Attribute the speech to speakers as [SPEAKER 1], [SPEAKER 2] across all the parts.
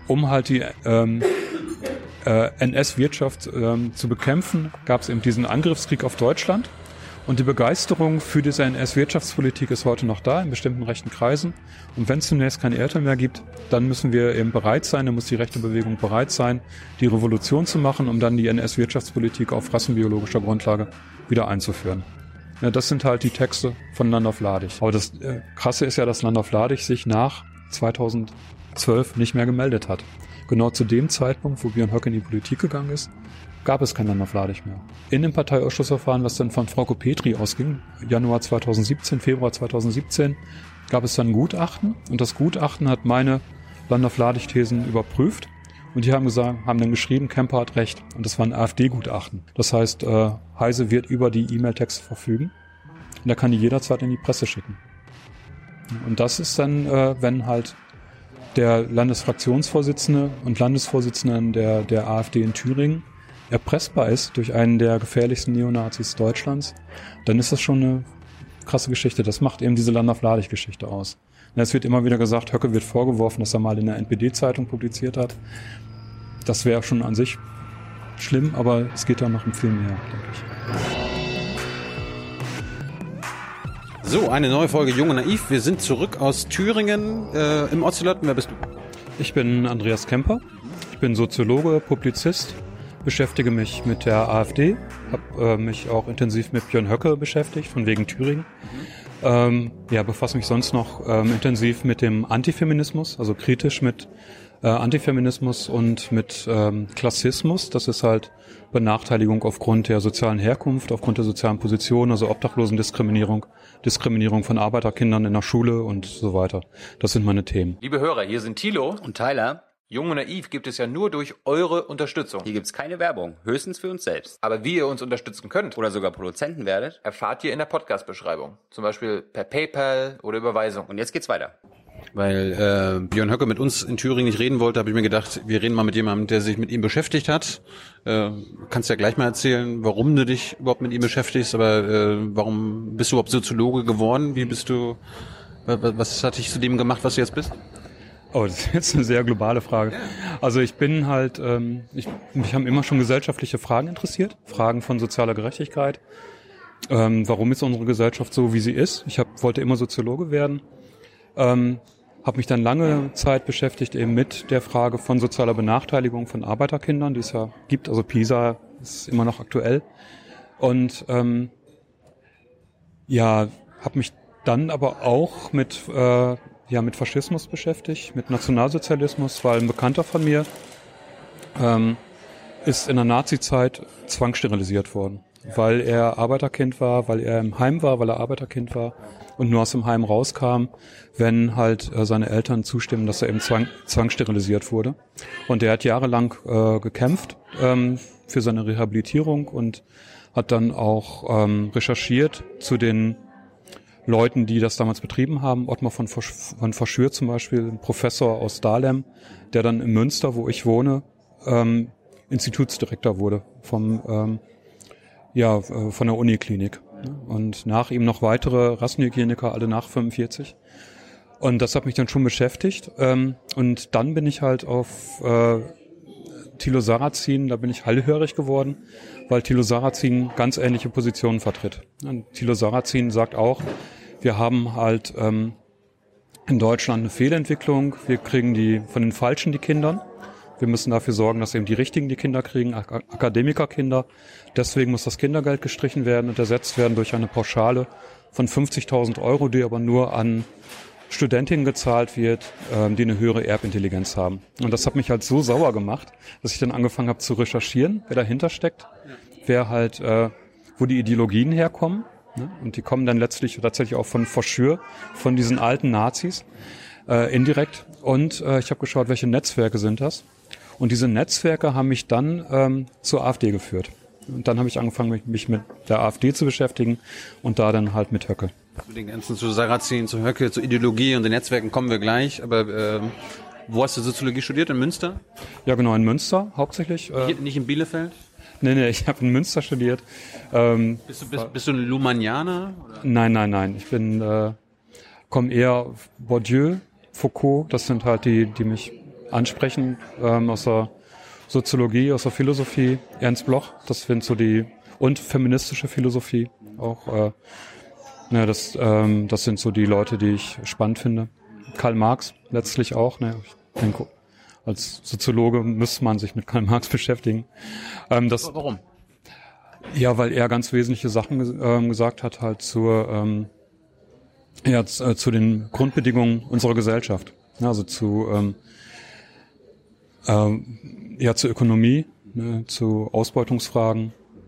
[SPEAKER 1] um halt die NS-Wirtschaft zu bekämpfen, gab es eben diesen Angriffskrieg auf Deutschland. Und die Begeisterung für diese NS-Wirtschaftspolitik ist heute noch da in bestimmten rechten Kreisen. Und wenn es zunächst keine Eltern mehr gibt, dann müssen wir eben bereit sein, dann muss die rechte Bewegung bereit sein, die Revolution zu machen, um dann die NS-Wirtschaftspolitik auf rassenbiologischer Grundlage wieder einzuführen. Ja, das sind halt die Texte von Landolf Lahdig. Aber das Krasse ist ja, dass Landolf Lahdig sich nach 2012 nicht mehr gemeldet hat. Genau zu dem Zeitpunkt, wo Björn Höcke in die Politik gegangen ist, gab es kein Landolf Lahdig mehr. In dem Parteiausschussverfahren, was dann von Frauke Petri ausging, Januar 2017, Februar 2017, gab es dann ein Gutachten. Und das Gutachten hat meine Landolf Lahdig-Thesen überprüft. Und die haben dann geschrieben, Kemper hat recht. Und das war ein AfD-Gutachten. Das heißt, Heise wird über die E-Mail-Texte verfügen. Und er kann die jederzeit in die Presse schicken. Und das ist dann, wenn halt der Landesfraktionsvorsitzende und Landesvorsitzende der AfD in Thüringen erpressbar ist durch einen der gefährlichsten Neonazis Deutschlands, dann ist das schon eine krasse Geschichte. Das macht eben diese Landolf Lahdig-Geschichte aus. Und es wird immer wieder gesagt, Höcke wird vorgeworfen, dass er mal in der NPD-Zeitung publiziert hat. Das wäre schon an sich schlimm, aber es geht da noch um viel mehr, denke ich.
[SPEAKER 2] So, eine neue Folge Jung und Naiv. Wir sind zurück aus Thüringen im Ocelot. Wer bist du?
[SPEAKER 1] Ich bin Andreas Kemper. Ich bin Soziologe, Publizist, beschäftige mich mit der AfD, habe mich auch intensiv mit Björn Höcke beschäftigt, von wegen Thüringen. Befasse mich sonst noch intensiv mit dem Antifeminismus, also kritisch mit Antifeminismus und mit Klassismus. Das ist halt Benachteiligung aufgrund der sozialen Herkunft, aufgrund der sozialen Position, also Obdachlosendiskriminierung, Diskriminierung von Arbeiterkindern in der Schule und so weiter. Das sind meine Themen.
[SPEAKER 3] Liebe Hörer, hier sind Thilo
[SPEAKER 4] und Tyler.
[SPEAKER 3] Jung und Naiv gibt es ja nur durch eure Unterstützung.
[SPEAKER 4] Hier gibt's keine Werbung, höchstens für uns selbst.
[SPEAKER 3] Aber wie ihr uns unterstützen könnt
[SPEAKER 4] oder sogar Produzenten werdet,
[SPEAKER 3] erfahrt ihr in der Podcast-Beschreibung. Zum Beispiel per PayPal oder Überweisung.
[SPEAKER 4] Und jetzt geht's weiter.
[SPEAKER 2] Weil Björn Höcke mit uns in Thüringen nicht reden wollte, habe ich mir gedacht, wir reden mal mit jemandem, der sich mit ihm beschäftigt hat. Kannst ja gleich mal erzählen, warum du dich überhaupt mit ihm beschäftigst, aber warum bist du überhaupt Soziologe geworden? Was hat dich zu dem gemacht, was du jetzt bist?
[SPEAKER 1] Oh, das ist jetzt eine sehr globale Frage. Also ich bin halt, mich haben immer schon gesellschaftliche Fragen interessiert, Fragen von sozialer Gerechtigkeit. Warum ist unsere Gesellschaft so, wie sie ist? Wollte immer Soziologe werden. Habe mich dann lange Zeit beschäftigt eben mit der Frage von sozialer Benachteiligung von Arbeiterkindern, die es ja gibt. Also PISA ist immer noch aktuell. Und habe mich dann aber auch mit Faschismus beschäftigt, mit Nationalsozialismus, weil ein Bekannter von mir ist in der Nazi-Zeit zwangssterilisiert worden, weil er Arbeiterkind war, weil er im Heim war, weil er Arbeiterkind war und nur aus dem Heim rauskam, wenn halt seine Eltern zustimmen, dass er eben zwangssterilisiert wurde. Und er hat jahrelang gekämpft für seine Rehabilitierung und hat dann auch recherchiert zu den Leuten, die das damals betrieben haben. Ottmar von Verschür zum Beispiel, ein Professor aus Dahlem, der dann in Münster, wo ich wohne, Institutsdirektor wurde von der Uniklinik. Und nach ihm noch weitere Rassenhygieniker, alle nach 45. Und das hat mich dann schon beschäftigt. Und dann bin ich halt auf Thilo Sarrazin, da bin ich hellhörig geworden, weil Thilo Sarrazin ganz ähnliche Positionen vertritt. Und Thilo Sarrazin sagt auch, wir haben halt in Deutschland eine Fehlentwicklung, wir kriegen von den Falschen die Kinder. Wir müssen dafür sorgen, dass eben die Richtigen die Kinder kriegen, Akademikerkinder. Deswegen muss das Kindergeld gestrichen werden und ersetzt werden durch eine Pauschale von 50.000 €, die aber nur an Studentinnen gezahlt wird, die eine höhere Erbintelligenz haben. Und das hat mich halt so sauer gemacht, dass ich dann angefangen habe zu recherchieren, wer dahinter steckt, wo die Ideologien herkommen. Ne? Und die kommen dann letztlich tatsächlich auch von Verschür, von diesen alten Nazis, indirekt. Und ich habe geschaut, welche Netzwerke sind das. Und diese Netzwerke haben mich dann zur AfD geführt. Und dann habe ich angefangen, mich mit der AfD zu beschäftigen und da dann halt mit Höcke.
[SPEAKER 2] Zu den ganzen, zu Sarrazin, zu Höcke, zu Ideologie und den Netzwerken kommen wir gleich. Aber wo hast du Soziologie studiert? In Münster?
[SPEAKER 1] Ja, genau, in Münster hauptsächlich.
[SPEAKER 2] Nicht in Bielefeld?
[SPEAKER 1] Nee, ich habe in Münster studiert.
[SPEAKER 2] Bist du ein Lumanianer? Oder?
[SPEAKER 1] Nein. Ich komme eher Bourdieu, Foucault, das sind halt die mich ansprechen, aus der Soziologie, aus der Philosophie. Ernst Bloch, das sind so und feministische Philosophie auch. Das sind so die Leute, die ich spannend finde. Karl Marx letztlich auch. Ich denke, als Soziologe müsste man sich mit Karl Marx beschäftigen.
[SPEAKER 2] Warum?
[SPEAKER 1] Ja, weil er ganz wesentliche Sachen gesagt hat, halt zu den Grundbedingungen unserer Gesellschaft. Also zur Ökonomie, zu Ausbeutungsfragen.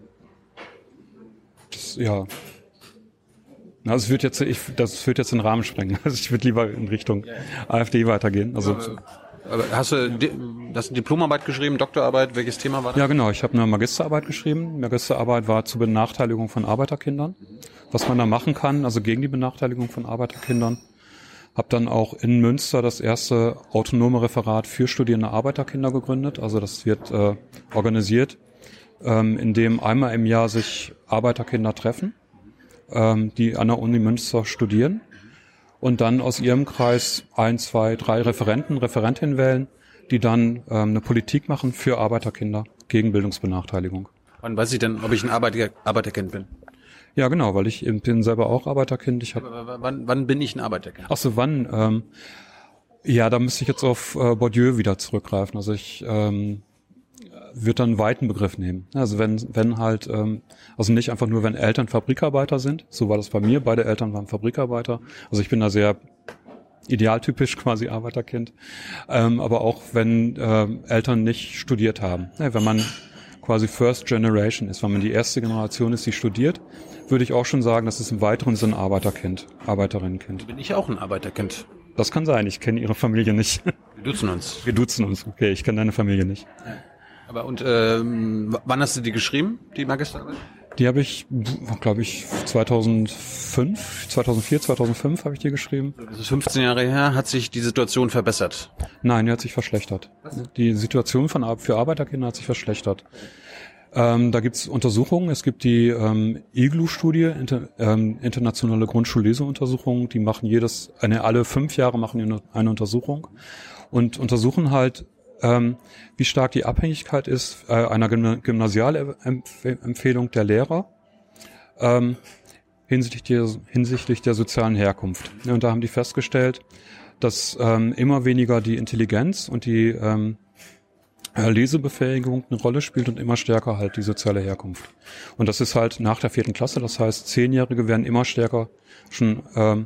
[SPEAKER 1] Das wird jetzt den Rahmen sprengen. Also ich würde lieber in Richtung AfD weitergehen. Also
[SPEAKER 2] aber hast du eine Diplomarbeit geschrieben, Doktorarbeit? Welches Thema war das?
[SPEAKER 1] Ja, genau. Ich habe eine Magisterarbeit geschrieben. Magisterarbeit war zur Benachteiligung von Arbeiterkindern. Was man da machen kann, also gegen die Benachteiligung von Arbeiterkindern. Habe dann auch in Münster das erste autonome Referat für studierende Arbeiterkinder gegründet. Also das wird organisiert, in dem einmal im Jahr sich Arbeiterkinder treffen, die an der Uni Münster studieren und dann aus ihrem Kreis 1, 2, 3 Referentinnen wählen, die dann eine Politik machen für Arbeiterkinder gegen Bildungsbenachteiligung.
[SPEAKER 2] Wann weiß ich denn, ob ich ein Arbeiterkind bin?
[SPEAKER 1] Ja, genau, weil ich bin selber auch Arbeiterkind.
[SPEAKER 2] Wann bin ich ein Arbeiterkind?
[SPEAKER 1] Ach so, wann? Da müsste ich jetzt auf Bourdieu wieder zurückgreifen. Also ich würde dann einen weiten Begriff nehmen. Also wenn halt, also nicht einfach nur, wenn Eltern Fabrikarbeiter sind. So war das bei mir. Beide Eltern waren Fabrikarbeiter. Also ich bin da sehr idealtypisch quasi Arbeiterkind. Aber auch wenn Eltern nicht studiert haben. Ja, wenn man quasi First Generation ist, wenn man die erste Generation ist, die studiert, würde ich auch schon sagen, das ist im weiteren Sinne Arbeiterkind, Arbeiterinnenkind.
[SPEAKER 2] Bin ich auch ein Arbeiterkind?
[SPEAKER 1] Das kann sein, ich kenne Ihre Familie nicht.
[SPEAKER 2] Wir duzen uns.
[SPEAKER 1] Okay, ich kenne deine Familie nicht.
[SPEAKER 2] Aber wann hast du die geschrieben, die Magisterarbeit?
[SPEAKER 1] Die habe ich, glaube ich, 2004, 2005 habe ich die geschrieben.
[SPEAKER 2] Das ist 15 Jahre her. Hat sich die Situation verbessert?
[SPEAKER 1] Nein, die hat sich verschlechtert. Was? Die Situation für Arbeiterkinder hat sich verschlechtert. Da gibt's Untersuchungen. Es gibt die IGLU-Studie, internationale Grundschulleseuntersuchung. Die machen alle 5 Jahre machen die eine Untersuchung und untersuchen halt, wie stark die Abhängigkeit ist einer Gymnasialempfehlung der Lehrer hinsichtlich der sozialen Herkunft. Ja, und da haben die festgestellt, dass immer weniger die Intelligenz und die Lesebefähigung eine Rolle spielt und immer stärker halt die soziale Herkunft. Und das ist halt nach der 4. Klasse, das heißt 10-Jährige werden immer stärker schon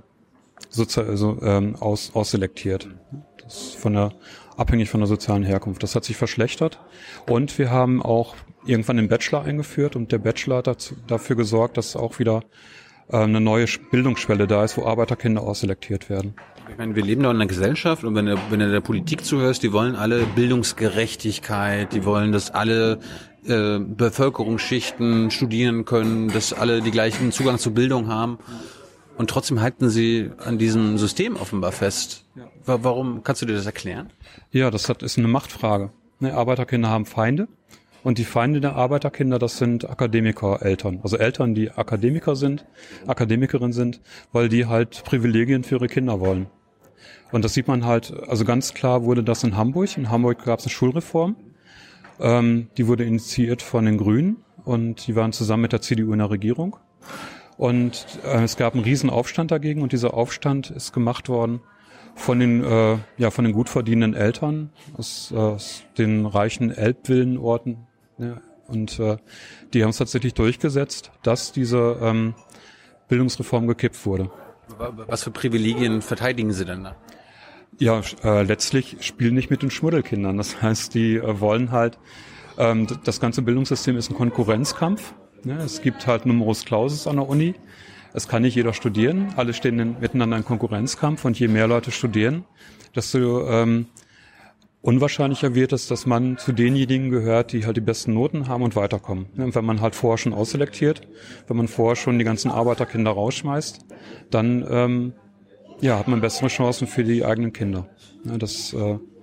[SPEAKER 1] ausselektiert. Das ist abhängig von der sozialen Herkunft. Das hat sich verschlechtert und wir haben auch irgendwann den Bachelor eingeführt und der Bachelor hat dafür gesorgt, dass auch wieder eine neue Bildungsschwelle da ist, wo Arbeiterkinder ausselektiert werden.
[SPEAKER 2] Ich meine, wir leben doch in einer Gesellschaft und wenn du der Politik zuhörst, die wollen alle Bildungsgerechtigkeit, die wollen, dass alle Bevölkerungsschichten studieren können, dass alle die gleichen Zugang zur Bildung haben. Und trotzdem halten sie an diesem System offenbar fest. Warum? Kannst du dir das erklären?
[SPEAKER 1] Ja, ist eine Machtfrage. Arbeiterkinder haben Feinde. Und die Feinde der Arbeiterkinder, das sind Akademikereltern. Also Eltern, die Akademikerin sind, weil die halt Privilegien für ihre Kinder wollen. Und das sieht man halt, also ganz klar wurde das in Hamburg. In Hamburg gab es eine Schulreform. Die wurde initiiert von den Grünen und die waren zusammen mit der CDU in der Regierung. Und es gab einen riesen Aufstand dagegen und dieser Aufstand ist gemacht worden von den gut verdienenden Eltern aus den reichen Elbvillenorten. Ja, und die haben es tatsächlich durchgesetzt, dass diese Bildungsreform gekippt wurde.
[SPEAKER 2] Was für Privilegien verteidigen Sie denn da?
[SPEAKER 1] Ja, letztlich spielen nicht mit den Schmuddelkindern. Das heißt, die wollen halt, das ganze Bildungssystem ist ein Konkurrenzkampf. Ja, es gibt halt Numerus Clausus an der Uni. Es kann nicht jeder studieren. Alle stehen miteinander in Konkurrenzkampf und je mehr Leute studieren, desto unwahrscheinlicher wird es, dass man zu denjenigen gehört, die halt die besten Noten haben und weiterkommen. Ja, wenn man halt vorher schon ausselektiert, wenn man vorher schon die ganzen Arbeiterkinder rausschmeißt, dann hat man bessere Chancen für die eigenen Kinder. Ja, das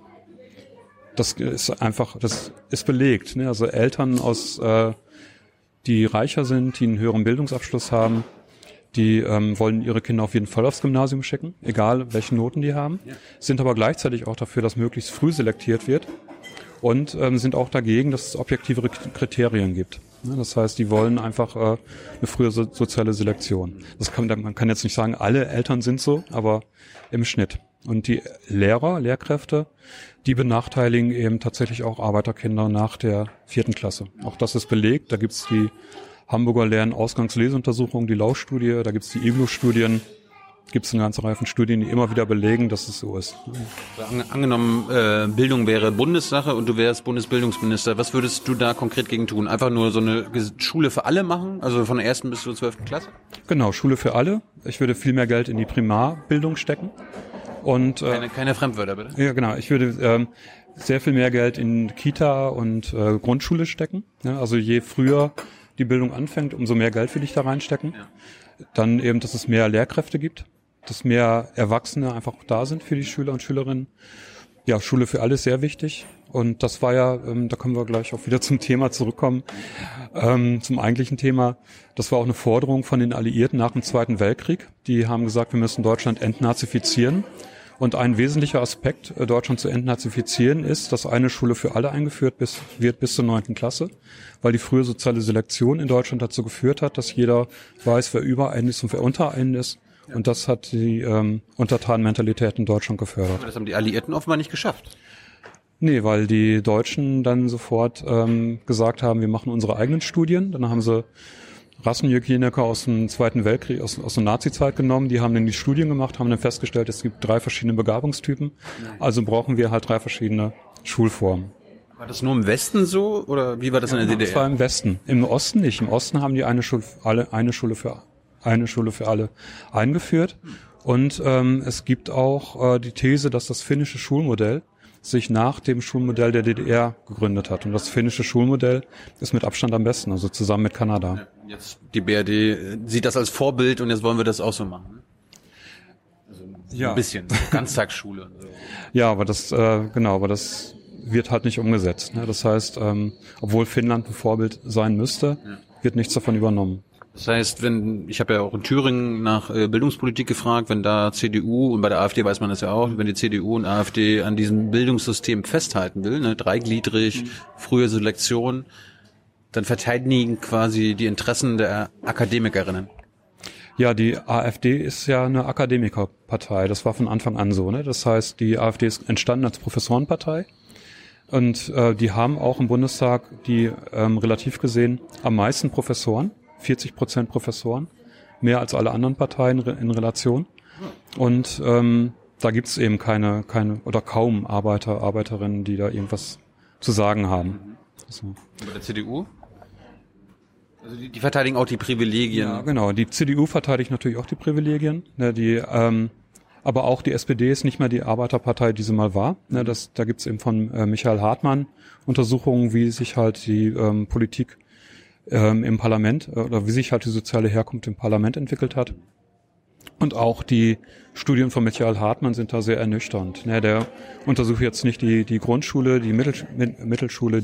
[SPEAKER 1] ist belegt. Ne? Also Eltern die reicher sind, die einen höheren Bildungsabschluss haben, Die wollen ihre Kinder auf jeden Fall aufs Gymnasium schicken, egal welche Noten die haben, sind aber gleichzeitig auch dafür, dass möglichst früh selektiert wird und sind auch dagegen, dass es objektive Kriterien gibt. Ja, das heißt, die wollen einfach eine frühe soziale Selektion. Man kann jetzt nicht sagen, alle Eltern sind so, aber im Schnitt. Und die Lehrkräfte, die benachteiligen eben tatsächlich auch Arbeiterkinder nach der 4. Klasse. Auch das ist belegt. Da gibt's die Hamburger Lern-Ausgangsleseuntersuchung, die Lau-Studie, da gibt's die Iglu-Studien, gibt's eine ganze Reihe von Studien, die immer wieder belegen, dass es so ist.
[SPEAKER 2] Angenommen, Bildung wäre Bundessache und du wärst Bundesbildungsminister, was würdest du da konkret gegen tun? Einfach nur so eine Schule für alle machen, also von der 1. bis zur 12. Klasse?
[SPEAKER 1] Genau, Schule für alle. Ich würde viel mehr Geld in die Primarbildung stecken. Und
[SPEAKER 2] keine Fremdwörter, bitte?
[SPEAKER 1] Ja, genau. Ich würde sehr viel mehr Geld in Kita und Grundschule stecken. Ja, also je früher die Bildung anfängt, umso mehr Geld will ich da reinstecken. Ja. Dann eben, dass es mehr Lehrkräfte gibt, dass mehr Erwachsene einfach da sind für die Schüler und Schülerinnen. Ja, Schule für alle ist sehr wichtig. Und das war ja, da können wir gleich auch wieder zum Thema zurückkommen, zum eigentlichen Thema. Das war auch eine Forderung von den Alliierten nach dem Zweiten Weltkrieg. Die haben gesagt, wir müssen Deutschland entnazifizieren. Und ein wesentlicher Aspekt, Deutschland zu entnazifizieren, ist, dass eine Schule für alle eingeführt wird bis zur 9. Klasse, weil die frühe soziale Selektion in Deutschland dazu geführt hat, dass jeder weiß, wer über einen ist und wer unter einen ist. Ja. Und das hat die Untertanenmentalität in Deutschland gefördert.
[SPEAKER 2] Aber das haben die Alliierten offenbar nicht geschafft.
[SPEAKER 1] Nee, weil die Deutschen dann sofort gesagt haben, wir machen unsere eigenen Studien. Dann haben sie Rassenhygieniker aus dem Zweiten Weltkrieg, aus der Nazi-Zeit genommen, die haben dann die Studien gemacht, haben dann festgestellt, es gibt 3 verschiedene Begabungstypen, also brauchen wir halt 3 verschiedene Schulformen.
[SPEAKER 2] War das nur im Westen so, oder wie war das in der DDR?
[SPEAKER 1] Das war im Westen, im Osten nicht. Im Osten haben die eine Schule für alle eingeführt und es gibt auch die These, dass das finnische Schulmodell sich nach dem Schulmodell der DDR gegründet hat. Und das finnische Schulmodell ist mit Abstand am besten, also zusammen mit Kanada.
[SPEAKER 2] Jetzt die BRD sieht das als Vorbild und jetzt wollen wir das auch so machen. Also ein bisschen, Ganztagsschule. Und so.
[SPEAKER 1] Ja, aber das wird halt nicht umgesetzt. Ne? Das heißt, obwohl Finnland ein Vorbild sein müsste, wird nichts davon übernommen.
[SPEAKER 2] Das heißt, ich habe ja auch in Thüringen nach Bildungspolitik gefragt, wenn da CDU und bei der AfD weiß man das ja auch, wenn die CDU und AfD an diesem Bildungssystem festhalten will, ne, dreigliedrig, frühe Selektion, dann verteidigen quasi die Interessen der Akademikerinnen.
[SPEAKER 1] Ja, die AfD ist ja eine Akademikerpartei, das war von Anfang an so. Ne? Das heißt, die AfD ist entstanden als Professorenpartei und die haben auch im Bundestag die relativ gesehen am meisten Professoren. 40% Professoren, mehr als alle anderen Parteien in Relation. Und da gibt's eben keine oder kaum Arbeiterinnen, die da irgendwas zu sagen haben. So.
[SPEAKER 2] Bei der CDU? Also die verteidigen auch die Privilegien.
[SPEAKER 1] Ja, genau. Die CDU verteidigt natürlich auch die Privilegien. Ne, aber auch die SPD ist nicht mehr die Arbeiterpartei, die sie mal war. Ne, da gibt's eben von Michael Hartmann Untersuchungen, wie sich halt die Politik im Parlament oder wie sich halt die soziale Herkunft im Parlament entwickelt hat. Und auch die Studien von Michael Hartmann sind da sehr ernüchternd. Ne, der untersucht jetzt nicht die Grundschule, die Mittelschule,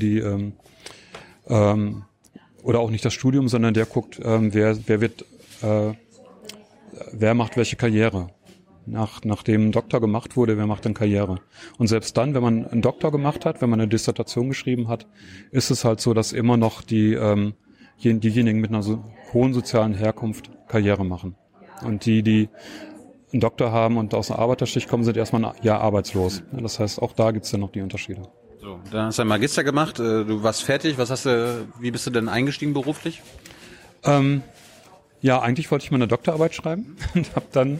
[SPEAKER 1] oder auch nicht das Studium, sondern der guckt, wer macht welche Karriere. Nachdem ein Doktor gemacht wurde, wer macht denn Karriere? Und selbst dann, wenn man einen Doktor gemacht hat, wenn man eine Dissertation geschrieben hat, ist es halt so, dass immer noch diejenigen mit einer hohen sozialen Herkunft Karriere machen. Und die einen Doktor haben und aus einer Arbeiterschicht kommen, sind erstmal ein Jahr arbeitslos. Das heißt, auch da gibt's dann noch die Unterschiede.
[SPEAKER 2] So, dann hast du einen Magister gemacht, du warst fertig. Wie bist du denn eingestiegen beruflich?
[SPEAKER 1] Ja, eigentlich wollte ich mal eine Doktorarbeit schreiben und habe dann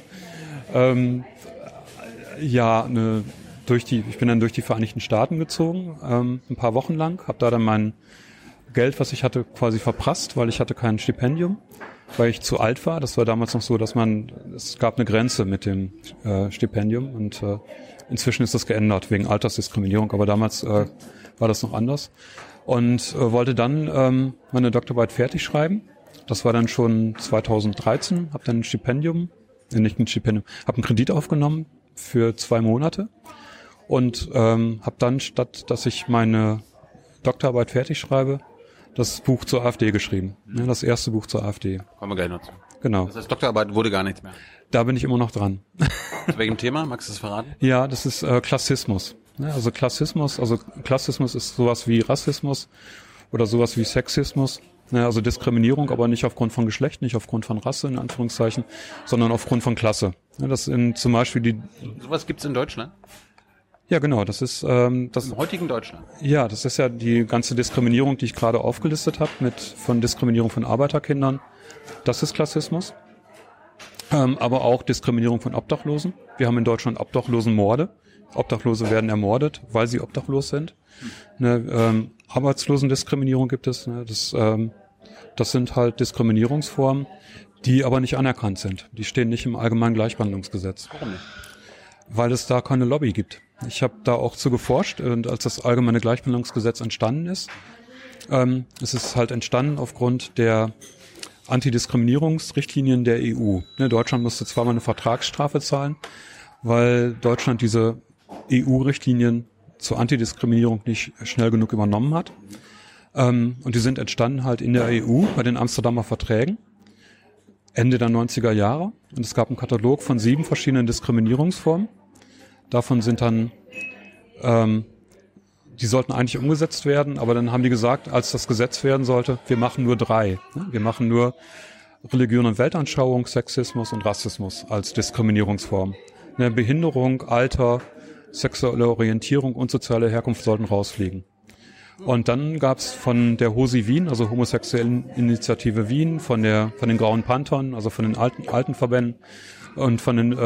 [SPEAKER 1] ich bin dann durch die Vereinigten Staaten gezogen, ein paar Wochen lang, habe da dann mein Geld, was ich hatte, quasi verprasst, weil ich hatte kein Stipendium, weil ich zu alt war. Das war damals noch so, es gab eine Grenze mit dem Stipendium und inzwischen ist das geändert wegen Altersdiskriminierung, aber damals war das noch anders und wollte dann meine Doktorarbeit fertig schreiben. Das war dann schon 2013, habe dann habe einen Kredit aufgenommen für 2 Monate und habe dann, statt dass ich meine Doktorarbeit fertig schreibe, das Buch zur AfD geschrieben. Ja, das erste Buch zur AfD.
[SPEAKER 2] Kommen wir gleich noch zu.
[SPEAKER 1] Genau.
[SPEAKER 2] Das heißt, Doktorarbeit wurde gar nichts mehr.
[SPEAKER 1] Da bin ich immer noch dran.
[SPEAKER 2] Zu welchem Thema? Magst du das verraten?
[SPEAKER 1] Ja, das ist Klassismus. Ja, also Klassismus ist sowas wie Rassismus oder sowas wie Sexismus. Ja, also Diskriminierung, aber nicht aufgrund von Geschlecht, nicht aufgrund von Rasse, in Anführungszeichen, sondern aufgrund von Klasse. Ja, das sind zum Beispiel die...
[SPEAKER 2] Sowas gibt's in Deutschland?
[SPEAKER 1] Ja, genau, das ist...
[SPEAKER 2] Im heutigen Deutschland?
[SPEAKER 1] Ja, das ist ja die ganze Diskriminierung, die ich gerade aufgelistet habe, von Diskriminierung von Arbeiterkindern. Das ist Klassismus. Aber auch Diskriminierung von Obdachlosen. Wir haben in Deutschland Obdachlosenmorde. Obdachlose werden ermordet, weil sie obdachlos sind. Arbeitslosendiskriminierung gibt es. Das sind halt Diskriminierungsformen, die aber nicht anerkannt sind. Die stehen nicht im Allgemeinen Gleichbehandlungsgesetz.
[SPEAKER 2] Warum nicht?
[SPEAKER 1] Weil es da keine Lobby gibt. Ich habe da auch zu geforscht, und als das Allgemeine Gleichbehandlungsgesetz entstanden ist, es ist halt entstanden aufgrund der Antidiskriminierungsrichtlinien der EU. Deutschland musste zweimal eine Vertragsstrafe zahlen, weil Deutschland diese EU-Richtlinien zur Antidiskriminierung nicht schnell genug übernommen hat. Und die sind entstanden halt in der EU bei den Amsterdamer Verträgen Ende der 90er Jahre. Und es gab einen Katalog von 7 verschiedenen Diskriminierungsformen. Davon sind dann, die sollten eigentlich umgesetzt werden, aber dann haben die gesagt, als das Gesetz werden sollte, wir machen nur 3. Wir machen nur Religion und Weltanschauung, Sexismus und Rassismus als Diskriminierungsform. Behinderung, Alter, sexuelle Orientierung und soziale Herkunft sollten rausfliegen. Und dann gab's von der HOSI Wien, also Homosexuellen Initiative Wien, von den Grauen Panthern, also von den Altenverbänden und von den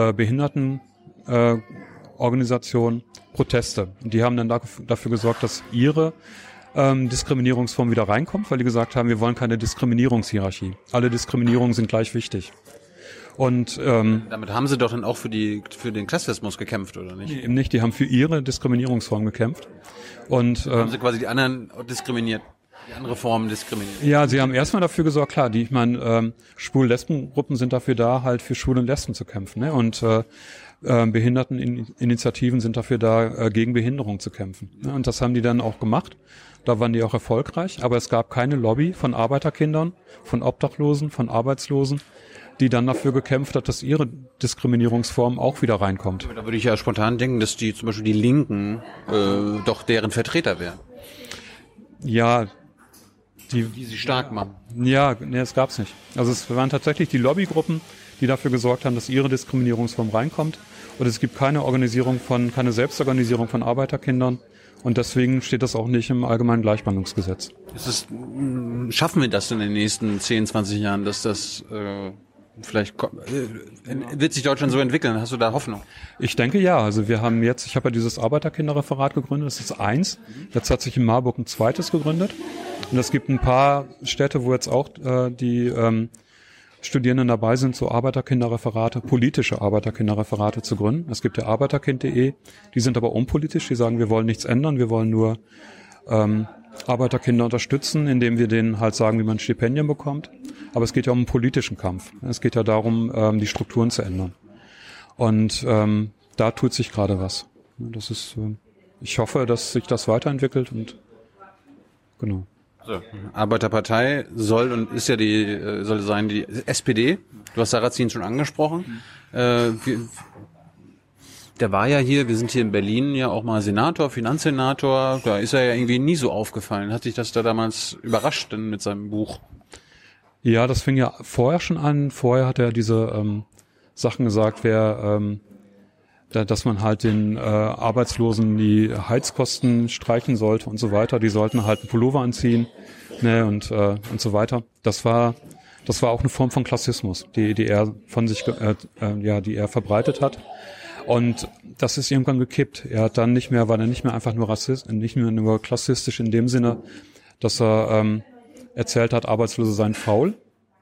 [SPEAKER 1] Behindertenorganisationen Proteste. Und die haben dann dafür gesorgt, dass ihre Diskriminierungsform wieder reinkommt, weil die gesagt haben, wir wollen keine Diskriminierungshierarchie. Alle Diskriminierungen sind gleich wichtig. Und
[SPEAKER 2] damit haben sie doch dann auch für den Klassismus gekämpft, oder nicht?
[SPEAKER 1] Nee, eben nicht, die haben für ihre Diskriminierungsform gekämpft. Und
[SPEAKER 2] haben sie quasi die anderen diskriminiert, die andere Formen diskriminiert?
[SPEAKER 1] Ja, sie haben erstmal dafür gesorgt, klar, Schwul-Lesben-Gruppen sind dafür da, halt für Schwule und Lesben zu kämpfen, ne? Und Behinderteninitiativen sind dafür da, gegen Behinderung zu kämpfen. Ne? Und das haben die dann auch gemacht. Da waren die auch erfolgreich, aber es gab keine Lobby von Arbeiterkindern, von Obdachlosen, von Arbeitslosen, die dann dafür gekämpft hat, dass ihre Diskriminierungsform auch wieder reinkommt.
[SPEAKER 2] Da würde ich ja spontan denken, dass zum Beispiel die Linken doch deren Vertreter wären.
[SPEAKER 1] Ja,
[SPEAKER 2] die sie stark machen.
[SPEAKER 1] Ja, nee, das gab's nicht. Also es waren tatsächlich die Lobbygruppen, die dafür gesorgt haben, dass ihre Diskriminierungsform reinkommt. Und es gibt keine Selbstorganisierung von Arbeiterkindern. Und deswegen steht das auch nicht im Allgemeinen Gleichbehandlungsgesetz.
[SPEAKER 2] Schaffen wir das in den nächsten 10, 20 Jahren, dass das wird sich Deutschland so entwickeln? Hast du da Hoffnung?
[SPEAKER 1] Ich denke ja. Also ich habe ja dieses Arbeiterkinderreferat gegründet, das ist 1. Jetzt hat sich in Marburg ein 2. gegründet. Und es gibt ein paar Städte, wo jetzt auch die Studierenden dabei sind, so Arbeiterkinderreferate, politische Arbeiterkinderreferate zu gründen. Es gibt ja arbeiterkind.de, die sind aber unpolitisch, die sagen, wir wollen nichts ändern, wir wollen nur Arbeiterkinder unterstützen, indem wir denen halt sagen, wie man Stipendien bekommt. Aber es geht ja um einen politischen Kampf. Es geht ja darum, die Strukturen zu ändern. Und da tut sich gerade was. Das ist, ich hoffe, dass sich das weiterentwickelt und genau.
[SPEAKER 2] Also, Arbeiterpartei soll sein die SPD. Du hast Sarrazin schon angesprochen. Der war ja hier, wir sind hier in Berlin ja auch mal Senator, Finanzsenator. Da ist er ja irgendwie nie so aufgefallen. Hat dich das da damals überrascht denn mit seinem Buch?
[SPEAKER 1] Ja, das fing ja vorher schon an. Vorher hat er diese Sachen gesagt, dass man halt den Arbeitslosen die Heizkosten streichen sollte und so weiter. Die sollten halt einen Pullover anziehen, ne, und so weiter. Das war auch eine Form von Klassismus, die er die er verbreitet hat. Und das ist irgendwann gekippt. War dann nicht mehr einfach nur Rassist, nicht mehr nur klassistisch in dem Sinne, dass er erzählt hat, Arbeitslose seien faul,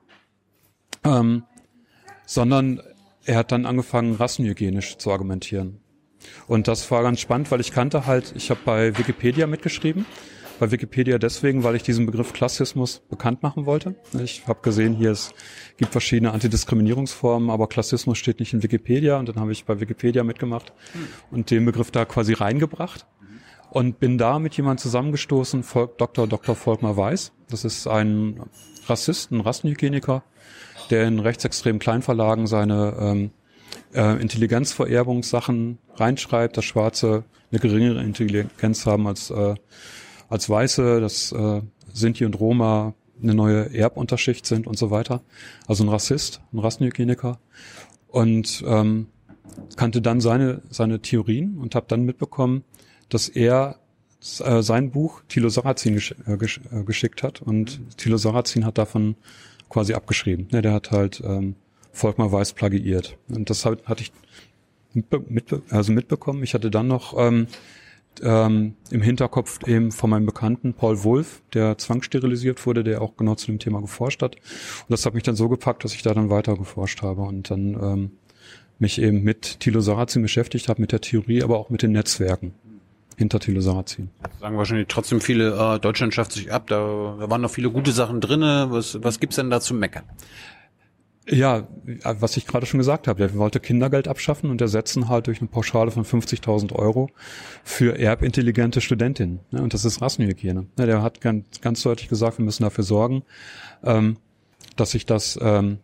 [SPEAKER 1] sondern er hat dann angefangen, rassenhygienisch zu argumentieren. Und das war ganz spannend, weil ich habe bei Wikipedia mitgeschrieben. Bei Wikipedia deswegen, weil ich diesen Begriff Klassismus bekannt machen wollte. Ich habe gesehen, es gibt verschiedene Antidiskriminierungsformen, aber Klassismus steht nicht in Wikipedia. Und dann habe ich bei Wikipedia mitgemacht und den Begriff da quasi reingebracht. Und bin da mit jemandem zusammengestoßen, Dr. Volkmar Weiß. Das ist ein Rassist, ein Rassenhygieniker, der in rechtsextremen Kleinverlagen seine Intelligenzvererbungssachen reinschreibt, dass Schwarze eine geringere Intelligenz haben als Weiße, dass Sinti und Roma eine neue Erbunterschicht sind und so weiter. Also ein Rassist, ein Rassenhygieniker. Und kannte dann seine Theorien und habe dann mitbekommen, dass er sein Buch Thilo Sarrazin geschickt hat und Thilo Sarrazin hat davon quasi abgeschrieben. Ja, der hat halt Volkmar Weiß plagiiert. Und das hatte ich mitbekommen. Ich hatte dann noch im Hinterkopf eben von meinem Bekannten Paul Wulff, der zwangssterilisiert wurde, der auch genau zu dem Thema geforscht hat. Und das hat mich dann so gepackt, dass ich da dann weiter geforscht habe und dann mich eben mit Thilo Sarrazin beschäftigt habe, mit der Theorie, aber auch mit den Netzwerken hinter Thilo Sarrazin.
[SPEAKER 2] Sagen wahrscheinlich trotzdem viele, Deutschland schafft sich ab, da waren noch viele gute Sachen drinne. Was gibt's denn da zu meckern?
[SPEAKER 1] Ja, was ich gerade schon gesagt habe, der wollte Kindergeld abschaffen und ersetzen halt durch eine Pauschale von 50.000 € für erbintelligente Studentinnen. Und das ist Rassenhygiene. Der hat ganz deutlich gesagt, wir müssen dafür sorgen, dass sich dass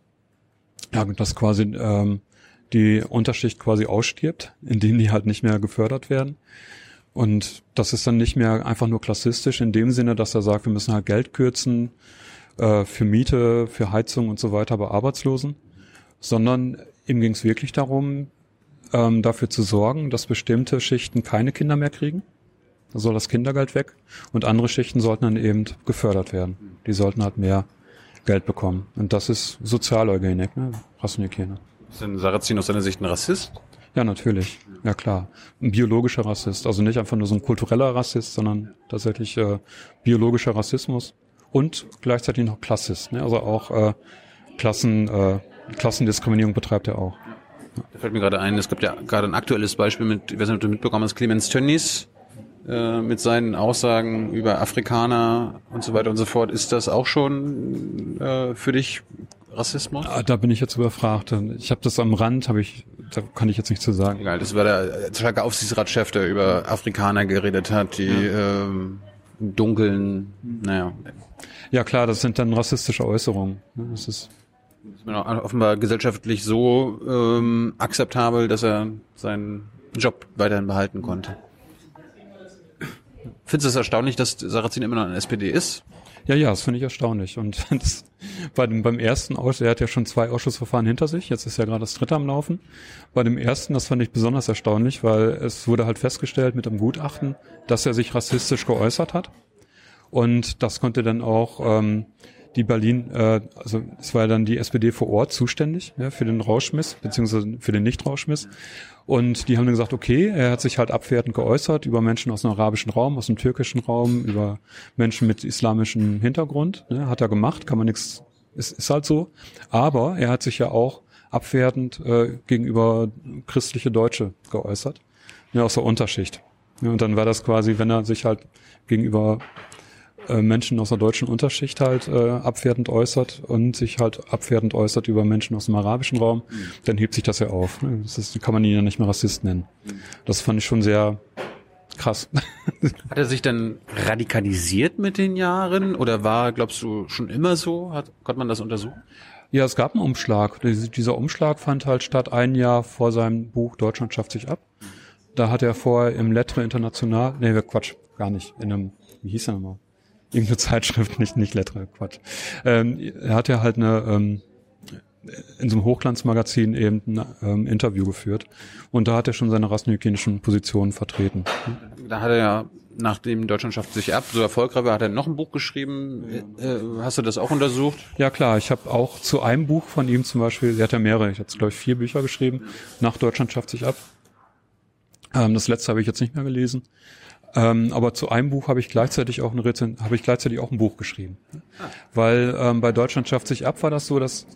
[SPEAKER 1] quasi die Unterschicht quasi ausstirbt, indem die halt nicht mehr gefördert werden. Und das ist dann nicht mehr einfach nur klassistisch in dem Sinne, dass er sagt, wir müssen halt Geld kürzen, für Miete, für Heizung und so weiter bei Arbeitslosen, sondern ihm ging es wirklich darum, dafür zu sorgen, dass bestimmte Schichten keine Kinder mehr kriegen. Da soll das Kindergeld weg und andere Schichten sollten dann eben gefördert werden. Die sollten halt mehr Geld bekommen. Und das ist Sozialeugenik, Rassenhygiene.
[SPEAKER 2] Ist denn Sarrazin aus seiner Sicht ein Rassist?
[SPEAKER 1] Ja, natürlich. Ja, klar. Ein biologischer Rassist. Also nicht einfach nur so ein kultureller Rassist, sondern tatsächlich biologischer Rassismus. Und gleichzeitig noch Klassist, ne? Also auch Klassendiskriminierung betreibt er auch.
[SPEAKER 2] Ja. Da fällt mir gerade ein, es gibt ja gerade ein aktuelles Beispiel ich weiß nicht, ob du mitbekommen hast, Clemens Tönnies mit seinen Aussagen über Afrikaner und so weiter und so fort. Ist das auch schon für dich Rassismus?
[SPEAKER 1] Da bin ich jetzt überfragt. Ich habe das am Rand, da kann ich jetzt nicht zu sagen.
[SPEAKER 2] Egal, das war der Schalker Aufsichtsratschef, der über Afrikaner geredet hat, die im Dunkeln, naja.
[SPEAKER 1] Ja klar, das sind dann rassistische Äußerungen. Das ist
[SPEAKER 2] offenbar gesellschaftlich so akzeptabel, dass er seinen Job weiterhin behalten konnte. Findest du es erstaunlich, dass Sarrazin immer noch in der SPD ist?
[SPEAKER 1] Ja, das finde ich erstaunlich. Und beim ersten er hat ja schon 2 Ausschussverfahren hinter sich, jetzt ist ja gerade das 3. am Laufen. Bei dem ersten, das fand ich besonders erstaunlich, weil es wurde halt festgestellt mit dem Gutachten, dass er sich rassistisch geäußert hat. Und das konnte dann auch die Berlin, also es war ja dann die SPD vor Ort zuständig, ja, für den Rauschmiss, beziehungsweise für den Nicht-Rauschmiss. Und die haben dann gesagt, okay, er hat sich halt abwertend geäußert über Menschen aus dem arabischen Raum, aus dem türkischen Raum, über Menschen mit islamischem Hintergrund. Ne, hat er gemacht, kann man nichts, ist halt so. Aber er hat sich ja auch abwertend gegenüber christliche Deutsche geäußert, ja, aus der Unterschicht. Ja, und dann war das quasi, wenn er sich halt gegenüber Menschen aus der deutschen Unterschicht halt abwertend äußert und sich halt abwertend äußert über Menschen aus dem arabischen Raum, dann hebt sich das ja auf. Kann man ihn ja nicht mehr Rassist nennen. Das fand ich schon sehr krass.
[SPEAKER 2] Hat er sich dann radikalisiert mit den Jahren oder war, glaubst du, schon immer so? Konnte man das untersuchen?
[SPEAKER 1] Ja, es gab einen Umschlag. Dieser Umschlag fand halt statt 1 Jahr vor seinem Buch Deutschland schafft sich ab. Da hat er vorher im Lettre International, gar nicht, in einem, wie hieß er nochmal? Irgendeine Zeitschrift, nicht Lettre, Quatsch. Er hat ja halt in so einem Hochglanzmagazin eben ein Interview geführt und da hat er schon seine rassenhygienischen Positionen vertreten.
[SPEAKER 2] Da hat er ja, nachdem Deutschland schafft sich ab, so erfolgreich war, hat er noch ein Buch geschrieben. Hast du das auch untersucht?
[SPEAKER 1] Ja klar, ich habe auch zu einem Buch von ihm zum Beispiel, er hat ja mehrere, ich habe glaube ich 4 Bücher geschrieben, nach Deutschland schafft sich ab. Das letzte habe ich jetzt nicht mehr gelesen. Aber zu einem Buch habe ich gleichzeitig auch ein Buch geschrieben. Weil bei Deutschland schafft sich ab war das so, dass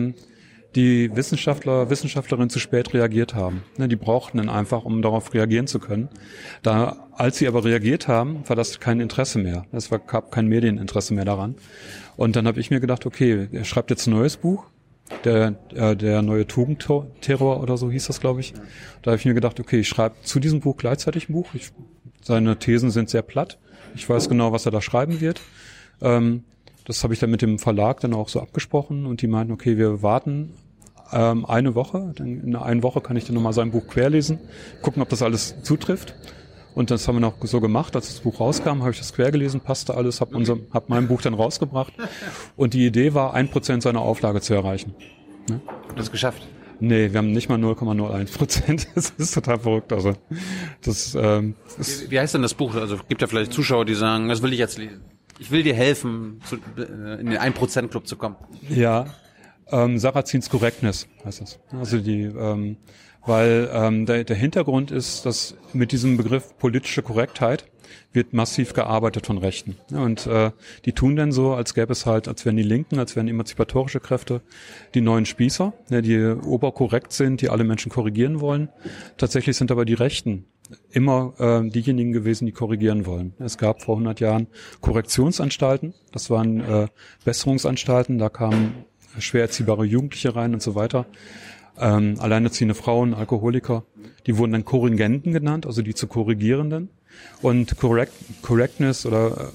[SPEAKER 1] die Wissenschaftlerinnen zu spät reagiert haben. Die brauchten dann einfach, um darauf reagieren zu können. Als sie aber reagiert haben, war das kein Interesse mehr. Es gab kein Medieninteresse mehr daran. Und dann habe ich mir gedacht, okay, er schreibt jetzt ein neues Buch. Der neue Tugendterror oder so hieß das, glaube ich. Da habe ich mir gedacht, okay, ich schreibe zu diesem Buch gleichzeitig ein Buch. Seine Thesen sind sehr platt. Ich weiß genau, was er da schreiben wird. Dann das habe ich dann mit dem Verlag dann auch so abgesprochen und die meinten, okay, wir warten eine Woche, dann in einer Woche kann ich dann nochmal sein Buch querlesen, gucken, ob das alles zutrifft. Und das haben wir noch so gemacht, als das Buch rauskam, habe ich das quer gelesen, passte alles, habe mein Buch dann rausgebracht. Und die Idee war, 1% seiner Auflage zu erreichen. Ne?
[SPEAKER 2] Das geschafft?
[SPEAKER 1] Nee, wir haben nicht mal 0,01%. Das ist total verrückt. Also, das ist
[SPEAKER 2] Wie heißt denn das Buch? Also gibt ja vielleicht Zuschauer, die sagen, das will ich jetzt lesen. Ich will dir helfen, in den 1%-Club zu kommen.
[SPEAKER 1] Ja, Sarrazins Correctness heißt das. Also weil der Hintergrund ist, dass mit diesem Begriff politische Korrektheit wird massiv gearbeitet von Rechten. Ja, und die tun dann so, als wären die Linken, als wären emanzipatorische Kräfte die neuen Spießer, die oberkorrekt sind, die alle Menschen korrigieren wollen. Tatsächlich sind aber die Rechten immer diejenigen gewesen, die korrigieren wollen. Es gab vor 100 Jahren Korrektionsanstalten, das waren Besserungsanstalten, da kamen schwer erziehbare Jugendliche rein und so weiter. Alleinerziehende Frauen, Alkoholiker, die wurden dann Korrigenten genannt, also die zu Korrigierenden. Und Correctness oder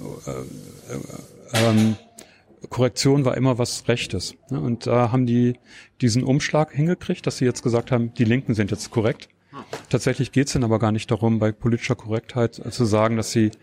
[SPEAKER 1] Korrektion war immer was Rechtes. Ne? Und da haben die diesen Umschlag hingekriegt, dass sie jetzt gesagt haben, die Linken sind jetzt korrekt. Tatsächlich geht es dann aber gar nicht darum, bei politischer Korrektheit zu sagen, dass sie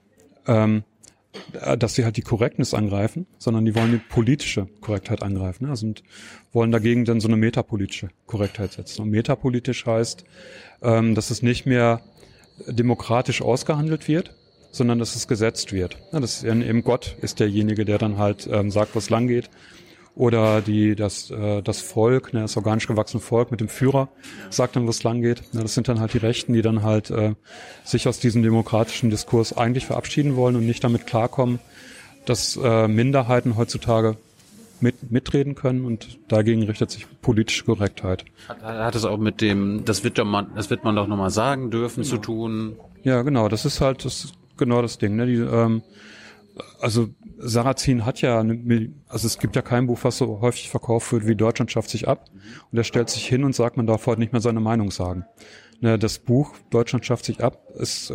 [SPEAKER 1] halt die Correctness angreifen, sondern die wollen die politische Korrektheit angreifen. Ne? Also und wollen dagegen dann so eine metapolitische Korrektheit setzen. Und metapolitisch heißt, dass es nicht mehr demokratisch ausgehandelt wird, sondern dass es gesetzt wird. Ja, das ist eben Gott ist derjenige, der dann halt sagt, wo es lang geht. Oder das Volk, das organisch gewachsene Volk mit dem Führer sagt dann, wo es lang geht. Ja, das sind dann halt die Rechten, die dann halt sich aus diesem demokratischen Diskurs eigentlich verabschieden wollen und nicht damit klarkommen, dass Minderheiten heutzutage mitreden können, und dagegen richtet sich politische Korrektheit.
[SPEAKER 2] Hat es auch mit dem, das wird man doch nochmal sagen dürfen, zu tun? Ja,
[SPEAKER 1] genau, das ist halt genau das Ding. Ne? Also Sarrazin hat ja, also es gibt ja kein Buch, was so häufig verkauft wird wie Deutschland schafft sich ab. Und er stellt sich hin und sagt, man darf heute nicht mehr seine Meinung sagen. Ne, das Buch Deutschland schafft sich ab ist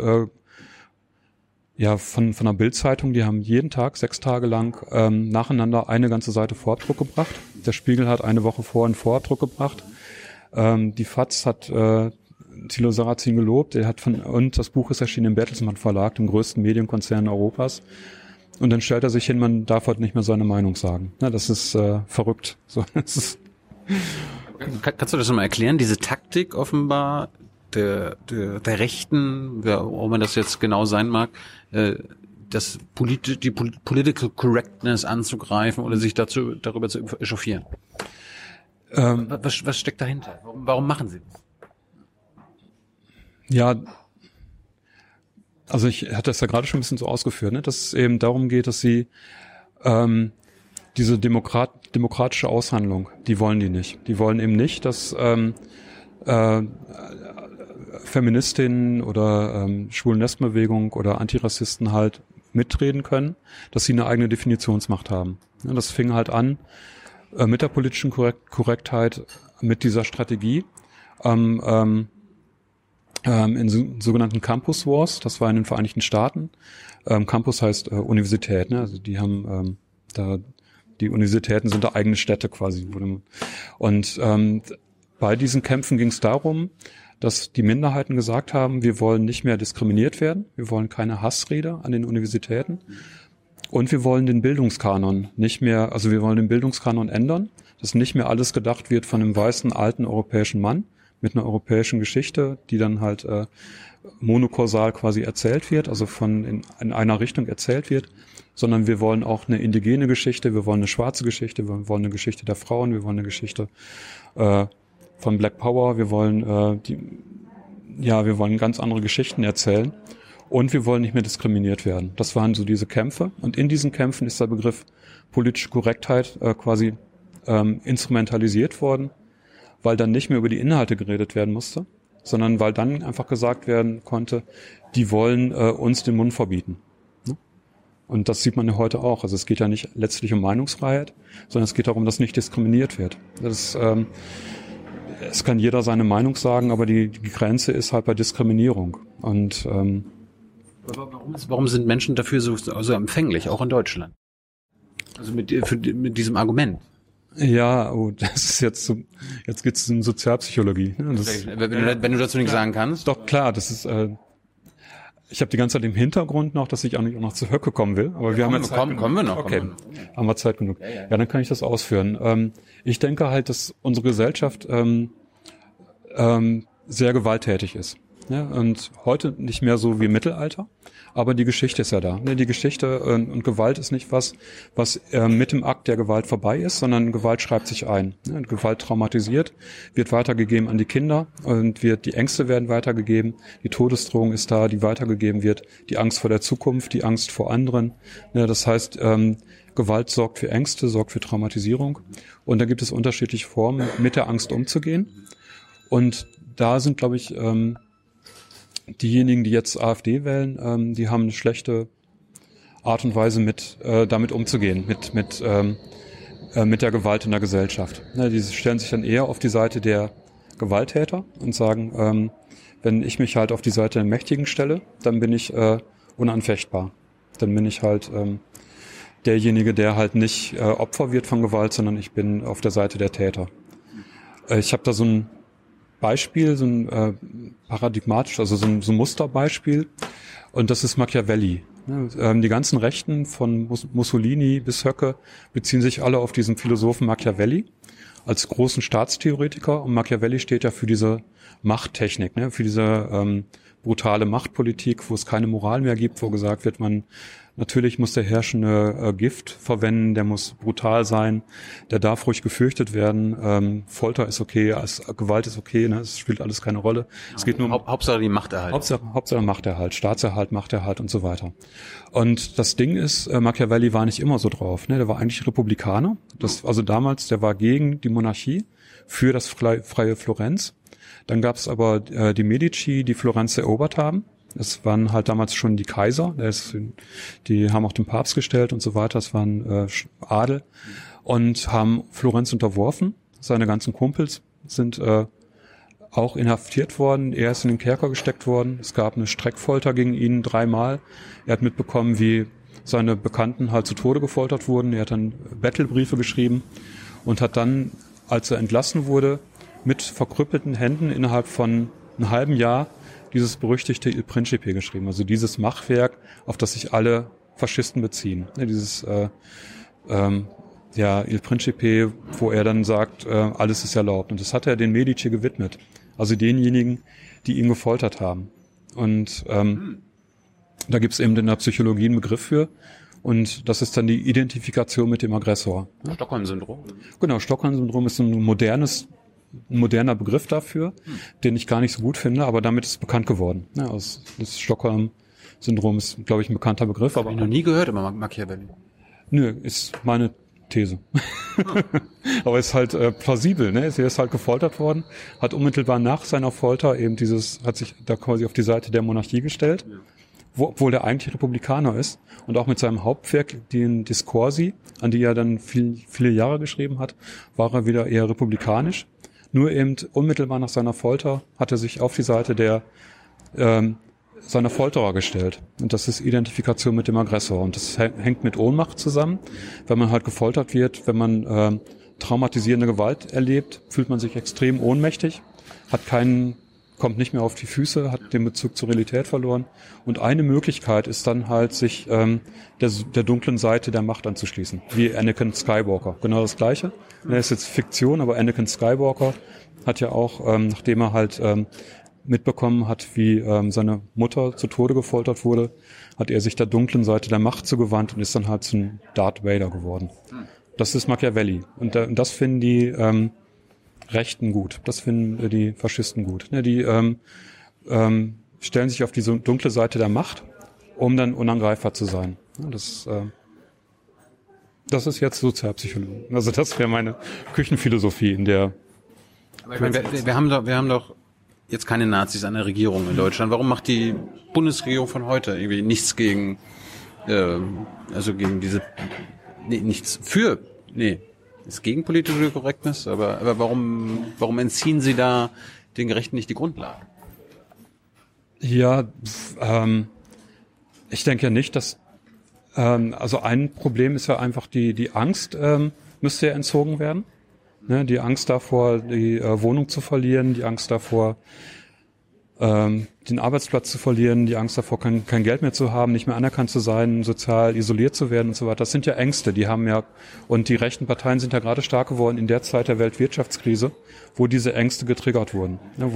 [SPEAKER 1] von der Bild-Zeitung, die haben jeden Tag 6 Tage lang nacheinander eine ganze Seite Vordruck gebracht. Der Spiegel hat eine Woche vorher einen Vordruck gebracht. Die FAZ hat Thilo Sarrazin gelobt. Und das Buch ist erschienen im Bertelsmann Verlag, dem größten Medienkonzern Europas. Und dann stellt er sich hin, man darf heute nicht mehr seine Meinung sagen. Na, das ist verrückt. So, das ist
[SPEAKER 2] Kannst du das nochmal erklären? Diese Taktik offenbar der Rechten, ob man das jetzt genau sein mag, die Political Correctness anzugreifen oder sich darüber zu echauffieren. Was steckt dahinter? Warum machen sie das?
[SPEAKER 1] Ja, also ich hatte das ja gerade schon ein bisschen so ausgeführt, ne, dass es eben darum geht, dass sie diese demokratische Aushandlung, die wollen die nicht. Die wollen eben nicht, dass Feministinnen oder Schwulen-Lesben-Bewegung oder Antirassisten halt mitreden können, dass sie eine eigene Definitionsmacht haben. Ja, das fing halt an mit der politischen Korrektheit, mit dieser Strategie in sogenannten Campus Wars. Das war in den Vereinigten Staaten. Campus heißt Universität, ne? Also die haben die Universitäten sind da eigene Städte quasi. Und bei diesen Kämpfen ging es darum, dass die Minderheiten gesagt haben, wir wollen nicht mehr diskriminiert werden, wir wollen keine Hassrede an den Universitäten und wir wollen den Bildungskanon nicht mehr, also wir wollen den Bildungskanon ändern, dass nicht mehr alles gedacht wird von einem weißen, alten europäischen Mann mit einer europäischen Geschichte, die dann halt monokausal quasi erzählt wird, also in einer Richtung erzählt wird, sondern wir wollen auch eine indigene Geschichte, wir wollen eine schwarze Geschichte, wir wollen eine Geschichte der Frauen, wir wollen eine Geschichte von Black Power, wir wollen wir wollen ganz andere Geschichten erzählen und wir wollen nicht mehr diskriminiert werden. Das waren so diese Kämpfe, und in diesen Kämpfen ist der Begriff politische Korrektheit quasi instrumentalisiert worden, weil dann nicht mehr über die Inhalte geredet werden musste, sondern weil dann einfach gesagt werden konnte, die wollen uns den Mund verbieten. Und das sieht man ja heute auch. Also es geht ja nicht letztlich um Meinungsfreiheit, sondern es geht darum, dass nicht diskriminiert wird. Es kann jeder seine Meinung sagen, aber die Grenze ist halt bei Diskriminierung. Und
[SPEAKER 2] warum sind Menschen dafür so empfänglich, auch in Deutschland? Also mit diesem Argument.
[SPEAKER 1] Ja, das ist jetzt geht's um Sozialpsychologie. Ne?
[SPEAKER 2] Wenn du dazu nichts sagen kannst.
[SPEAKER 1] Doch klar, das ist. Ich habe die ganze Zeit im Hintergrund noch, dass ich eigentlich auch noch zu Höcke kommen will, aber wir haben jetzt
[SPEAKER 2] kommen wir noch.
[SPEAKER 1] Okay, haben wir Zeit genug. Ja, dann kann ich das ausführen. Ich denke halt, dass unsere Gesellschaft sehr gewalttätig ist. Ja, und heute nicht mehr so wie im Mittelalter, aber die Geschichte ist ja da. Die Geschichte und Gewalt ist nicht was mit dem Akt der Gewalt vorbei ist, sondern Gewalt schreibt sich ein. Gewalt traumatisiert, wird weitergegeben an die Kinder und die Ängste werden weitergegeben, die Todesdrohung ist da, die weitergegeben wird, die Angst vor der Zukunft, die Angst vor anderen. Das heißt, Gewalt sorgt für Ängste, sorgt für Traumatisierung und da gibt es unterschiedliche Formen, mit der Angst umzugehen. Und da sind, glaube ich, diejenigen, die jetzt AfD wählen, die haben eine schlechte Art und Weise damit umzugehen, mit der Gewalt in der Gesellschaft. Die stellen sich dann eher auf die Seite der Gewalttäter und sagen, wenn ich mich halt auf die Seite der Mächtigen stelle, dann bin ich unanfechtbar. Dann bin ich halt derjenige, der halt nicht Opfer wird von Gewalt, sondern ich bin auf der Seite der Täter. Ich habe da so ein Beispiel, so ein paradigmatisch, also so ein Musterbeispiel, und das ist Machiavelli. Die ganzen Rechten von Mussolini bis Höcke beziehen sich alle auf diesen Philosophen Machiavelli als großen Staatstheoretiker, und Machiavelli steht ja für diese Machttechnik, für diese brutale Machtpolitik, wo es keine Moral mehr gibt, wo gesagt wird, natürlich muss der Herrschende Gift verwenden, der muss brutal sein, der darf ruhig gefürchtet werden, Folter ist okay, Gewalt ist okay, es spielt alles keine Rolle. Es geht nur um
[SPEAKER 2] Hauptsache die Machterhalt.
[SPEAKER 1] Hauptsache Machterhalt, Staatserhalt, Machterhalt und so weiter. Und das Ding ist, Machiavelli war nicht immer so drauf, der war eigentlich Republikaner, also damals, der war gegen die Monarchie, für das freie Florenz. Dann gab es aber die Medici, die Florenz erobert haben. Es waren halt damals schon die Kaiser, die haben auch den Papst gestellt und so weiter, das waren Adel und haben Florenz unterworfen. Seine ganzen Kumpels sind auch inhaftiert worden, er ist in den Kerker gesteckt worden, es gab eine Streckfolter gegen ihn 3-mal. Er hat mitbekommen, wie seine Bekannten halt zu Tode gefoltert wurden, er hat dann Bettelbriefe geschrieben und hat dann, als er entlassen wurde, mit verkrüppelten Händen innerhalb von einem halben Jahr dieses berüchtigte Il Principe geschrieben, also dieses Machwerk, auf das sich alle Faschisten beziehen. Dieses Il Principe, wo er dann sagt, alles ist erlaubt. Und das hat er den Medici gewidmet, also denjenigen, die ihn gefoltert haben. Und da gibt es eben in der Psychologie einen Begriff für, und das ist dann die Identifikation mit dem Aggressor.
[SPEAKER 2] Stockholm-Syndrom?
[SPEAKER 1] Genau, Stockholm-Syndrom ist ein moderner Begriff dafür, den ich gar nicht so gut finde, aber damit ist es bekannt geworden. Ja, das Stockholm-Syndrom ist, glaube ich, ein bekannter Begriff.
[SPEAKER 2] Habe ich noch nie gehört, aber Machiavelli.
[SPEAKER 1] Nö, ist meine These. Aber ist halt plausibel, Er ist halt gefoltert worden, hat unmittelbar nach seiner Folter eben hat sich da quasi auf die Seite der Monarchie gestellt, obwohl der eigentlich Republikaner ist, und auch mit seinem Hauptwerk, den Discorsi, an die er dann viele Jahre geschrieben hat, war er wieder eher republikanisch. Nur eben unmittelbar nach seiner Folter hat er sich auf die Seite seiner Folterer gestellt. Und das ist Identifikation mit dem Aggressor. Und das hängt mit Ohnmacht zusammen. Wenn man halt gefoltert wird, wenn man traumatisierende Gewalt erlebt, fühlt man sich extrem ohnmächtig, kommt nicht mehr auf die Füße, hat den Bezug zur Realität verloren. Und eine Möglichkeit ist dann halt, sich der dunklen Seite der Macht anzuschließen, wie Anakin Skywalker. Genau das Gleiche. Er ist jetzt Fiktion, aber Anakin Skywalker hat ja auch, nachdem er halt mitbekommen hat, wie seine Mutter zu Tode gefoltert wurde, hat er sich der dunklen Seite der Macht zugewandt und ist dann halt zum Darth Vader geworden. Das ist Machiavelli. Und das finden die Rechten gut. Das finden die Faschisten gut. Die stellen sich auf diese dunkle Seite der Macht, um dann unangreifbar zu sein. Das ist jetzt Sozialpsychologie. Also das wäre meine Küchenphilosophie in der...
[SPEAKER 2] Aber ich meine, wir haben doch jetzt keine Nazis an der Regierung in Deutschland. Warum macht die Bundesregierung von heute irgendwie nichts gegen ist gegen politische Korrektness, aber warum entziehen Sie da den Gerechten nicht die Grundlage?
[SPEAKER 1] Ja, ich denke ja nicht, dass Also ein Problem ist ja einfach die Angst, müsste ja entzogen werden. Ne? Die Angst davor, die Wohnung zu verlieren, die Angst davor, den Arbeitsplatz zu verlieren, die Angst davor, kein Geld mehr zu haben, nicht mehr anerkannt zu sein, sozial isoliert zu werden und so weiter. Das sind ja Ängste, die haben ja, und die rechten Parteien sind ja gerade stark geworden in der Zeit der Weltwirtschaftskrise, wo diese Ängste getriggert wurden. Ne?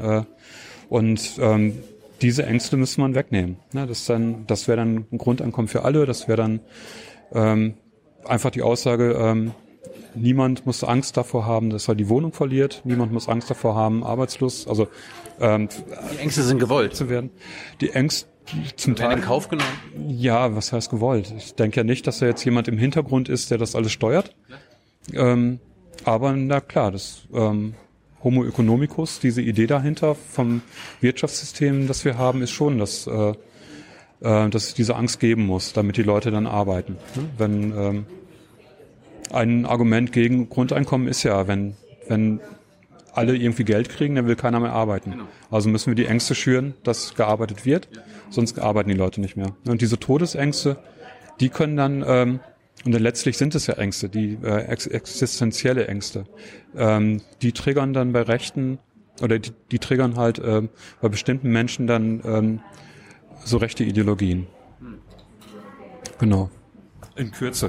[SPEAKER 1] Diese Ängste müsste man wegnehmen. Ne? Das wäre dann ein Grundeinkommen für alle, das wäre dann einfach die Aussage, niemand muss Angst davor haben, dass er die Wohnung verliert. Niemand muss Angst davor haben, arbeitslos, also
[SPEAKER 2] die Ängste sind gewollt
[SPEAKER 1] zu werden. Die Ängste zum
[SPEAKER 2] werden
[SPEAKER 1] Teil
[SPEAKER 2] in Kauf genommen.
[SPEAKER 1] Ja, was heißt gewollt? Ich denke ja nicht, dass da jetzt jemand im Hintergrund ist, der das alles steuert. Aber na klar, das Homo economicus, diese Idee dahinter vom Wirtschaftssystem, das wir haben, ist schon, dass es diese Angst geben muss, damit die Leute dann arbeiten. Ne? Wenn ein Argument gegen Grundeinkommen ist ja, wenn alle irgendwie Geld kriegen, dann will keiner mehr arbeiten. Genau. Also müssen wir die Ängste schüren, dass gearbeitet wird, sonst arbeiten die Leute nicht mehr. Und diese Todesängste, die können dann, und dann letztlich sind es ja Ängste, die existenzielle Ängste, die triggern dann bei Rechten, oder die triggern halt bei bestimmten Menschen dann so rechte Ideologien. Genau. In Kürze.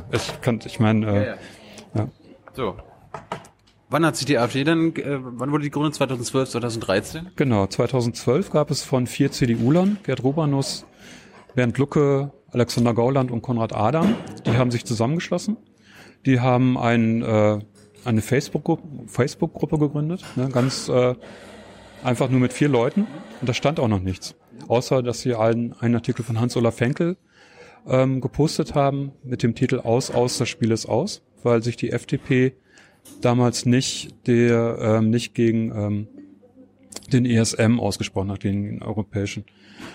[SPEAKER 1] Ja.
[SPEAKER 2] So. Wann hat sich die AfD wann wurde die gegründet? 2012, 2013?
[SPEAKER 1] Genau, 2012 gab es von 4 CDU-Lern, Gerd Rubanus, Bernd Lucke, Alexander Gauland und Konrad Adam, die haben sich zusammengeschlossen. Die haben eine Facebook-Gruppe gegründet, ne, ganz einfach nur mit 4 Leuten. Und da stand auch noch nichts. Außer, dass sie einen Artikel von Hans-Olaf Henkel gepostet haben mit dem Titel Aus, das Spiel ist aus, weil sich die FDP damals nicht gegen den ESM ausgesprochen hat, gegen den europäischen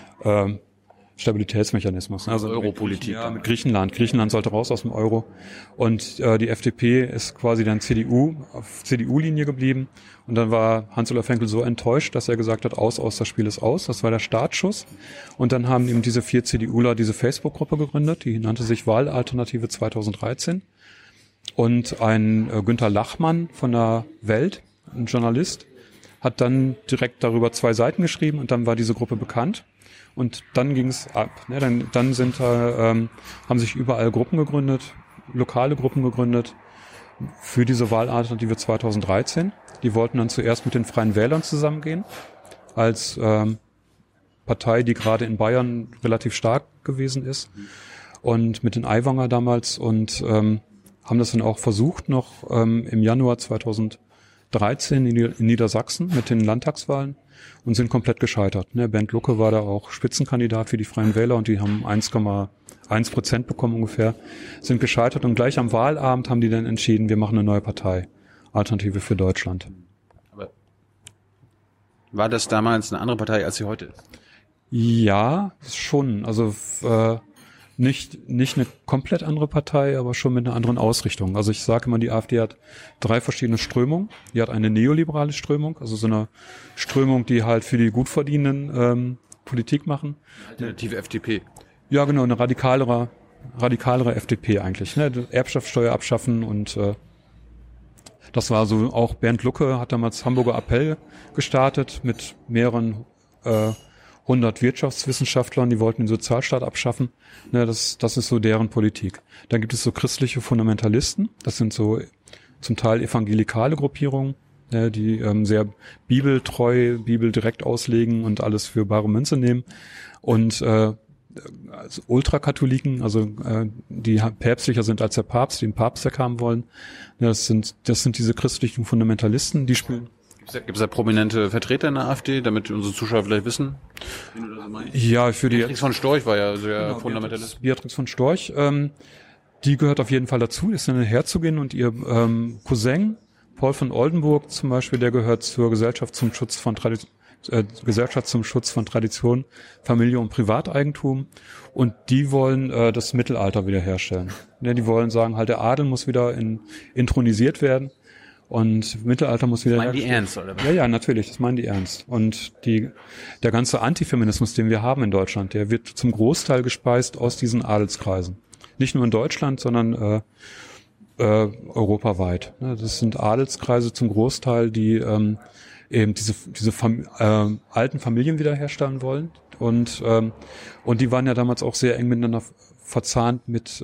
[SPEAKER 1] Stabilitätsmechanismus.
[SPEAKER 2] Also Europolitik.
[SPEAKER 1] Ja, mit Griechenland. Griechenland sollte raus aus dem Euro. Und die FDP ist quasi dann auf CDU-Linie geblieben. Und dann war Hans-Olaf Henkel so enttäuscht, dass er gesagt hat, aus, das Spiel ist aus. Das war der Startschuss. Und dann haben eben diese 4 CDUler diese Facebook-Gruppe gegründet. Die nannte sich Wahlalternative 2013. Und ein Günther Lachmann von der Welt, ein Journalist, hat dann direkt darüber 2 Seiten geschrieben und dann war diese Gruppe bekannt. Und dann ging es ab. Ne? Dann haben sich überall Gruppen gegründet, lokale Gruppen gegründet für diese Wahlalternative 2013. Die wollten dann zuerst mit den Freien Wählern zusammengehen, als Partei, die gerade in Bayern relativ stark gewesen ist. Und mit den Aiwanger damals und haben das dann auch versucht, noch im Januar 2013 in Niedersachsen mit den Landtagswahlen und sind komplett gescheitert. Ne? Bernd Lucke war da auch Spitzenkandidat für die Freien Wähler und die haben 1,1% bekommen ungefähr, sind gescheitert und gleich am Wahlabend haben die dann entschieden, wir machen eine neue Partei, Alternative für Deutschland.
[SPEAKER 2] Aber war das damals eine andere Partei, als sie heute ist?
[SPEAKER 1] Ja, schon. Also nicht eine komplett andere Partei, aber schon mit einer anderen Ausrichtung. Also ich sage immer, die AfD hat 3 verschiedene Strömungen. Die hat eine neoliberale Strömung, also so eine Strömung, die halt für die Gutverdienenden Politik machen.
[SPEAKER 2] Alternative FDP.
[SPEAKER 1] Ja, genau, eine radikalere FDP eigentlich. Ne? Erbschaftssteuer abschaffen und das war so, auch Bernd Lucke hat damals Hamburger Appell gestartet mit mehreren 100 Wirtschaftswissenschaftlern, die wollten den Sozialstaat abschaffen. Ne, das ist so deren Politik. Dann gibt es so christliche Fundamentalisten. Das sind so zum Teil evangelikale Gruppierungen, ne, die sehr bibeltreu, Bibel direkt auslegen und alles für bare Münze nehmen. Und also Ultrakatholiken, also die päpstlicher sind als der Papst, die den Papst weghaben wollen. Ne, das sind diese christlichen Fundamentalisten, die spielen.
[SPEAKER 2] Gibt es da prominente Vertreter in der AfD, damit unsere Zuschauer vielleicht wissen?
[SPEAKER 1] Ja, für die
[SPEAKER 2] Beatrix von Storch war ja sehr Fundamentalist.
[SPEAKER 1] Beatrix von Storch, die gehört auf jeden Fall dazu, ist eine Herzogin und ihr Cousin, Paul von Oldenburg zum Beispiel, der gehört zur Gesellschaft zum Schutz von Tradition, Familie und Privateigentum. Und die wollen das Mittelalter wiederherstellen. Ja, die wollen sagen, halt der Adel muss wieder intronisiert werden. Und Mittelalter muss wieder...
[SPEAKER 2] Das meinen die ernst, oder was?
[SPEAKER 1] Ja, natürlich, das meinen die ernst. Und der ganze Antifeminismus, den wir haben in Deutschland, der wird zum Großteil gespeist aus diesen Adelskreisen. nicht nur in Deutschland, sondern europaweit. Das sind Adelskreise zum Großteil, die eben diese alten Familien wiederherstellen wollen. Und die waren ja damals auch sehr eng miteinander verzahnt mit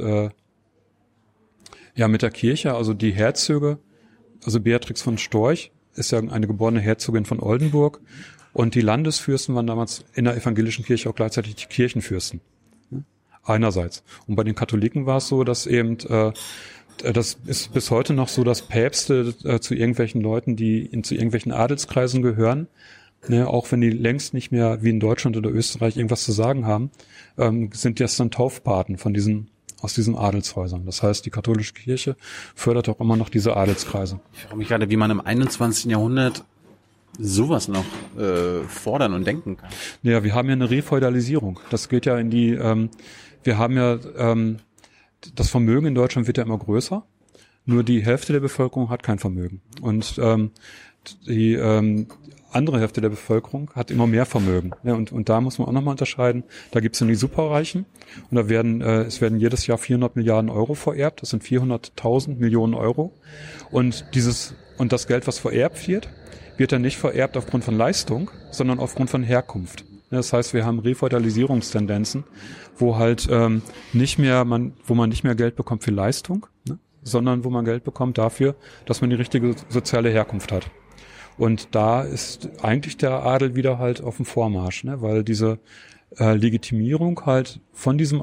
[SPEAKER 1] der Kirche. Also die Herzöge, also Beatrix von Storch ist ja eine geborene Herzogin von Oldenburg. Und die Landesfürsten waren damals in der evangelischen Kirche auch gleichzeitig die Kirchenfürsten. Einerseits. Und bei den Katholiken war es so, dass eben das ist bis heute noch so, dass Päpste zu irgendwelchen Leuten, die zu irgendwelchen Adelskreisen gehören, auch wenn die längst nicht mehr wie in Deutschland oder Österreich irgendwas zu sagen haben, sind jetzt dann Taufpaten aus diesen Adelshäusern. Das heißt, die katholische Kirche fördert auch immer noch diese Adelskreise.
[SPEAKER 2] Ich frage mich gerade, wie man im 21. Jahrhundert sowas noch fordern und denken kann.
[SPEAKER 1] Ja, wir haben ja eine Refeudalisierung. Das geht ja in die, wir haben ja, das Vermögen in Deutschland wird ja immer größer. Nur die Hälfte der Bevölkerung hat kein Vermögen. Und die andere Hälfte der Bevölkerung hat immer mehr Vermögen. Ja, und da muss man auch nochmal unterscheiden. Da gibt es dann die Superreichen. Und da es werden jedes Jahr 400 Milliarden Euro vererbt. Das sind 400.000 Millionen Euro. Und das Geld, was vererbt wird dann nicht vererbt aufgrund von Leistung, sondern aufgrund von Herkunft. Das heißt, wir haben Refeudalisierungstendenzen, wo halt wo man nicht mehr Geld bekommt für Leistung, sondern wo man Geld bekommt dafür, dass man die richtige soziale Herkunft hat. Und da ist eigentlich der Adel wieder halt auf dem Vormarsch, weil diese Legitimierung halt von diesem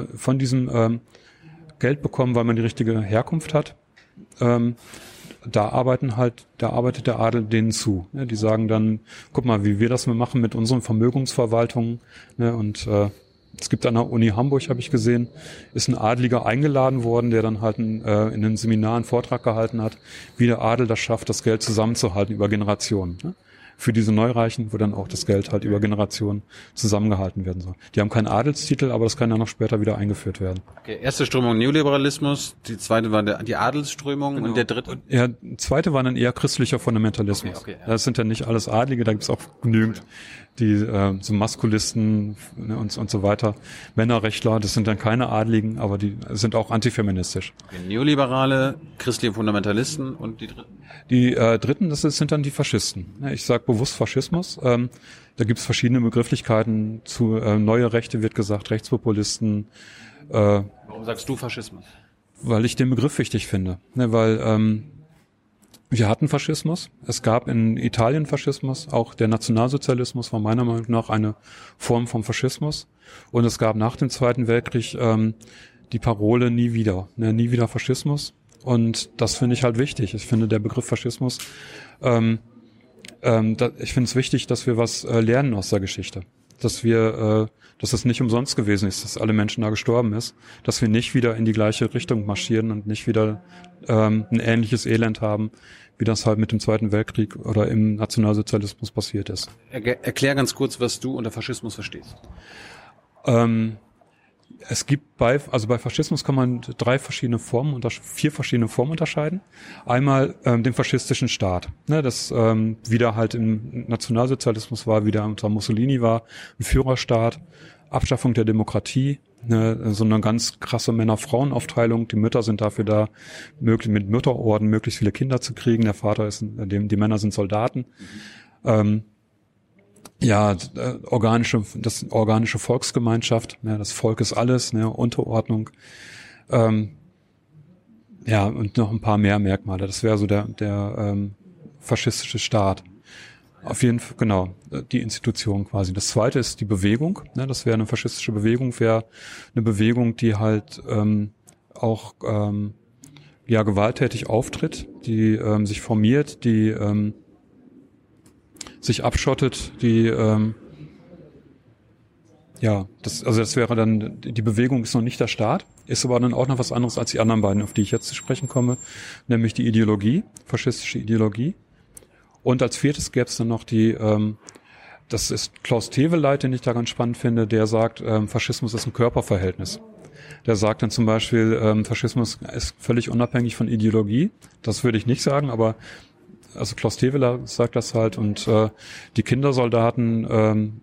[SPEAKER 1] Geld bekommen, weil man die richtige Herkunft hat, da arbeitet der Adel denen zu. Die sagen dann, guck mal, wie wir das machen mit unseren Vermögensverwaltungen. Und es gibt an der Uni Hamburg, habe ich gesehen, ist ein Adeliger eingeladen worden, der dann halt in einem Seminar einen Vortrag gehalten hat, wie der Adel das schafft, das Geld zusammenzuhalten über Generationen. Für diese Neureichen, wo dann auch das Geld halt über Generationen zusammengehalten werden soll. Die haben keinen Adelstitel, aber das kann dann noch später wieder eingeführt werden.
[SPEAKER 2] Okay, erste Strömung Neoliberalismus, die zweite war die Adelsströmung, genau. Und der dritte?
[SPEAKER 1] Ja, die zweite war dann eher christlicher Fundamentalismus. Okay, ja. Das sind ja nicht alles Adlige, da gibt's auch genügend, die so Maskulisten und so weiter, Männerrechtler, das sind dann keine Adligen, aber die sind auch antifeministisch.
[SPEAKER 2] Okay, Neoliberale, christliche Fundamentalisten und die dritten?
[SPEAKER 1] Die dritten, sind dann die Faschisten. Ich sage bewusst Faschismus. Da gibt es verschiedene Begrifflichkeiten zu neue Rechte, wird gesagt, Rechtspopulisten.
[SPEAKER 2] Warum sagst du Faschismus?
[SPEAKER 1] Weil ich den Begriff wichtig finde. Weil wir hatten Faschismus. Es gab in Italien Faschismus. Auch der Nationalsozialismus war meiner Meinung nach eine Form vom Faschismus. Und es gab nach dem Zweiten Weltkrieg die Parole nie wieder. Nie wieder Faschismus. Und das finde ich halt wichtig. Ich finde, der Begriff Faschismus, ich finde es wichtig, dass wir was lernen aus der Geschichte. Dass es nicht umsonst gewesen ist, dass alle Menschen da gestorben ist. Dass wir nicht wieder in die gleiche Richtung marschieren und nicht wieder ein ähnliches Elend haben, wie das halt mit dem Zweiten Weltkrieg oder im Nationalsozialismus passiert ist.
[SPEAKER 2] Erklär ganz kurz, was du unter Faschismus verstehst.
[SPEAKER 1] Es gibt bei Faschismus kann man vier verschiedene Formen unterscheiden. Einmal den faschistischen Staat, das wieder halt im Nationalsozialismus war, wieder unter Mussolini war, ein Führerstaat, Abschaffung der Demokratie, so eine ganz krasse Männer-Frauen-Aufteilung. Die Mütter sind dafür da, mit Mütterorden möglichst viele Kinder zu kriegen. Der Vater die Männer sind Soldaten. Organische Volksgemeinschaft, das Volk ist alles, Unterordnung, und noch ein paar mehr Merkmale. Das wäre so der faschistische Staat. Auf jeden Fall, genau, die Institution quasi. Das zweite ist die Bewegung, das wäre eine faschistische Bewegung, wäre eine Bewegung, die halt auch gewalttätig auftritt, die sich formiert, die sich abschottet, das wäre dann, die Bewegung ist noch nicht der Staat, ist aber dann auch noch was anderes als die anderen beiden, auf die ich jetzt zu sprechen komme, nämlich die Ideologie, faschistische Ideologie. Und als viertes gäbe es dann noch das ist Klaus Teweleit, den ich da ganz spannend finde, der sagt, Faschismus ist ein Körperverhältnis. Der sagt dann zum Beispiel, Faschismus ist völlig unabhängig von Ideologie. Das würde ich nicht sagen, aber Klaus Teweleit sagt das halt, und die Kindersoldaten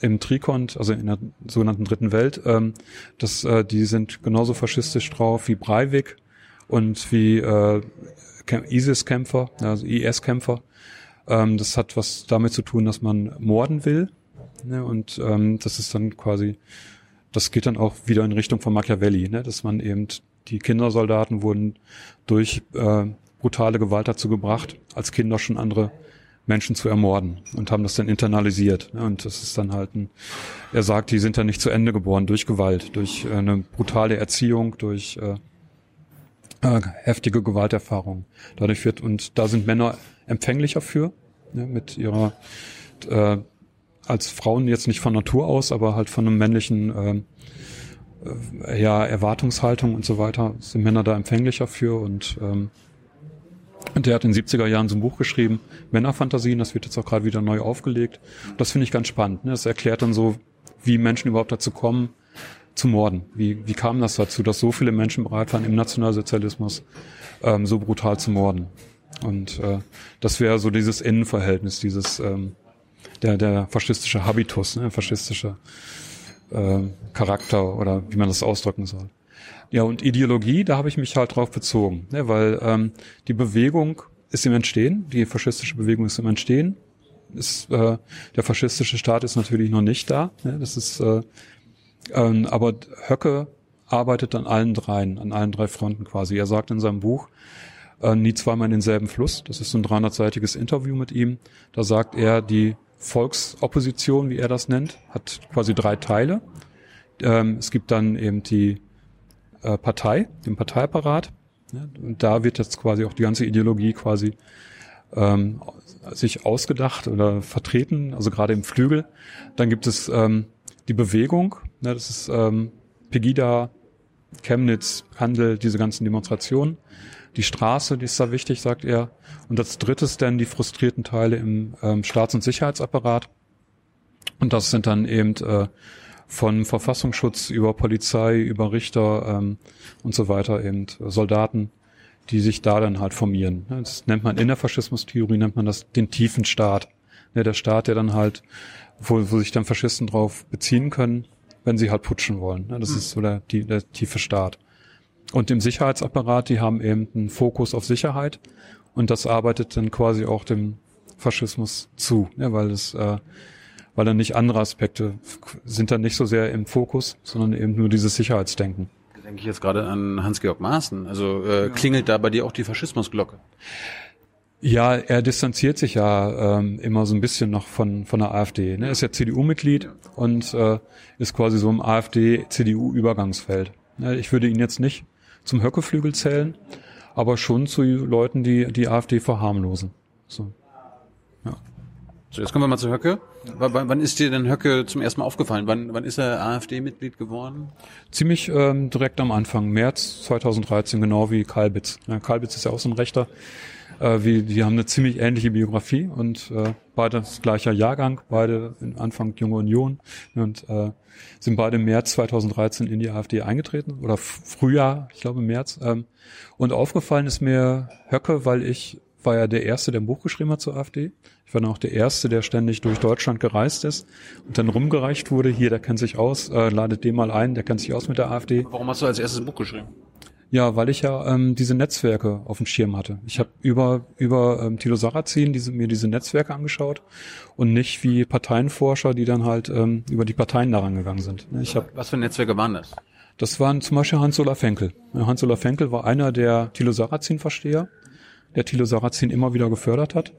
[SPEAKER 1] im Trikont, also in der sogenannten Dritten Welt, die sind genauso faschistisch drauf wie Breivik und wie ISIS-Kämpfer, also IS-Kämpfer. Das hat was damit zu tun, dass man morden will. Ne? Und das ist dann quasi, das geht dann auch wieder in Richtung von Machiavelli, ne? Dass man eben, die Kindersoldaten wurden durch brutale Gewalt dazu gebracht, als Kinder schon andere Menschen zu ermorden und haben das dann internalisiert. Ne? Und das ist dann halt er sagt, die sind dann nicht zu Ende geboren durch Gewalt, durch eine brutale Erziehung, durch heftige Gewalterfahrung. Und da sind Männer empfänglicher für, ne? Mit ihrer, als Frauen jetzt nicht von Natur aus, aber halt von einem männlichen Erwartungshaltung und so weiter, sind Männer da empfänglicher für und der hat in den 70er Jahren so ein Buch geschrieben, Männerfantasien, das wird jetzt auch gerade wieder neu aufgelegt. Das finde ich ganz spannend. Ne? Das erklärt dann so, wie Menschen überhaupt dazu kommen, zu morden. Wie kam das dazu, dass so viele Menschen bereit waren, im Nationalsozialismus so brutal zu morden? Und das wäre so dieses Innenverhältnis, dieses der faschistische Habitus, ne? Faschistische Charakter oder wie man das ausdrücken soll. Ja, und Ideologie, da habe ich mich halt drauf bezogen, ne, weil die Bewegung ist im Entstehen, die faschistische Bewegung ist im Entstehen. Der faschistische Staat ist natürlich noch nicht da. Ne, das ist, aber Höcke arbeitet an allen drei Fronten quasi. Er sagt in seinem Buch, nie zweimal in denselben Fluss. Das ist so ein 300-seitiges Interview mit ihm. Da sagt er, die Volksopposition, wie er das nennt, hat quasi 3 Teile. Es gibt dann eben die Partei, den Parteiapparat. Ja, und da wird jetzt quasi auch die ganze Ideologie quasi sich ausgedacht oder vertreten, also gerade im Flügel. Dann gibt es die Bewegung, ne, das ist Pegida, Chemnitz, Handel, diese ganzen Demonstrationen. Die Straße, die ist da wichtig, sagt er. Und das dritte ist dann die frustrierten Teile im Staats- und Sicherheitsapparat. Und das sind dann eben von Verfassungsschutz über Polizei, über Richter und so weiter eben Soldaten, die sich da dann halt formieren. Das nennt man in der Faschismustheorie, nennt man das den tiefen Staat. Der Staat, der dann halt, wo sich dann Faschisten drauf beziehen können, wenn sie halt putschen wollen. Das ist so der tiefe Staat. Und im Sicherheitsapparat, die haben eben einen Fokus auf Sicherheit und das arbeitet dann quasi auch dem Faschismus zu, weil dann nicht andere Aspekte sind dann nicht so sehr im Fokus, sondern eben nur dieses Sicherheitsdenken.
[SPEAKER 2] Da denke ich jetzt gerade an Hans-Georg Maaßen. Also klingelt da bei dir auch die Faschismusglocke?
[SPEAKER 1] Ja, er distanziert sich ja immer so ein bisschen noch von der AfD. Ne? Er ist ja CDU-Mitglied und ist quasi so im AfD-CDU-Übergangsfeld. Ne? Ich würde ihn jetzt nicht zum Höcke-Flügel zählen, aber schon zu Leuten, die AfD verharmlosen. So. Ja.
[SPEAKER 2] So, jetzt kommen wir mal zu Höcke. Wann ist dir denn Höcke zum ersten Mal aufgefallen? Wann ist er AfD-Mitglied geworden?
[SPEAKER 1] Ziemlich direkt am Anfang, März 2013, genau wie Kalbitz. Ja, Kalbitz ist ja auch so ein Rechter. Die haben eine ziemlich ähnliche Biografie und beide das gleicher Jahrgang, beide Anfang Junge Union und sind beide im März 2013 in die AfD eingetreten oder Frühjahr, ich glaube März. Und aufgefallen ist mir Höcke, weil ich war ja der Erste, der ein Buch geschrieben hat zur AfD. Ich war dann auch der Erste, der ständig durch Deutschland gereist ist und dann rumgereicht wurde, hier, der kennt sich aus, ladet den mal ein, der kennt sich aus mit der AfD.
[SPEAKER 2] Warum hast du als erstes ein Buch geschrieben?
[SPEAKER 1] Ja, weil ich ja diese Netzwerke auf dem Schirm hatte. Ich habe über Thilo Sarrazin mir diese Netzwerke angeschaut und nicht wie Parteienforscher, die dann halt über die Parteien daran gegangen sind.
[SPEAKER 2] Was für Netzwerke waren das?
[SPEAKER 1] Das waren zum Beispiel Hans-Olaf Henkel. Hans-Olaf Henkel war einer der Thilo Sarrazin-Versteher, der Thilo Sarrazin immer wieder gefördert hat.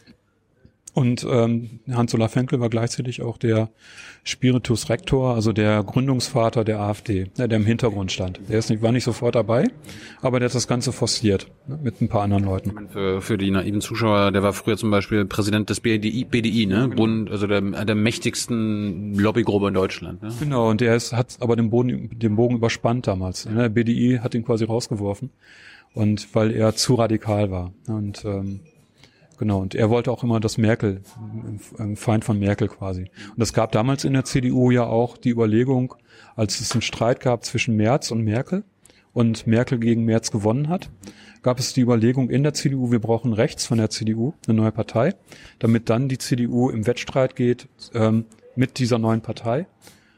[SPEAKER 1] Und Hans-Olaf Henkel war gleichzeitig auch der Spiritus Rector, also der Gründungsvater der AfD, der im Hintergrund stand. War nicht sofort dabei, aber der hat das Ganze forciert, ne, mit ein paar anderen Leuten.
[SPEAKER 2] Für die naiven Zuschauer, der war früher zum Beispiel Präsident des BDI, ne? Genau. Bund, also der mächtigsten Lobbygruppe in Deutschland. Ne?
[SPEAKER 1] Genau, und hat aber den Bogen überspannt damals. Ne? Der BDI hat ihn quasi rausgeworfen, und weil er zu radikal war. Und genau, und er wollte auch immer das Merkel, ein Feind von Merkel quasi. Und es gab damals in der CDU ja auch die Überlegung, als es einen Streit gab zwischen Merz und Merkel und Merkel gegen Merz gewonnen hat, gab es die Überlegung in der CDU, wir brauchen rechts von der CDU eine neue Partei, damit dann die CDU im Wettstreit geht mit dieser neuen Partei,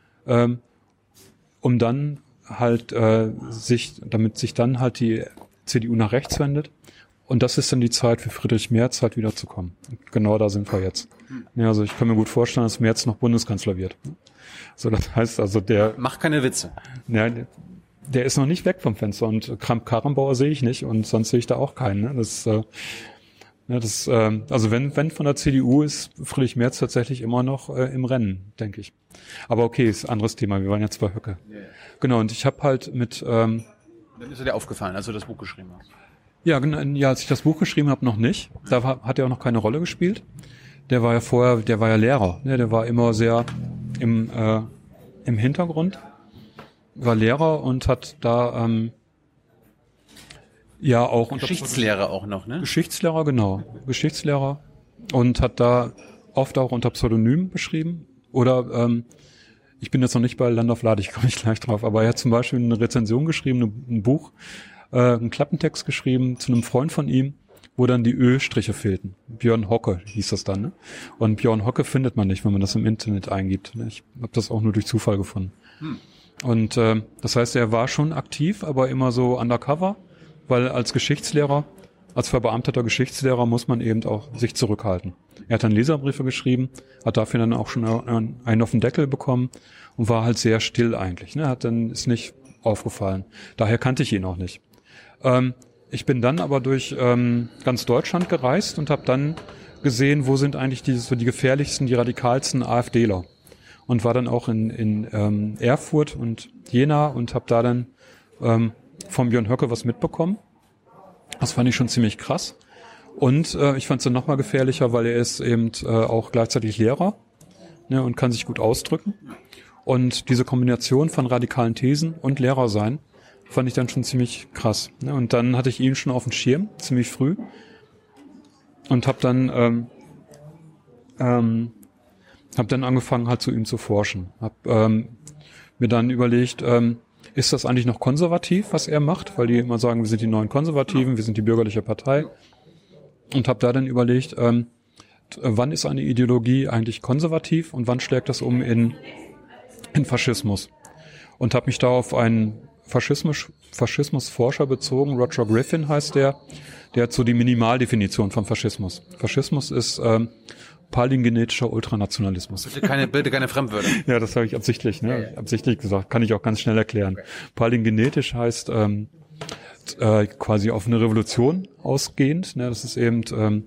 [SPEAKER 1] um dann halt damit sich dann halt die CDU nach rechts wendet. Und das ist dann die Zeit für Friedrich Merz, halt wiederzukommen. Genau da sind wir jetzt. Ja, also ich kann mir gut vorstellen, dass Merz noch Bundeskanzler wird. So, das heißt also,
[SPEAKER 2] Mach keine Witze.
[SPEAKER 1] Ja, der ist noch nicht weg vom Fenster und Kramp-Karrenbauer sehe ich nicht und sonst sehe ich da auch keinen. Ne? Also wenn von der CDU ist Friedrich Merz tatsächlich immer noch im Rennen, denke ich. Aber okay, ist ein anderes Thema. Wir waren jetzt bei Höcke. Yeah. Genau, und ich habe halt mit... Dann
[SPEAKER 2] ist dir aufgefallen, als du das Buch geschrieben hast.
[SPEAKER 1] Ja, als ich das Buch geschrieben habe, noch nicht. Da hat er auch noch keine Rolle gespielt. Der war ja Lehrer. Ne? Der war immer sehr im Hintergrund. War Lehrer und hat da auch...
[SPEAKER 2] Geschichtslehrer auch noch, ne?
[SPEAKER 1] Geschichtslehrer, genau. Geschichtslehrer. Und hat da oft auch unter Pseudonym beschrieben. Oder ich bin jetzt noch nicht bei Land auf Lade, ich komme nicht gleich drauf, aber er hat zum Beispiel eine Rezension geschrieben, ein Buch, einen Klappentext geschrieben zu einem Freund von ihm, wo dann die Ölstriche fehlten. Björn Hocke hieß das dann, ne? Und Björn Hocke findet man nicht, wenn man das im Internet eingibt. Ich habe das auch nur durch Zufall gefunden. Und das heißt, er war schon aktiv, aber immer so undercover, weil als Geschichtslehrer, als verbeamteter Geschichtslehrer muss man eben auch sich zurückhalten. Er hat dann Leserbriefe geschrieben, hat dafür dann auch schon einen auf den Deckel bekommen und war halt sehr still eigentlich. Ne? Ist nicht aufgefallen. Daher kannte ich ihn auch nicht. Ich bin dann aber durch ganz Deutschland gereist und habe dann gesehen, wo sind eigentlich die gefährlichsten, die radikalsten AfDler. Und war dann auch in Erfurt und Jena und habe da dann von Björn Höcke was mitbekommen. Das fand ich schon ziemlich krass. Und ich fand es dann nochmal gefährlicher, weil er ist eben auch gleichzeitig Lehrer, ne, und kann sich gut ausdrücken. Und diese Kombination von radikalen Thesen und Lehrer sein, fand ich dann schon ziemlich krass. Ne? Und dann hatte ich ihn schon auf dem Schirm, ziemlich früh. Und habe dann angefangen, halt zu ihm zu forschen. Hab mir dann überlegt, ist das eigentlich noch konservativ, was er macht? Weil die immer sagen, wir sind die neuen Konservativen, wir sind die bürgerliche Partei. Und habe da dann überlegt, wann ist eine Ideologie eigentlich konservativ und wann schlägt das um in Faschismus? Und habe mich da auf einen Faschismusforscher bezogen, Roger Griffin heißt der hat so die Minimaldefinition von Faschismus. Faschismus ist palingenetischer Ultranationalismus.
[SPEAKER 2] Bitte keine Fremdwörter.
[SPEAKER 1] Ja, das habe ich absichtlich gesagt. Kann ich auch ganz schnell erklären. Okay. Palingenetisch heißt quasi auf eine Revolution ausgehend. Ne? Das ist eben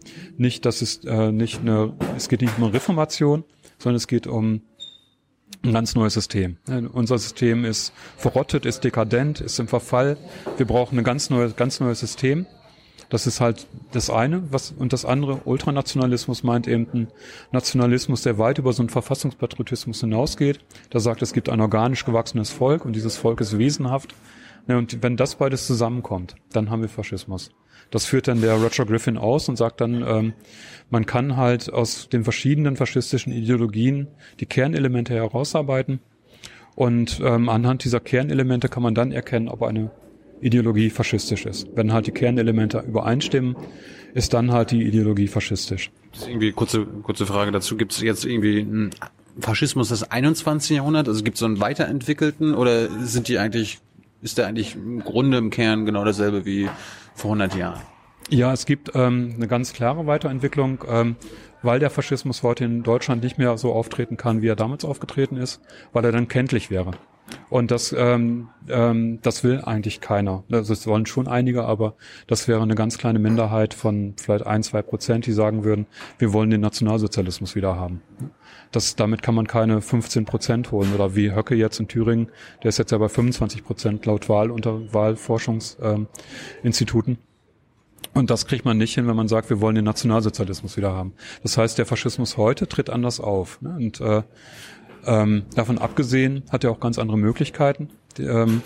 [SPEAKER 1] es geht nicht um eine Reformation, sondern es geht um ein ganz neues System. Unser System ist verrottet, ist dekadent, ist im Verfall. Wir brauchen ein ganz neues System. Das ist halt das eine, und das andere, Ultranationalismus meint eben ein Nationalismus, der weit über so einen Verfassungspatriotismus hinausgeht. Der sagt, es gibt ein organisch gewachsenes Volk und dieses Volk ist wesenhaft. Und wenn das beides zusammenkommt, dann haben wir Faschismus. Das führt dann der Roger Griffin aus und sagt dann, man kann halt aus den verschiedenen faschistischen Ideologien die Kernelemente herausarbeiten und anhand dieser Kernelemente kann man dann erkennen, ob eine Ideologie faschistisch ist. Wenn halt die Kernelemente übereinstimmen, ist dann halt die Ideologie faschistisch.
[SPEAKER 2] Das ist irgendwie kurze Frage dazu. Gibt es jetzt irgendwie einen Faschismus des 21. Jahrhunderts? Also gibt es so einen weiterentwickelten oder ist der eigentlich im Grunde im Kern genau dasselbe wie vor 100 Jahren?
[SPEAKER 1] Ja, es gibt eine ganz klare Weiterentwicklung, weil der Faschismus heute in Deutschland nicht mehr so auftreten kann, wie er damals aufgetreten ist, weil er dann kenntlich wäre. Und das will eigentlich keiner. Also es wollen schon einige, aber das wäre eine ganz kleine Minderheit von vielleicht 1-2%, die sagen würden, wir wollen den Nationalsozialismus wieder haben. Damit kann man keine 15% holen. Oder wie Höcke jetzt in Thüringen, der ist jetzt ja bei 25% laut Wahlforschungsinstituten. Und das kriegt man nicht hin, wenn man sagt, wir wollen den Nationalsozialismus wieder haben. Das heißt, der Faschismus heute tritt anders auf. Und davon abgesehen hat er auch ganz andere Möglichkeiten. Wir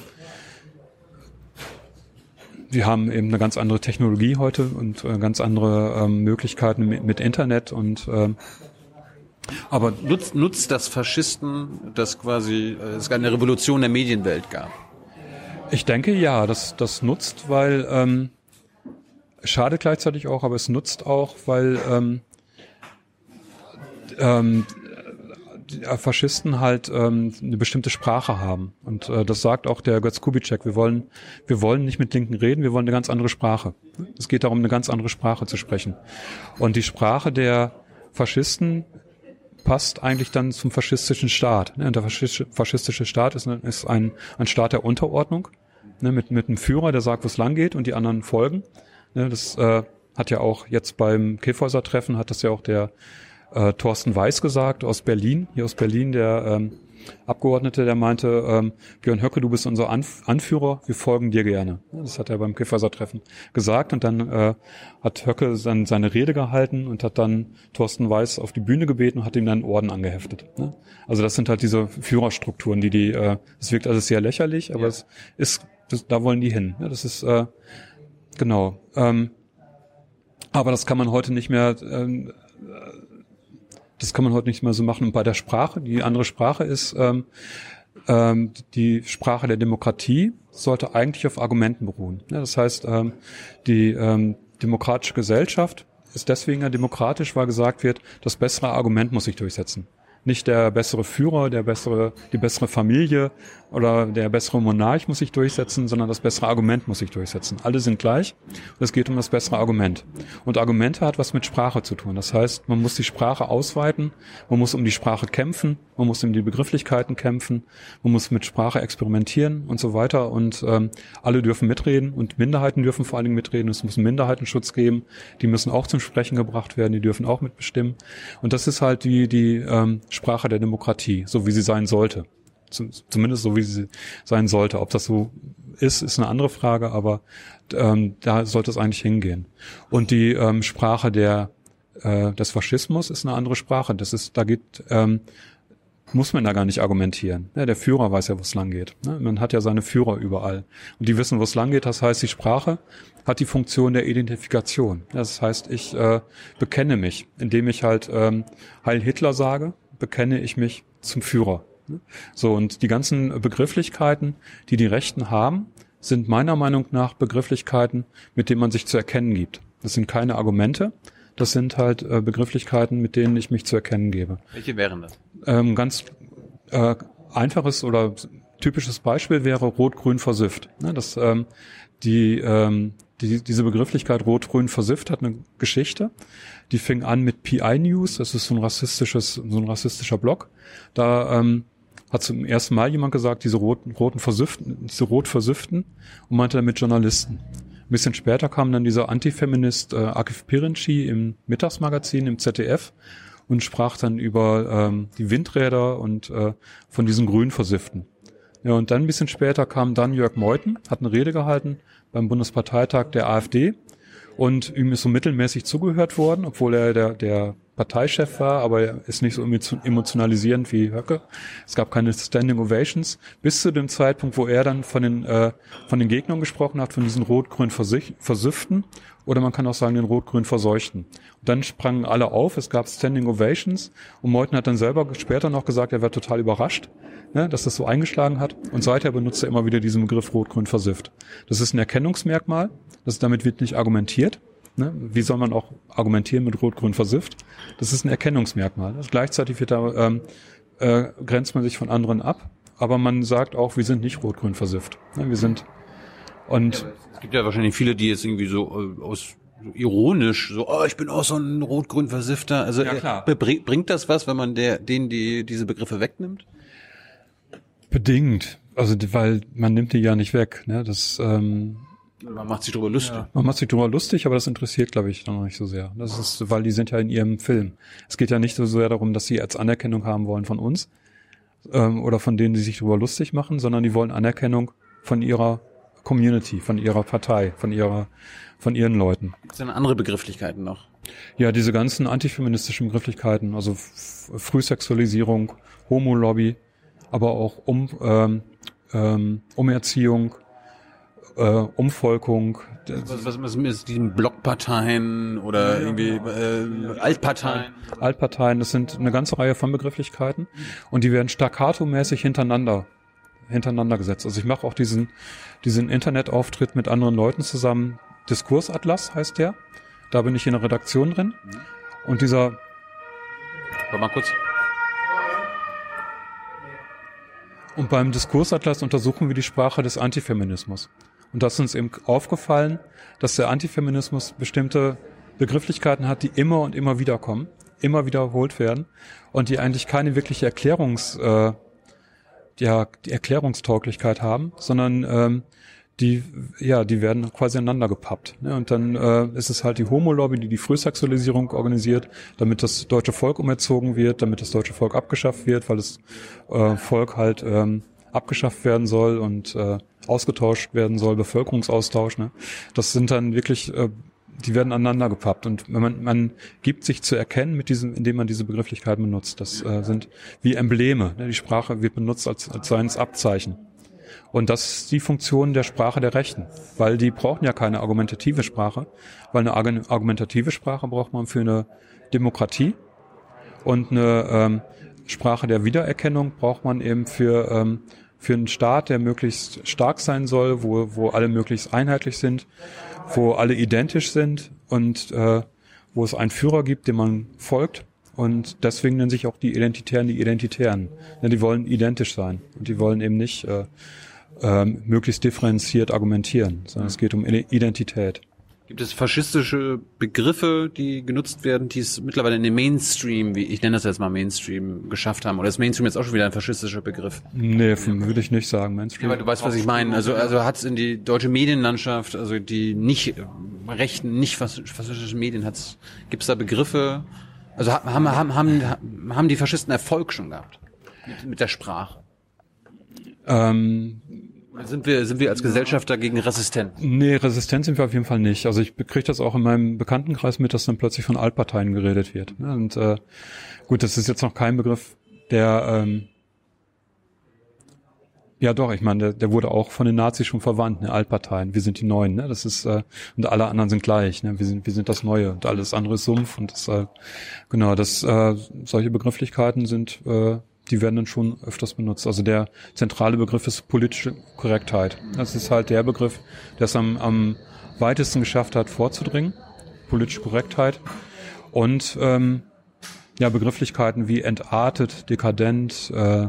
[SPEAKER 1] haben eben eine ganz andere Technologie heute und ganz andere Möglichkeiten mit Internet und
[SPEAKER 2] aber nutzt das Faschisten, dass quasi es eine Revolution der Medienwelt gab?
[SPEAKER 1] Ich denke ja, das nutzt, weil schadet gleichzeitig auch, aber es nutzt auch, weil Faschisten halt eine bestimmte Sprache haben. Und das sagt auch der Götz Kubitschek. Wir wollen nicht mit Linken reden, wir wollen eine ganz andere Sprache. Es geht darum, eine ganz andere Sprache zu sprechen. Und die Sprache der Faschisten passt eigentlich dann zum faschistischen Staat. Der faschistische Staat ist ein Staat der Unterordnung, mit einem Führer, der sagt, wo es lang geht und die anderen folgen. Das hat ja auch jetzt beim Käfhäuser-Treffen, hat das ja auch der Thorsten Weiß gesagt aus Berlin, der Abgeordnete, der meinte, Björn Höcke, du bist unser Anführer, wir folgen dir gerne. Das hat er beim Käfhäuser-Treffen gesagt und dann hat Höcke seine Rede gehalten und hat dann Thorsten Weiß auf die Bühne gebeten und hat ihm dann einen Orden angeheftet. Also das sind halt diese Führerstrukturen, es wirkt alles sehr lächerlich, aber es ist, da wollen die hin. Das ist, genau. Aber das kann man heute nicht mehr, so machen. Und bei der Sprache, die andere Sprache ist, die Sprache der Demokratie sollte eigentlich auf Argumenten beruhen. Das heißt, die demokratische Gesellschaft ist deswegen ja demokratisch, weil gesagt wird, das bessere Argument muss sich durchsetzen. Nicht der bessere Führer, die bessere Familie oder der bessere Monarch muss sich durchsetzen, sondern das bessere Argument muss sich durchsetzen. Alle sind gleich und es geht um das bessere Argument. Und Argumente hat was mit Sprache zu tun. Das heißt, man muss die Sprache ausweiten, man muss um die Sprache kämpfen, man muss um die Begrifflichkeiten kämpfen, man muss mit Sprache experimentieren und so weiter. Und alle dürfen mitreden und Minderheiten dürfen vor allen Dingen mitreden. Es muss einen Minderheitenschutz geben, die müssen auch zum Sprechen gebracht werden, die dürfen auch mitbestimmen. Und das ist halt die Sprache der Demokratie, so wie sie sein sollte. Zumindest so, wie sie sein sollte. Ob das so ist eine andere Frage, aber da sollte es eigentlich hingehen. Und die Sprache des Faschismus ist eine andere Sprache. Muss man da gar nicht argumentieren. Ja, der Führer weiß ja, wo es lang geht. Man hat ja seine Führer überall. Und die wissen, wo es lang geht. Das heißt, die Sprache hat die Funktion der Identifikation. Das heißt, ich bekenne mich, indem ich halt Heil Hitler sage, bekenne ich mich zum Führer. So, und die ganzen Begrifflichkeiten, die Rechten haben, sind meiner Meinung nach Begrifflichkeiten, mit denen man sich zu erkennen gibt. Das sind keine Argumente, das sind halt Begrifflichkeiten, mit denen ich mich zu erkennen gebe.
[SPEAKER 2] Welche wären das?
[SPEAKER 1] Ganz einfaches oder typisches Beispiel wäre Rot-Grün versifft. Diese Begrifflichkeit Rot-Grün versifft hat eine Geschichte. Die fing an mit PI News, das ist so ein rassistischer Blog. Da hat zum ersten Mal jemand gesagt, diese rot versifften und meinte damit Journalisten. Ein bisschen später kam dann dieser Antifeminist Akif Pirinci im Mittagsmagazin im ZDF und sprach dann über die Windräder und von diesen grün versifften. Ja, und dann ein bisschen später kam dann Jörg Meuthen, hat eine Rede gehalten beim Bundesparteitag der AfD und ihm ist so mittelmäßig zugehört worden, obwohl er der Parteichef war, aber er ist nicht so emotionalisierend wie Höcke. Es gab keine Standing Ovations, bis zu dem Zeitpunkt, wo er dann von den Gegnern gesprochen hat, von diesen rot-grün Versifften, oder man kann auch sagen, den rot-grün Verseuchten. Und dann sprangen alle auf, es gab Standing Ovations und Meuthen hat dann selber später noch gesagt, er wäre total überrascht, dass das so eingeschlagen hat. Und seither benutzt er immer wieder diesen Begriff rot-grün versifft. Das ist ein Erkennungsmerkmal, damit wird nicht argumentiert. Wie soll man auch argumentieren mit rot-grün versifft? Das ist ein Erkennungsmerkmal. Gleichzeitig grenzt man sich von anderen ab, aber man sagt auch, wir sind nicht rot-grün versifft. Es
[SPEAKER 2] gibt ja wahrscheinlich viele, die jetzt irgendwie so ironisch, ich bin auch so ein rot-grün Versiffter. Also ja, klar. Bringt das was, wenn man denen diese Begriffe wegnimmt?
[SPEAKER 1] Bedingt. Also, weil man nimmt die ja nicht weg.
[SPEAKER 2] Man macht sich drüber lustig.
[SPEAKER 1] Ja. Man macht sich drüber lustig, aber das interessiert, glaube ich, noch nicht so sehr. Das ist, weil die sind ja in ihrem Film. Es geht ja nicht so sehr darum, dass sie jetzt Anerkennung haben wollen von uns oder von denen, die sich drüber lustig machen, sondern die wollen Anerkennung von ihrer Community, von ihrer Partei, von ihren Leuten.
[SPEAKER 2] Gibt es denn andere Begrifflichkeiten noch?
[SPEAKER 1] Ja, diese ganzen antifeministischen Begrifflichkeiten, also Frühsexualisierung, Homo-Lobby, aber auch Umerziehung, Umvolkung.
[SPEAKER 2] Was mit diesen Blockparteien oder irgendwie Altparteien?
[SPEAKER 1] Altparteien, das sind eine ganze Reihe von Begrifflichkeiten und die werden staccato-mäßig hintereinander gesetzt. Also ich mache auch diesen Internetauftritt mit anderen Leuten zusammen. Diskursatlas heißt der. Da bin ich in der Redaktion drin. Und
[SPEAKER 2] Warte mal kurz.
[SPEAKER 1] Und beim Diskursatlas untersuchen wir die Sprache des Antifeminismus. Und da ist uns eben aufgefallen, dass der Antifeminismus bestimmte Begrifflichkeiten hat, die immer und immer wieder kommen, immer wiederholt werden und die eigentlich keine wirkliche die Erklärungstauglichkeit haben, sondern die werden quasi aneinander gepappt. Ne? Und dann ist es halt die Homo-Lobby, die Frühsexualisierung organisiert, damit das deutsche Volk umerzogen wird, damit das deutsche Volk abgeschafft wird, weil das Volk halt abgeschafft werden soll und ausgetauscht werden soll, Bevölkerungsaustausch. Ne? Das sind dann wirklich, die werden aneinander gepappt. Und man gibt sich zu erkennen indem man diese Begrifflichkeiten benutzt. Das sind wie Embleme. Ne? Die Sprache wird benutzt als seines Abzeichen. Und das ist die Funktion der Sprache der Rechten, weil die brauchen ja keine argumentative Sprache, weil eine argumentative Sprache braucht man für eine Demokratie und eine Sprache der Wiedererkennung braucht man eben für einen Staat, der möglichst stark sein soll, wo alle möglichst einheitlich sind, wo alle identisch sind und wo es einen Führer gibt, dem man folgt. Und deswegen nennen sich auch die Identitären die Identitären. Ja, die wollen identisch sein und die wollen eben nicht möglichst differenziert argumentieren, sondern es geht um Identität.
[SPEAKER 2] Gibt es faschistische Begriffe, die genutzt werden, die es mittlerweile in den Mainstream, wie ich nenne das jetzt mal Mainstream, geschafft haben? Oder ist Mainstream jetzt auch schon wieder ein faschistischer Begriff?
[SPEAKER 1] Nee, würde ich nicht sagen. Mainstream.
[SPEAKER 2] Ja, aber du weißt, was ich meine. Also hat es in die deutsche Medienlandschaft, also die nicht rechten, nicht faschistischen Medien, gibt es da Begriffe? Also haben die Faschisten Erfolg schon gehabt mit der Sprache? Oder sind wir als Gesellschaft dagegen resistent?
[SPEAKER 1] Nee, resistent sind wir auf jeden Fall nicht. Also ich kriege das auch in meinem Bekanntenkreis mit, dass dann plötzlich von Altparteien geredet wird. Und gut, das ist jetzt noch kein Begriff, der ja doch, ich meine, der wurde auch von den Nazis schon verwandt, ne? Altparteien, wir sind die Neuen, ne? Das ist und alle anderen sind gleich, ne? Wir sind das Neue und alles andere ist Sumpf und das solche Begrifflichkeiten sind die werden dann schon öfters benutzt. Also der zentrale Begriff ist politische Korrektheit. Das ist halt der Begriff, der es am weitesten geschafft hat, vorzudringen. Politische Korrektheit. Und Begrifflichkeiten wie entartet, dekadent,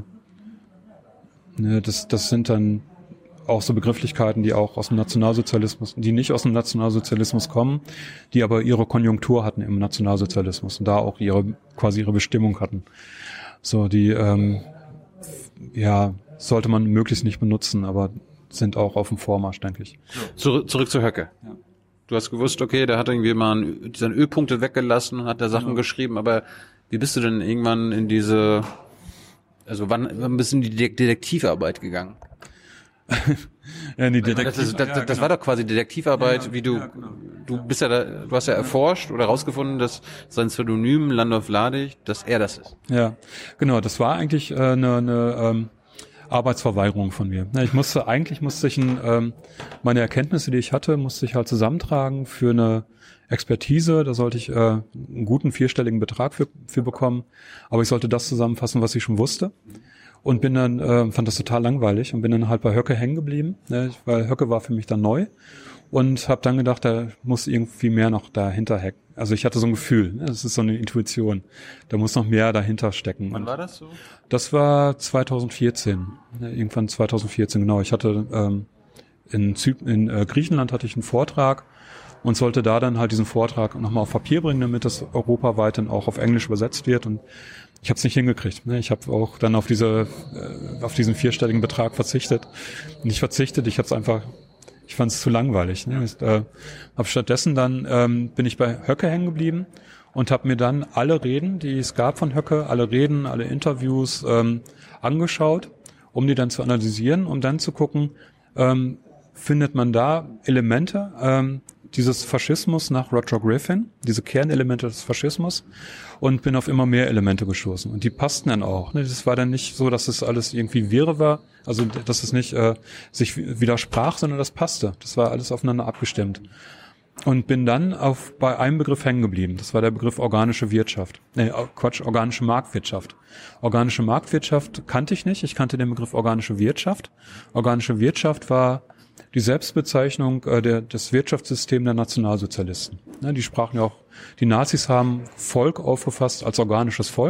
[SPEAKER 1] das sind dann auch so Begrifflichkeiten, die auch aus dem Nationalsozialismus, die nicht aus dem Nationalsozialismus kommen, die aber ihre Konjunktur hatten im Nationalsozialismus und da auch ihre Bestimmung hatten. So, die sollte man möglichst nicht benutzen, aber sind auch auf dem Vormarsch, denke ich.
[SPEAKER 2] Zurück zu Höcke. Ja. Du hast gewusst, okay, der hat irgendwie mal seine Ölpunkte weggelassen und hat da Sachen geschrieben, aber wie bist du denn irgendwann wann bist du in die Detektivarbeit gegangen? Ja, das war doch quasi Detektivarbeit, wie du bist ja du hast ja erforscht oder herausgefunden, dass sein Pseudonym Landolf Ladig, dass er das ist.
[SPEAKER 1] Ja, genau, das war eigentlich eine Arbeitsverweigerung von mir. Eigentlich musste ich meine Erkenntnisse, die ich hatte, musste ich halt zusammentragen für eine Expertise, da sollte ich einen guten 4-stelligen Betrag für bekommen, aber ich sollte das zusammenfassen, was ich schon wusste. Und bin dann, fand das total langweilig und bin dann halt bei Höcke hängen geblieben, ne, weil Höcke war für mich dann neu und habe dann gedacht, da muss irgendwie mehr noch dahinter hacken. Also ich hatte so ein Gefühl, ne, das ist so eine Intuition, da muss noch mehr dahinter stecken.
[SPEAKER 2] Wann war das so?
[SPEAKER 1] Das war 2014, ne, irgendwann 2014, genau. Ich hatte in Griechenland hatte ich einen Vortrag und sollte da dann halt diesen Vortrag nochmal auf Papier bringen, damit das europaweit dann auch auf Englisch übersetzt wird und ich habe es nicht hingekriegt. Ne? Ich habe auch dann auf diesen 4-stelligen Betrag verzichtet. Nicht verzichtet, ich fand es zu langweilig. Ne? Hab stattdessen dann bin ich bei Höcke hängen geblieben und habe mir dann alle Reden, die es gab von Höcke, alle Reden, alle Interviews angeschaut, um die dann zu analysieren, um dann zu gucken, findet man da Elemente dieses Faschismus nach Roger Griffin, diese Kernelemente des Faschismus und bin auf immer mehr Elemente gestoßen und die passten dann auch. Ne? Das war dann nicht so, dass es alles irgendwie wirre war, also dass es nicht sich widersprach, sondern das passte. Das war alles aufeinander abgestimmt. Und bin dann bei einem Begriff hängen geblieben. Das war der Begriff organische Wirtschaft. Organische Marktwirtschaft. Organische Marktwirtschaft kannte ich nicht. Ich kannte den Begriff organische Wirtschaft. Organische Wirtschaft war die Selbstbezeichnung des Wirtschaftssystems der Nationalsozialisten. Die sprachen ja auch, die Nazis haben Volk aufgefasst als organisches Volk.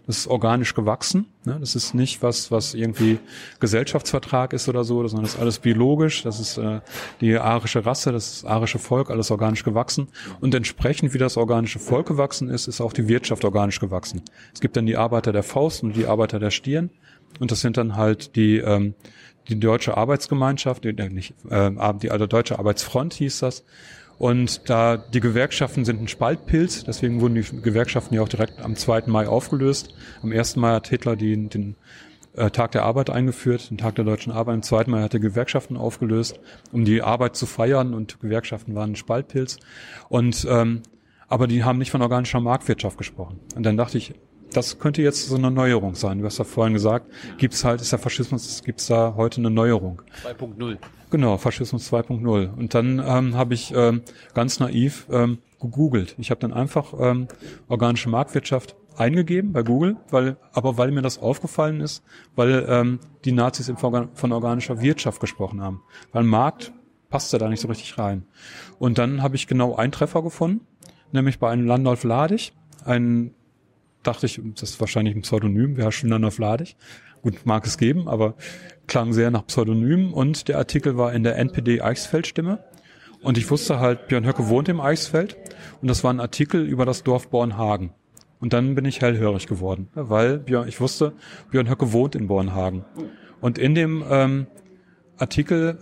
[SPEAKER 1] Das ist organisch gewachsen. Ne? Das ist nicht was irgendwie Gesellschaftsvertrag ist oder so, sondern das ist alles biologisch. Das ist die arische Rasse, das ist das arische Volk, alles organisch gewachsen. Und entsprechend, wie das organische Volk gewachsen ist auch die Wirtschaft organisch gewachsen. Es gibt dann die Arbeiter der Faust und die Arbeiter der Stirn. Und das sind dann halt die Deutsche Arbeitsgemeinschaft, die Deutsche Arbeitsfront hieß das. Und da die Gewerkschaften sind ein Spaltpilz, deswegen wurden die Gewerkschaften ja auch direkt am 2. Mai aufgelöst. Am 1. Mai hat Hitler den Tag der Arbeit eingeführt, den Tag der deutschen Arbeit. Am 2. Mai hat er Gewerkschaften aufgelöst, um die Arbeit zu feiern, und Gewerkschaften waren ein Spaltpilz. Und aber die haben nicht von organischer Marktwirtschaft gesprochen. Und dann dachte ich, das könnte jetzt so eine Neuerung sein. Du hast ja vorhin gesagt, ist der Faschismus, gibt's da heute eine Neuerung.
[SPEAKER 2] 2.0.
[SPEAKER 1] Genau, Faschismus 2.0. Und dann habe ich ganz naiv gegoogelt. Ich habe dann einfach organische Marktwirtschaft eingegeben bei Google, weil mir das aufgefallen ist, weil die Nazis von organischer Wirtschaft gesprochen haben. Weil Markt passte da nicht so richtig rein. Und dann habe ich genau einen Treffer gefunden, nämlich bei einem Landolf Ladig, dachte ich, das ist wahrscheinlich ein Pseudonym, wer schon Landolf Ladig. Gut, mag es geben, aber klang sehr nach Pseudonym, und der Artikel war in der NPD-Eichsfeld-Stimme. Und ich wusste halt, Björn Höcke wohnt im Eichsfeld, und das war ein Artikel über das Dorf Bornhagen. Und dann bin ich hellhörig geworden, weil ich wusste, Björn Höcke wohnt in Bornhagen. Und in dem Artikel,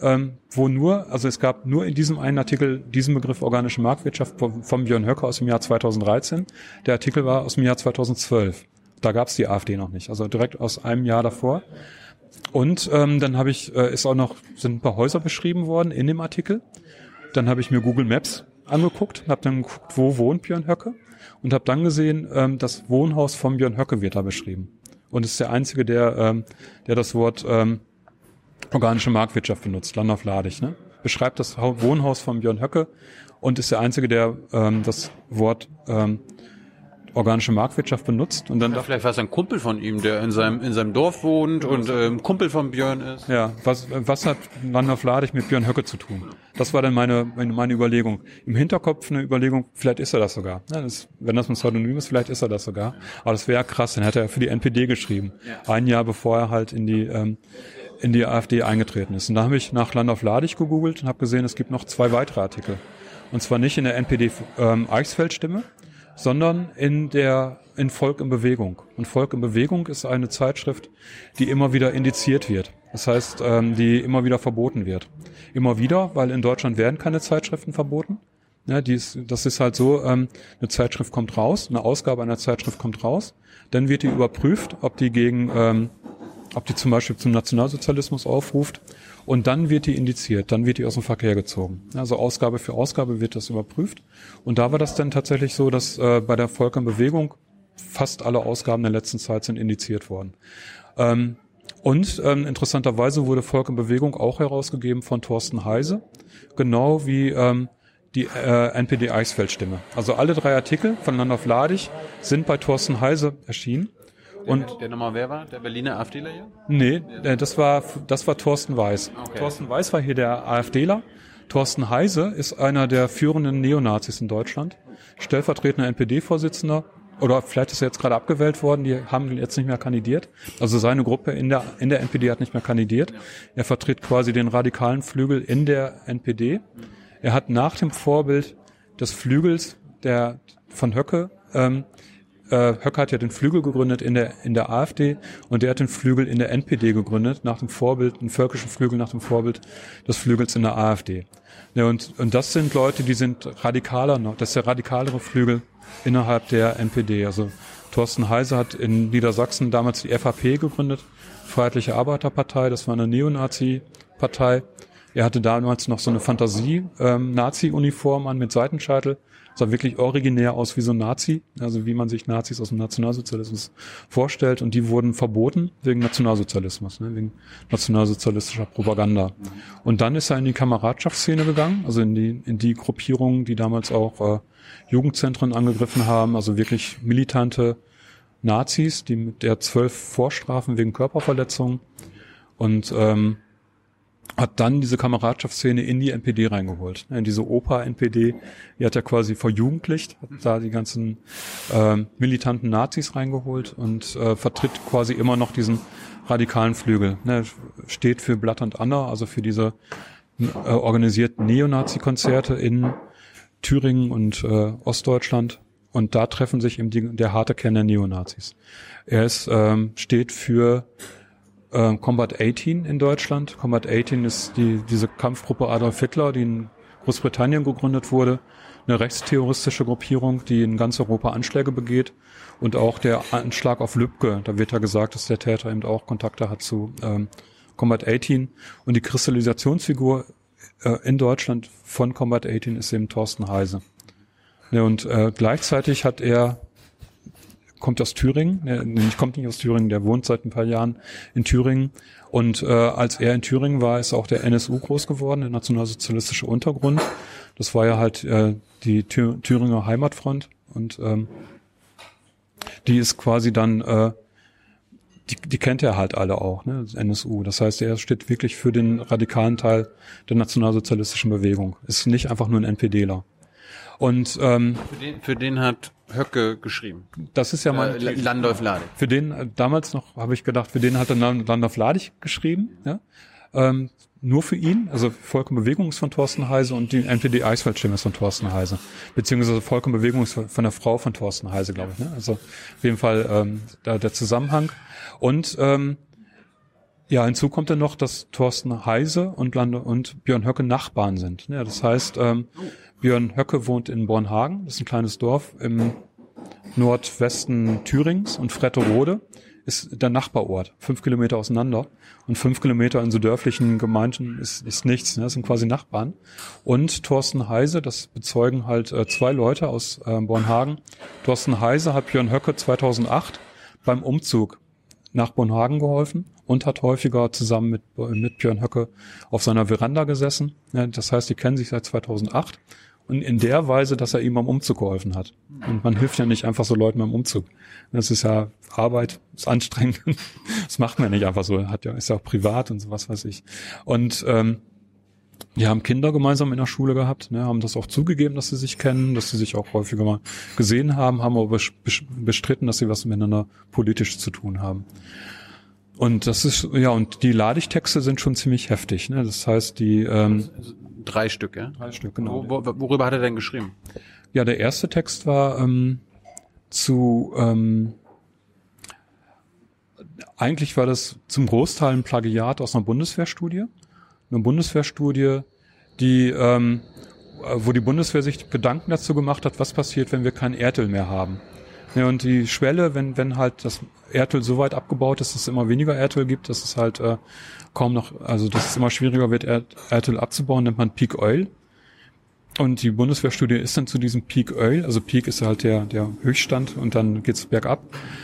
[SPEAKER 1] es gab nur in diesem einen Artikel diesen Begriff organische Marktwirtschaft von Björn Höcke aus dem Jahr 2013. Der Artikel war aus dem Jahr 2012. Da gab es die AfD noch nicht, also direkt aus einem Jahr davor. Und dann habe ich, sind ein paar Häuser beschrieben worden in dem Artikel. Dann habe ich mir Google Maps angeguckt, habe dann geguckt, wo wohnt Björn Höcke, und habe dann gesehen, das Wohnhaus von Björn Höcke wird da beschrieben. Und es ist der Einzige, der das Wort organische Marktwirtschaft benutzt, Landolf Ladig, ne? Beschreibt das Wohnhaus von Björn Höcke und ist der Einzige, der das Wort organische Marktwirtschaft benutzt. Und dann
[SPEAKER 2] vielleicht war es ein Kumpel von ihm, der in seinem Dorf wohnt und Kumpel von Björn ist.
[SPEAKER 1] Ja, was hat Landolf Ladig mit Björn Höcke zu tun? Das war dann meine Überlegung. Im Hinterkopf eine Überlegung, vielleicht ist er das sogar. Ja, wenn das ein Pseudonym ist, vielleicht ist er das sogar. Aber das wäre krass, dann hätte er für die NPD geschrieben. Ja. Ein Jahr bevor er halt in die AfD eingetreten ist. Und da habe ich nach Landolf Ladig gegoogelt und habe gesehen, es gibt noch 2 weitere Artikel. Und zwar nicht in der NPD Eichsfeld-Stimme, sondern in Volk in Bewegung. Und Volk in Bewegung ist eine Zeitschrift, die immer wieder indiziert wird. Das heißt, die immer wieder verboten wird. Immer wieder, weil in Deutschland werden keine Zeitschriften verboten. Ja, das ist halt so, eine Zeitschrift kommt raus, eine Ausgabe einer Zeitschrift kommt raus, dann wird die überprüft, ob die zum Beispiel zum Nationalsozialismus aufruft, und dann wird die indiziert, dann wird die aus dem Verkehr gezogen. Also Ausgabe für Ausgabe wird das überprüft, und da war das dann tatsächlich so, dass bei der Volk in Bewegung fast alle Ausgaben der letzten Zeit sind indiziert worden. Interessanterweise wurde Volk in Bewegung auch herausgegeben von Thorsten Heise, genau wie die NPD-Eichsfeld-Stimme. Also alle 3 Artikel von Landolf Ladig sind bei Thorsten Heise erschienen. Und
[SPEAKER 2] der nochmal wer war? Der Berliner AfDler hier?
[SPEAKER 1] Nee, das war Thorsten Weiß. Okay. Thorsten Weiß war hier der AfDler. Thorsten Heise ist einer der führenden Neonazis in Deutschland. Stellvertretender NPD-Vorsitzender. Oder vielleicht ist er jetzt gerade abgewählt worden, die haben jetzt nicht mehr kandidiert. Also seine Gruppe in der NPD hat nicht mehr kandidiert. Er vertritt quasi den radikalen Flügel in der NPD. Er hat nach dem Vorbild des Flügels von Höcke, Höcke hat ja den Flügel gegründet in der AfD, und der hat den Flügel in der NPD gegründet, den völkischen Flügel nach dem Vorbild des Flügels in der AfD. Ja, und das sind Leute, die sind radikaler noch, das ist der radikalere Flügel innerhalb der NPD. Also Thorsten Heise hat in Niedersachsen damals die FAP gegründet, Freiheitliche Arbeiterpartei, das war eine Neonazi-Partei. Er hatte damals noch so eine Fantasie-Nazi-Uniform an mit Seitenscheitel. Sah wirklich originär aus wie so ein Nazi, also wie man sich Nazis aus dem Nationalsozialismus vorstellt, und die wurden verboten wegen Nationalsozialismus, wegen nationalsozialistischer Propaganda. Und dann ist er in die Kameradschaftsszene gegangen, also in die Gruppierungen, die damals auch Jugendzentren angegriffen haben, also wirklich militante Nazis, die mit der 12 Vorstrafen wegen Körperverletzung, und hat dann diese Kameradschaftsszene in die NPD reingeholt. In diese Opa-NPD, die hat er quasi verjugendlicht, hat da die ganzen militanten Nazis reingeholt und vertritt quasi immer noch diesen radikalen Flügel. Steht für Blood and Honor, also für diese organisierten Neonazi-Konzerte in Thüringen und Ostdeutschland. Und da treffen sich eben der harte Kern der Neonazis. Er steht für Combat 18 in Deutschland. Combat 18 ist diese Kampfgruppe Adolf Hitler, die in Großbritannien gegründet wurde. Eine rechtsterroristische Gruppierung, die in ganz Europa Anschläge begeht. Und auch der Anschlag auf Lübcke, da wird ja gesagt, dass der Täter eben auch Kontakte hat zu Combat 18. Und die Kristallisationsfigur in Deutschland von Combat 18 ist eben Thorsten Heise. Ja, und gleichzeitig kommt aus Thüringen, kommt nicht aus Thüringen, der wohnt seit ein paar Jahren in Thüringen. Und als er in Thüringen war, ist auch der NSU groß geworden, der nationalsozialistische Untergrund. Das war ja halt die Thüringer Heimatfront. Und die ist quasi dann, die kennt er halt alle auch, ne, das NSU. Das heißt, er steht wirklich für den radikalen Teil der nationalsozialistischen Bewegung. Ist nicht einfach nur ein NPDler. Und
[SPEAKER 2] für den hat Höcke geschrieben.
[SPEAKER 1] Das ist ja mal
[SPEAKER 2] Landolf Ladig.
[SPEAKER 1] Für den damals noch habe ich gedacht, für den hat dann Landolf Ladig geschrieben, ja. Nur für ihn, also Vollkommen Bewegung ist von Thorsten Heise und die NPD Eichswald-Stimme ist von Thorsten Heise, beziehungsweise Vollkommen Bewegung ist von der Frau von Thorsten Heise, glaube ich, ne? Also auf jeden Fall da der Zusammenhang. Und hinzu kommt dann noch, dass Thorsten Heise und Björn Höcke Nachbarn sind. Ja, das heißt, Björn Höcke wohnt in Bornhagen, das ist ein kleines Dorf im Nordwesten Thürings, und Fretterode ist der Nachbarort, 5 Kilometer auseinander. Und 5 Kilometer in so dörflichen Gemeinden ist nichts, ne? Das sind quasi Nachbarn. Und Thorsten Heise, das bezeugen halt 2 Leute aus Bornhagen. Thorsten Heise hat Björn Höcke 2008 beim Umzug nach Bornhagen geholfen und hat häufiger zusammen mit Björn Höcke auf seiner Veranda gesessen. Ja, das heißt, die kennen sich seit 2008. Und in der Weise, dass er ihm beim Umzug geholfen hat. Und man hilft ja nicht einfach so Leuten beim Umzug. Das ist ja Arbeit, ist anstrengend. Das macht man ja nicht einfach so. Ist ja auch privat und sowas weiß ich. Und die haben Kinder gemeinsam in der Schule gehabt, ne, haben das auch zugegeben, dass sie sich kennen, dass sie sich auch häufiger mal gesehen haben aber bestritten, dass sie was miteinander politisch zu tun haben. Und das ist, ja, und die Ladig-Texte sind schon ziemlich heftig, ne? Das heißt, die
[SPEAKER 2] 3 Stück, ja?
[SPEAKER 1] 3 Stück, genau.
[SPEAKER 2] Worüber hat er denn geschrieben?
[SPEAKER 1] Ja, der erste Text war eigentlich war das zum Großteil ein Plagiat aus einer Bundeswehrstudie. Eine Bundeswehrstudie, wo die Bundeswehr sich Gedanken dazu gemacht hat, was passiert, wenn wir kein Erdöl mehr haben. Ja, und die Schwelle, wenn halt das Erdöl so weit abgebaut ist, dass es immer weniger Erdöl gibt, dass es halt dass es immer schwieriger wird, Erdöl abzubauen, nennt man Peak Oil. Und die Bundeswehrstudie ist dann zu diesem Peak Oil, also Peak ist halt der Höchststand und dann geht's bergab.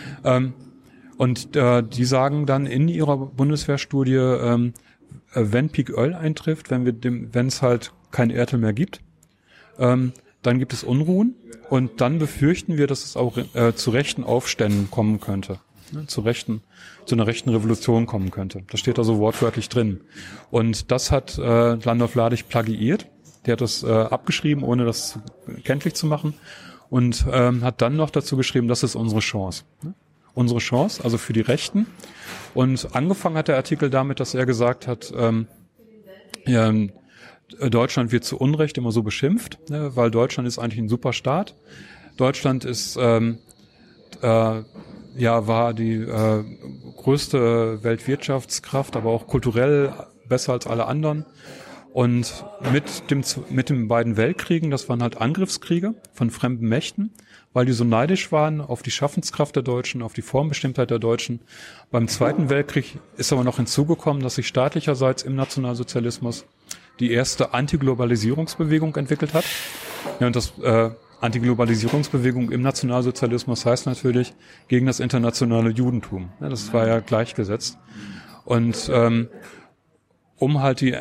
[SPEAKER 1] Die sagen dann in ihrer Bundeswehrstudie, wenn Peak Oil eintrifft, wenn es halt kein Erdöl mehr gibt, dann gibt es Unruhen und dann befürchten wir, dass es auch zu rechten Aufständen kommen könnte. Zu einer rechten Revolution kommen könnte. Das steht da so wortwörtlich drin. Und das hat Landolf Ladig plagiiert. Der hat das abgeschrieben, ohne das kenntlich zu machen. Und hat dann noch dazu geschrieben, das ist unsere Chance. Unsere Chance, also für die Rechten. Und angefangen hat der Artikel damit, dass er gesagt hat, Deutschland wird zu Unrecht immer so beschimpft, ne, weil Deutschland ist eigentlich ein super Staat. Deutschland ist war die größte Weltwirtschaftskraft, aber auch kulturell besser als alle anderen. Und mit den beiden Weltkriegen, das waren halt Angriffskriege von fremden Mächten, weil die so neidisch waren auf die Schaffenskraft der Deutschen, auf die Formbestimmtheit der Deutschen. Beim Zweiten Weltkrieg ist aber noch hinzugekommen, dass sich staatlicherseits im Nationalsozialismus die erste Antiglobalisierungsbewegung entwickelt hat. Ja, und das Antiglobalisierungsbewegung im Nationalsozialismus heißt natürlich gegen das internationale Judentum. Ja, das war ja gleichgesetzt. Und um halt die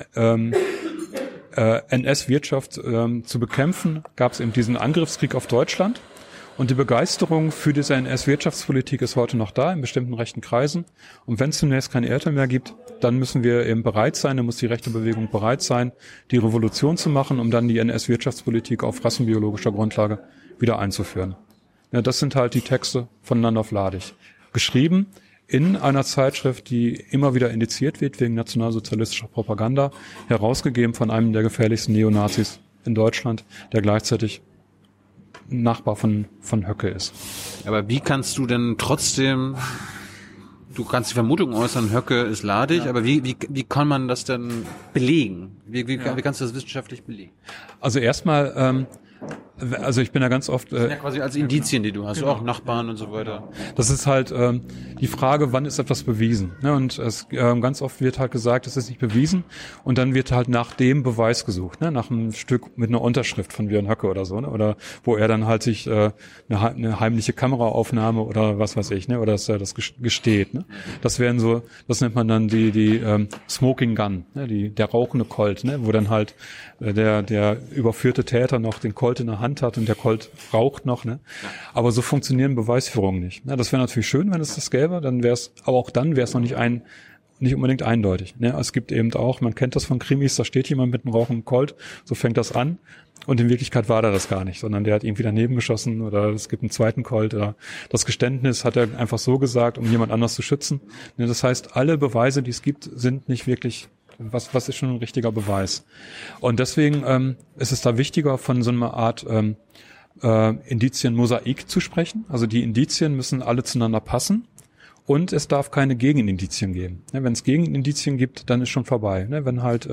[SPEAKER 1] NS-Wirtschaft zu bekämpfen, gab es eben diesen Angriffskrieg auf Deutschland. Und die Begeisterung für diese NS-Wirtschaftspolitik ist heute noch da in bestimmten rechten Kreisen. Und wenn es zunächst kein Erdöl mehr gibt, dann müssen wir eben bereit sein, dann muss die rechte Bewegung bereit sein, die Revolution zu machen, um dann die NS-Wirtschaftspolitik auf rassenbiologischer Grundlage wieder einzuführen. Ja, das sind halt die Texte von Landolf Lahdig. Geschrieben in einer Zeitschrift, die immer wieder indiziert wird wegen nationalsozialistischer Propaganda, herausgegeben von einem der gefährlichsten Neonazis in Deutschland, der gleichzeitig Nachbar von Höcke ist.
[SPEAKER 2] Aber wie kannst du denn trotzdem, du kannst die Vermutung äußern, Höcke ist Lahdig, aber wie kann man das denn belegen? Wie kannst du das wissenschaftlich belegen?
[SPEAKER 1] Also erstmal, also ich bin da ganz oft...
[SPEAKER 2] ja, quasi als Indizien, die du hast, genau. Auch Nachbarn und so weiter.
[SPEAKER 1] Das ist halt die Frage, wann ist etwas bewiesen? Ne? Und es ganz oft wird halt gesagt, es ist nicht bewiesen und dann wird halt nach dem Beweis gesucht, ne? Nach einem Stück mit einer Unterschrift von Björn Höcke oder so, ne? Oder wo er dann halt sich eine heimliche Kameraaufnahme oder was weiß ich, ne? Oder dass er das gesteht. Ne? Das wären so, das nennt man dann die Smoking Gun, ne? Der rauchende Colt, ne? Wo dann halt der überführte Täter noch den Colt in der Hand hat und der Colt raucht noch, ne? Aber so funktionieren Beweisführungen nicht. Ne? Das wäre natürlich schön, wenn es das gäbe, dann wäre es, aber auch dann wäre es noch nicht unbedingt eindeutig. Ne? Es gibt eben auch, man kennt das von Krimis, da steht jemand mit einem rauchenden Colt, so fängt das an und in Wirklichkeit war da das gar nicht, sondern der hat irgendwie daneben geschossen oder es gibt einen zweiten Colt oder das Geständnis hat er einfach so gesagt, um jemand anders zu schützen. Ne? Das heißt, alle Beweise, die es gibt, sind nicht wirklich was ist schon ein richtiger Beweis. Und deswegen ist es da wichtiger, von so einer Art Indizien-Mosaik zu sprechen. Also die Indizien müssen alle zueinander passen und es darf keine Gegenindizien geben. Wenn es Gegenindizien gibt, dann ist schon vorbei. Wenn halt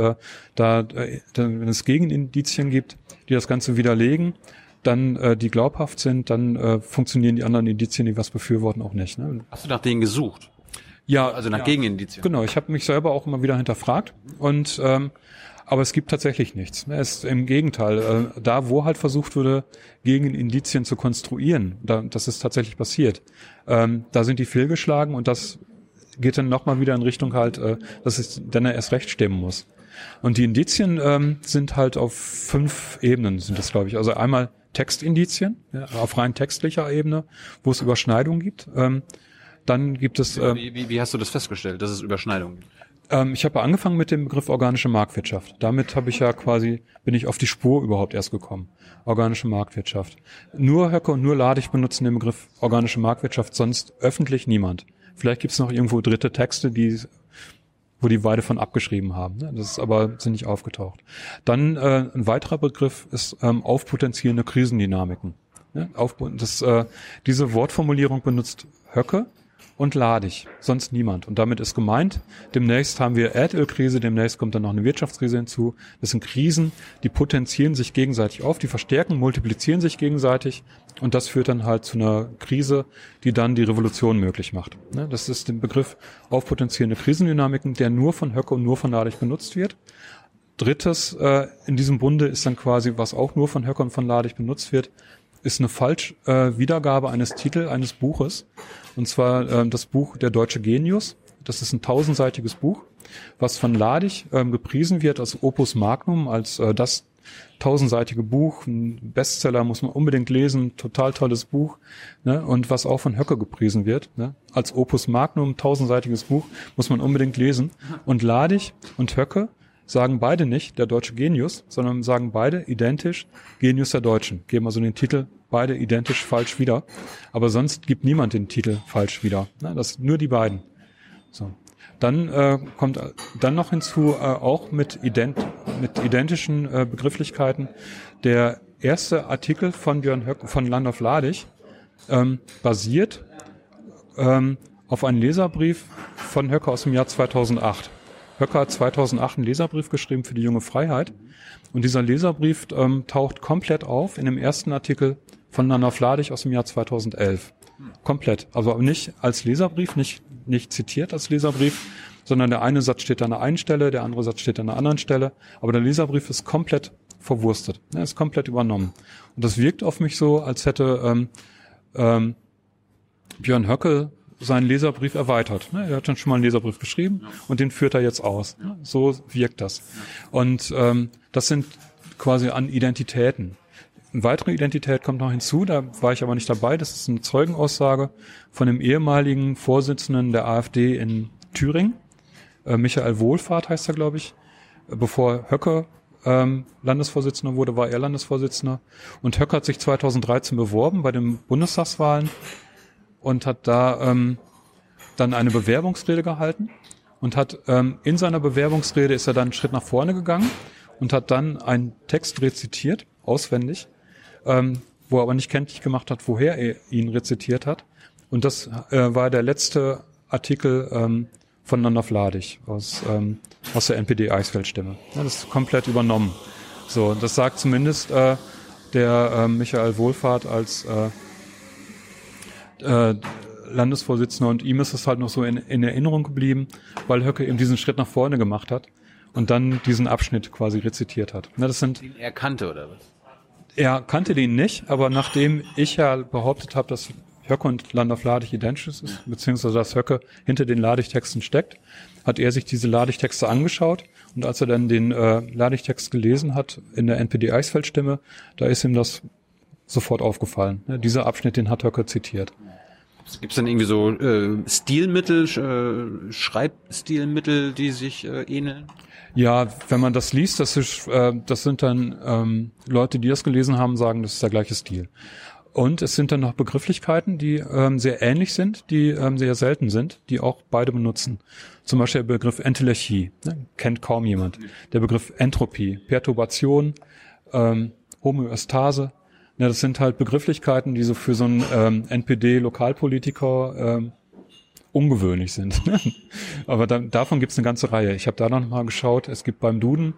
[SPEAKER 1] wenn es Gegenindizien gibt, die das Ganze widerlegen, dann die glaubhaft sind, dann funktionieren die anderen Indizien, die was befürworten, auch nicht. Ne?
[SPEAKER 2] Hast du nach denen gesucht?
[SPEAKER 1] Ja,
[SPEAKER 2] also nach Gegenindizien.
[SPEAKER 1] Genau, ich habe mich selber auch immer wieder hinterfragt und aber es gibt tatsächlich nichts. Es ist im Gegenteil, da wo halt versucht wurde, Gegenindizien zu konstruieren, das ist tatsächlich passiert. Da sind die fehlgeschlagen und das geht dann nochmal wieder in Richtung halt, dass es dann erst recht stimmen muss. Und die Indizien sind halt auf 5 Ebenen, sind das, glaube ich. Also einmal Textindizien, ja, auf rein textlicher Ebene, wo es Überschneidungen gibt. Dann gibt es...
[SPEAKER 2] Wie hast du das festgestellt, dass es Überschneidungen gibt?
[SPEAKER 1] Ich habe angefangen mit dem Begriff organische Marktwirtschaft. Damit bin ich auf die Spur überhaupt erst gekommen. Organische Marktwirtschaft. Nur Höcke und nur Lahdig benutzen den Begriff organische Marktwirtschaft, sonst öffentlich niemand. Vielleicht gibt es noch irgendwo dritte Texte, wo die beide von abgeschrieben haben. Das ist aber sind nicht aufgetaucht. Dann ein weiterer Begriff ist aufpotenzierende Krisendynamiken. Diese Wortformulierung benutzt Höcke und Lahdig, sonst niemand. Und damit ist gemeint, demnächst haben wir Erdölkrise, demnächst kommt dann noch eine Wirtschaftskrise hinzu. Das sind Krisen, die potenzieren sich gegenseitig auf, die verstärken, multiplizieren sich gegenseitig und das führt dann halt zu einer Krise, die dann die Revolution möglich macht. Das ist der Begriff aufpotenzierende Krisendynamiken, der nur von Höcke und nur von Lahdig benutzt wird. Drittes in diesem Bunde ist dann quasi, was auch nur von Höcke und von Lahdig benutzt wird, ist eine Falschwiedergabe eines Titels eines Buches. Und zwar das Buch Der deutsche Genius. Das ist ein 1000-seitiges Buch, was von Lahdig gepriesen wird als Opus Magnum, als das 1000-seitige Buch. Ein Bestseller, muss man unbedingt lesen, total tolles Buch. Ne? Und was auch von Höcke gepriesen wird, ne? Als Opus Magnum, 1000-seitiges Buch, muss man unbedingt lesen. Und Lahdig und Höcke sagen beide nicht der deutsche Genius, sondern sagen beide identisch Genius der Deutschen. Geben also den Titel beide identisch falsch wieder. Aber sonst gibt niemand den Titel falsch wieder. Das nur die beiden. So. Dann kommt dann noch hinzu, auch mit identischen Begrifflichkeiten, der erste Artikel von Björn Höcke, von Landolf Lahdig, basiert auf einem Leserbrief von Höcke aus dem Jahr 2008. Höcke hat 2008 einen Leserbrief geschrieben für die junge Freiheit und dieser Leserbrief taucht komplett auf in dem ersten Artikel von Landolf Lahdig aus dem Jahr 2011. Komplett. Also nicht als Leserbrief, nicht zitiert als Leserbrief, sondern der eine Satz steht an der einen Stelle, der andere Satz steht an der anderen Stelle, aber der Leserbrief ist komplett verwurstet, ist komplett übernommen. Und das wirkt auf mich so, als hätte Björn Höcke seinen Leserbrief erweitert. Er hat dann schon mal einen Leserbrief geschrieben und den führt er jetzt aus. So wirkt das. Und das sind quasi an Identitäten. eine weitere Identität kommt noch hinzu, da war ich aber nicht dabei, das ist eine Zeugenaussage von dem ehemaligen Vorsitzenden der AfD in Thüringen, Michael Wohlfahrt heißt er, glaube ich. Bevor Höcke Landesvorsitzender wurde, war er Landesvorsitzender. Und Höcke hat sich 2013 beworben bei den Bundestagswahlen und hat da dann eine Bewerbungsrede gehalten und hat in seiner Bewerbungsrede ist er dann einen Schritt nach vorne gegangen und hat dann einen Text rezitiert, auswendig, wo er aber nicht kenntlich gemacht hat, woher er ihn rezitiert hat. Und das war der letzte Artikel von Nonda Vladig aus der NPD-Eichsfeld-Stimme. Ja, das ist komplett übernommen. So, das sagt zumindest der Michael Wohlfahrt als Landesvorsitzender, und ihm ist es halt noch so in Erinnerung geblieben, weil Höcke eben diesen Schritt nach vorne gemacht hat und dann diesen Abschnitt quasi rezitiert hat. Ja,
[SPEAKER 2] Den er kannte, oder was?
[SPEAKER 1] Er kannte den nicht, aber nachdem ich ja behauptet habe, dass Höcke und Nonda Vladig identisch ist, beziehungsweise dass Höcke hinter den Ladig-Texten steckt, hat er sich diese Ladig-Texte angeschaut, und als er dann den Ladig-Text gelesen hat in der NPD-Eichsfeld-Stimme, da ist ihm das sofort aufgefallen. Ja, dieser Abschnitt, den hat Höcke zitiert.
[SPEAKER 2] Gibt es dann irgendwie so Stilmittel, Schreibstilmittel, die sich ähneln?
[SPEAKER 1] Ja, wenn man das liest, das sind dann Leute, die das gelesen haben, sagen, das ist der gleiche Stil. Und es sind dann noch Begrifflichkeiten, die sehr ähnlich sind, die sehr selten sind, die auch beide benutzen. Zum Beispiel der Begriff Entelechie, ne, kennt kaum jemand. Der Begriff Entropie, Perturbation, Homöostase. Ja, das sind halt Begrifflichkeiten, die so für so einen NPD-Lokalpolitiker ungewöhnlich sind. Aber davon gibt es eine ganze Reihe. Ich habe da noch mal geschaut, es gibt beim Duden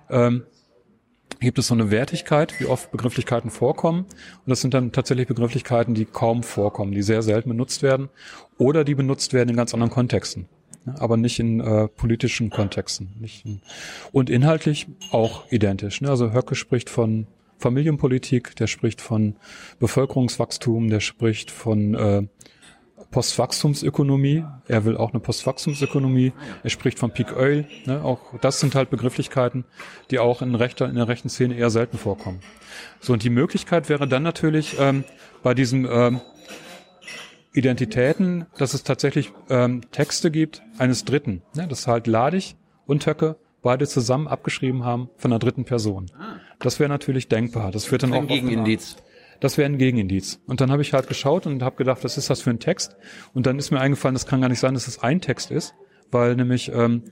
[SPEAKER 1] gibt es so eine Wertigkeit, wie oft Begrifflichkeiten vorkommen. Und das sind dann tatsächlich Begrifflichkeiten, die kaum vorkommen, die sehr selten benutzt werden oder die benutzt werden in ganz anderen Kontexten, aber nicht in politischen Kontexten. Und inhaltlich auch identisch. Ne? Also Höcke spricht von Familienpolitik, der spricht von Bevölkerungswachstum, der spricht von Postwachstumsökonomie. Er will auch eine Postwachstumsökonomie. Er spricht von Peak Oil. Ne? Auch das sind halt Begrifflichkeiten, die auch in der rechten Szene eher selten vorkommen. So, und die Möglichkeit wäre dann natürlich bei diesen Identitäten, dass es tatsächlich Texte gibt eines Dritten. Ne? Das halt Ladig und Höcke beide zusammen abgeschrieben haben von einer dritten Person. Das wäre natürlich denkbar. Das führt dann auch
[SPEAKER 2] ein Gegenindiz.
[SPEAKER 1] Das wäre ein Gegenindiz. Und dann habe ich halt geschaut und habe gedacht, was ist das für ein Text? Und dann ist mir eingefallen, das kann gar nicht sein, dass es ein Text ist, weil nämlich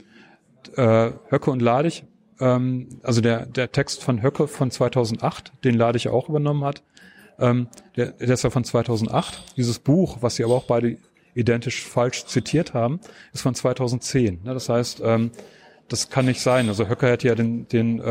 [SPEAKER 1] Höcke und Ladig, also der Text von Höcke von 2008, den Ladig auch übernommen hat, der ist ja von 2008. Dieses Buch, was sie aber auch beide identisch falsch zitiert haben, ist von 2010. Das heißt, das kann nicht sein. Also Höcke hätte ja den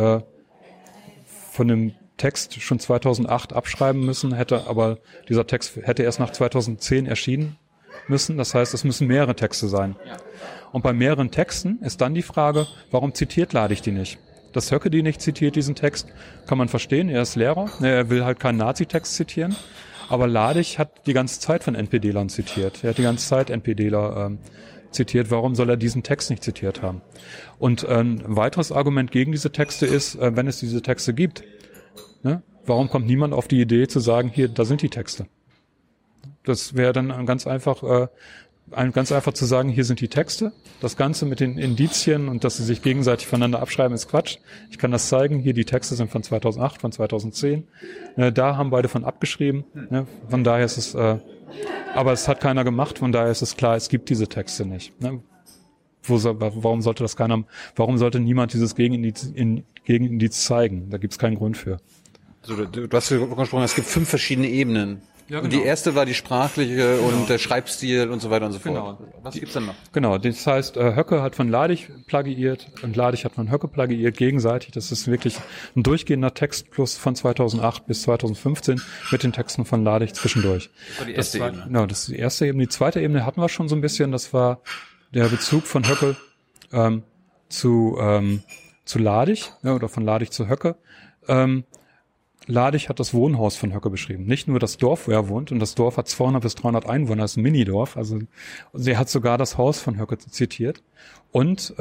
[SPEAKER 1] von dem Text schon 2008 abschreiben müssen, aber dieser Text hätte erst nach 2010 erschienen müssen. Das heißt, es müssen mehrere Texte sein. Und bei mehreren Texten ist dann die Frage, warum zitiert Ladig die nicht? Dass Höcke die nicht zitiert, diesen Text, kann man verstehen. Er ist Lehrer, er will halt keinen Nazi-Text zitieren. Aber Ladig hat die ganze Zeit von NPDlern zitiert. Er hat die ganze Zeit NPDler zitiert. Warum soll er diesen Text nicht zitiert haben? Und ein weiteres Argument gegen diese Texte ist, wenn es diese Texte gibt, ne, warum kommt niemand auf die Idee zu sagen, hier, da sind die Texte? Das wäre dann ganz einfach zu sagen, hier sind die Texte. Das Ganze mit den Indizien und dass sie sich gegenseitig voneinander abschreiben, ist Quatsch. Ich kann das zeigen. Hier, die Texte sind von 2008, von 2010. Da haben beide von abgeschrieben. Ne? Von daher ist es, aber es hat keiner gemacht. Von daher ist es klar, es gibt diese Texte nicht. Ne? Warum sollte niemand dieses Gegenindiz zeigen? Da gibt es keinen Grund für.
[SPEAKER 2] Also, du hast gesprochen, es gibt 5 verschiedene Ebenen. Ja, genau. Und die erste war die sprachliche und der Schreibstil und so weiter und so fort.
[SPEAKER 1] Genau.
[SPEAKER 2] Was gibt's denn noch?
[SPEAKER 1] Genau, das heißt, Höcke hat von Ladig plagiiert und Ladig hat von Höcke plagiiert, gegenseitig. Das ist wirklich ein durchgehender Text plus von 2008 bis 2015 mit den Texten von Ladig zwischendurch.
[SPEAKER 2] Das war die erste Ebene.
[SPEAKER 1] Genau, das ist die erste Ebene. Die zweite Ebene hatten wir schon so ein bisschen, das war der Bezug von Höcke zu Ladig, ja, oder von Ladig zu Höcke. Ladig hat das Wohnhaus von Höcke beschrieben. Nicht nur das Dorf, wo er wohnt, und das Dorf hat 200 bis 300 Einwohner, das ist ein Minidorf, also er hat sogar das Haus von Höcke zitiert. Und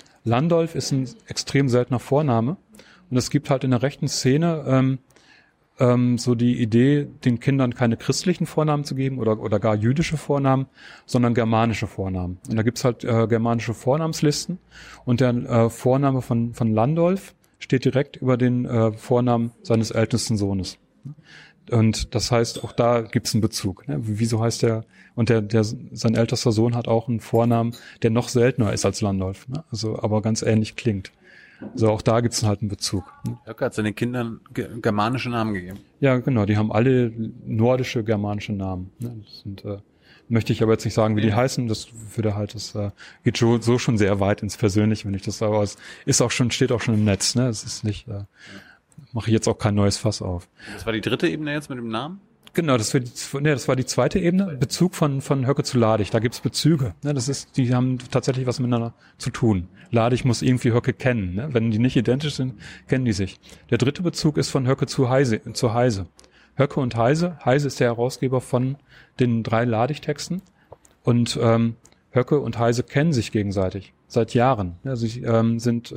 [SPEAKER 1] Landolf ist ein extrem seltener Vorname, und es gibt halt in der rechten Szene so die Idee, den Kindern keine christlichen Vornamen zu geben oder gar jüdische Vornamen, sondern germanische Vornamen. Und da gibt's halt germanische Vornamenslisten und der Vorname von Landolf steht direkt über den Vornamen seines ältesten Sohnes. Und das heißt, auch da gibt's einen Bezug. Ne? Wieso heißt der, und sein ältester Sohn hat auch einen Vornamen, der noch seltener ist als Landolf, ne? Also aber ganz ähnlich klingt. Also auch da gibt's halt einen Bezug.
[SPEAKER 2] Höcke hat seinen Kindern germanische Namen gegeben.
[SPEAKER 1] Ja, genau, die haben alle nordische germanische Namen. Ne? Das sind, möchte ich aber jetzt nicht sagen, wie die heißen. Das würde halt, das geht so schon sehr weit ins Persönliche, wenn ich das sage. Aber es ist auch schon, steht auch schon im Netz. Ne? Es ist nicht, mache ich jetzt auch kein neues Fass auf.
[SPEAKER 2] Das war die dritte Ebene jetzt mit dem Namen?
[SPEAKER 1] Genau, das war die zweite Ebene, Bezug von Höcke zu Ladig. Da gibt's Bezüge. Ne? Die haben tatsächlich was miteinander zu tun. Ladig muss irgendwie Höcke kennen. Ne? Wenn die nicht identisch sind, kennen die sich. Der dritte Bezug ist von Höcke zu Heise. Höcke und Heise. Heise ist der Herausgeber von den 3 Ladig-Texten. Und Höcke und Heise kennen sich gegenseitig seit Jahren. Ja, sie sind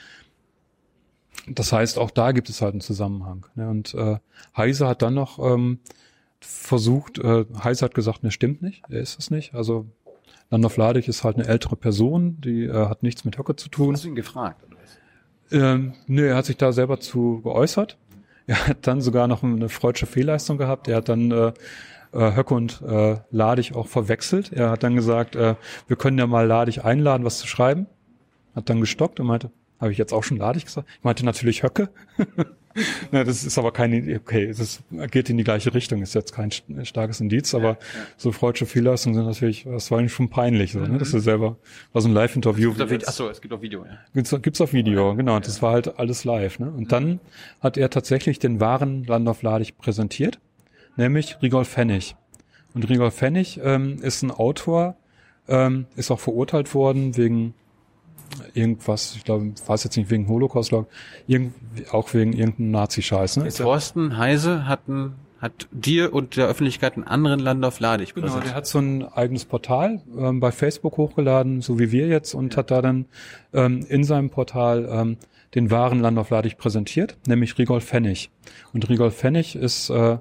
[SPEAKER 1] das heißt, auch da gibt es halt einen Zusammenhang. Ne? Und Heise hat dann noch versucht, Heise hat gesagt, ne, stimmt nicht, er ist es nicht. Also Landolf Ladig ist halt eine ältere Person, die hat nichts mit Höcke zu tun.
[SPEAKER 2] Hast du ihn gefragt? Oder was?
[SPEAKER 1] Nö, er hat sich da selber zu geäußert. Er hat dann sogar noch eine freudsche Fehlleistung gehabt. Er hat dann Höcke und Ladig auch verwechselt. Er hat dann gesagt, wir können ja mal Ladig einladen, was zu schreiben. Hat dann gestockt und meinte, habe ich jetzt auch schon Ladig gesagt? Ich meinte natürlich Höcke. Na, das ist aber keine, okay, es geht in die gleiche Richtung, ist jetzt kein starkes Indiz, aber so freudsche Fehlleistungen sind natürlich, das war eigentlich schon peinlich, so, ne, dass er selber, war so ein Live-Interview.
[SPEAKER 2] Achso, es gibt auch Video, ja.
[SPEAKER 1] Gibt's auf Video, genau, und das war halt alles live, ne. Und dann hat er tatsächlich den wahren Landolf Ladig präsentiert, nämlich Rigolf Hennig. Und Rigolf Hennig ist ein Autor, ist auch verurteilt worden wegen irgendwas, ich glaube, ich weiß jetzt nicht, wegen Holocaust, auch wegen irgendeinem Nazi-Scheiß. Ne?
[SPEAKER 2] Thorsten Heise hat dir und der Öffentlichkeit einen anderen Landolf Ladig
[SPEAKER 1] Genau,
[SPEAKER 2] präsentiert.
[SPEAKER 1] der hat so ein eigenes Portal bei Facebook hochgeladen, so wie wir jetzt, und hat da dann in seinem Portal den wahren Landolf Ladig präsentiert, nämlich Rigolf Hennig. Und Rigolf Hennig ist ein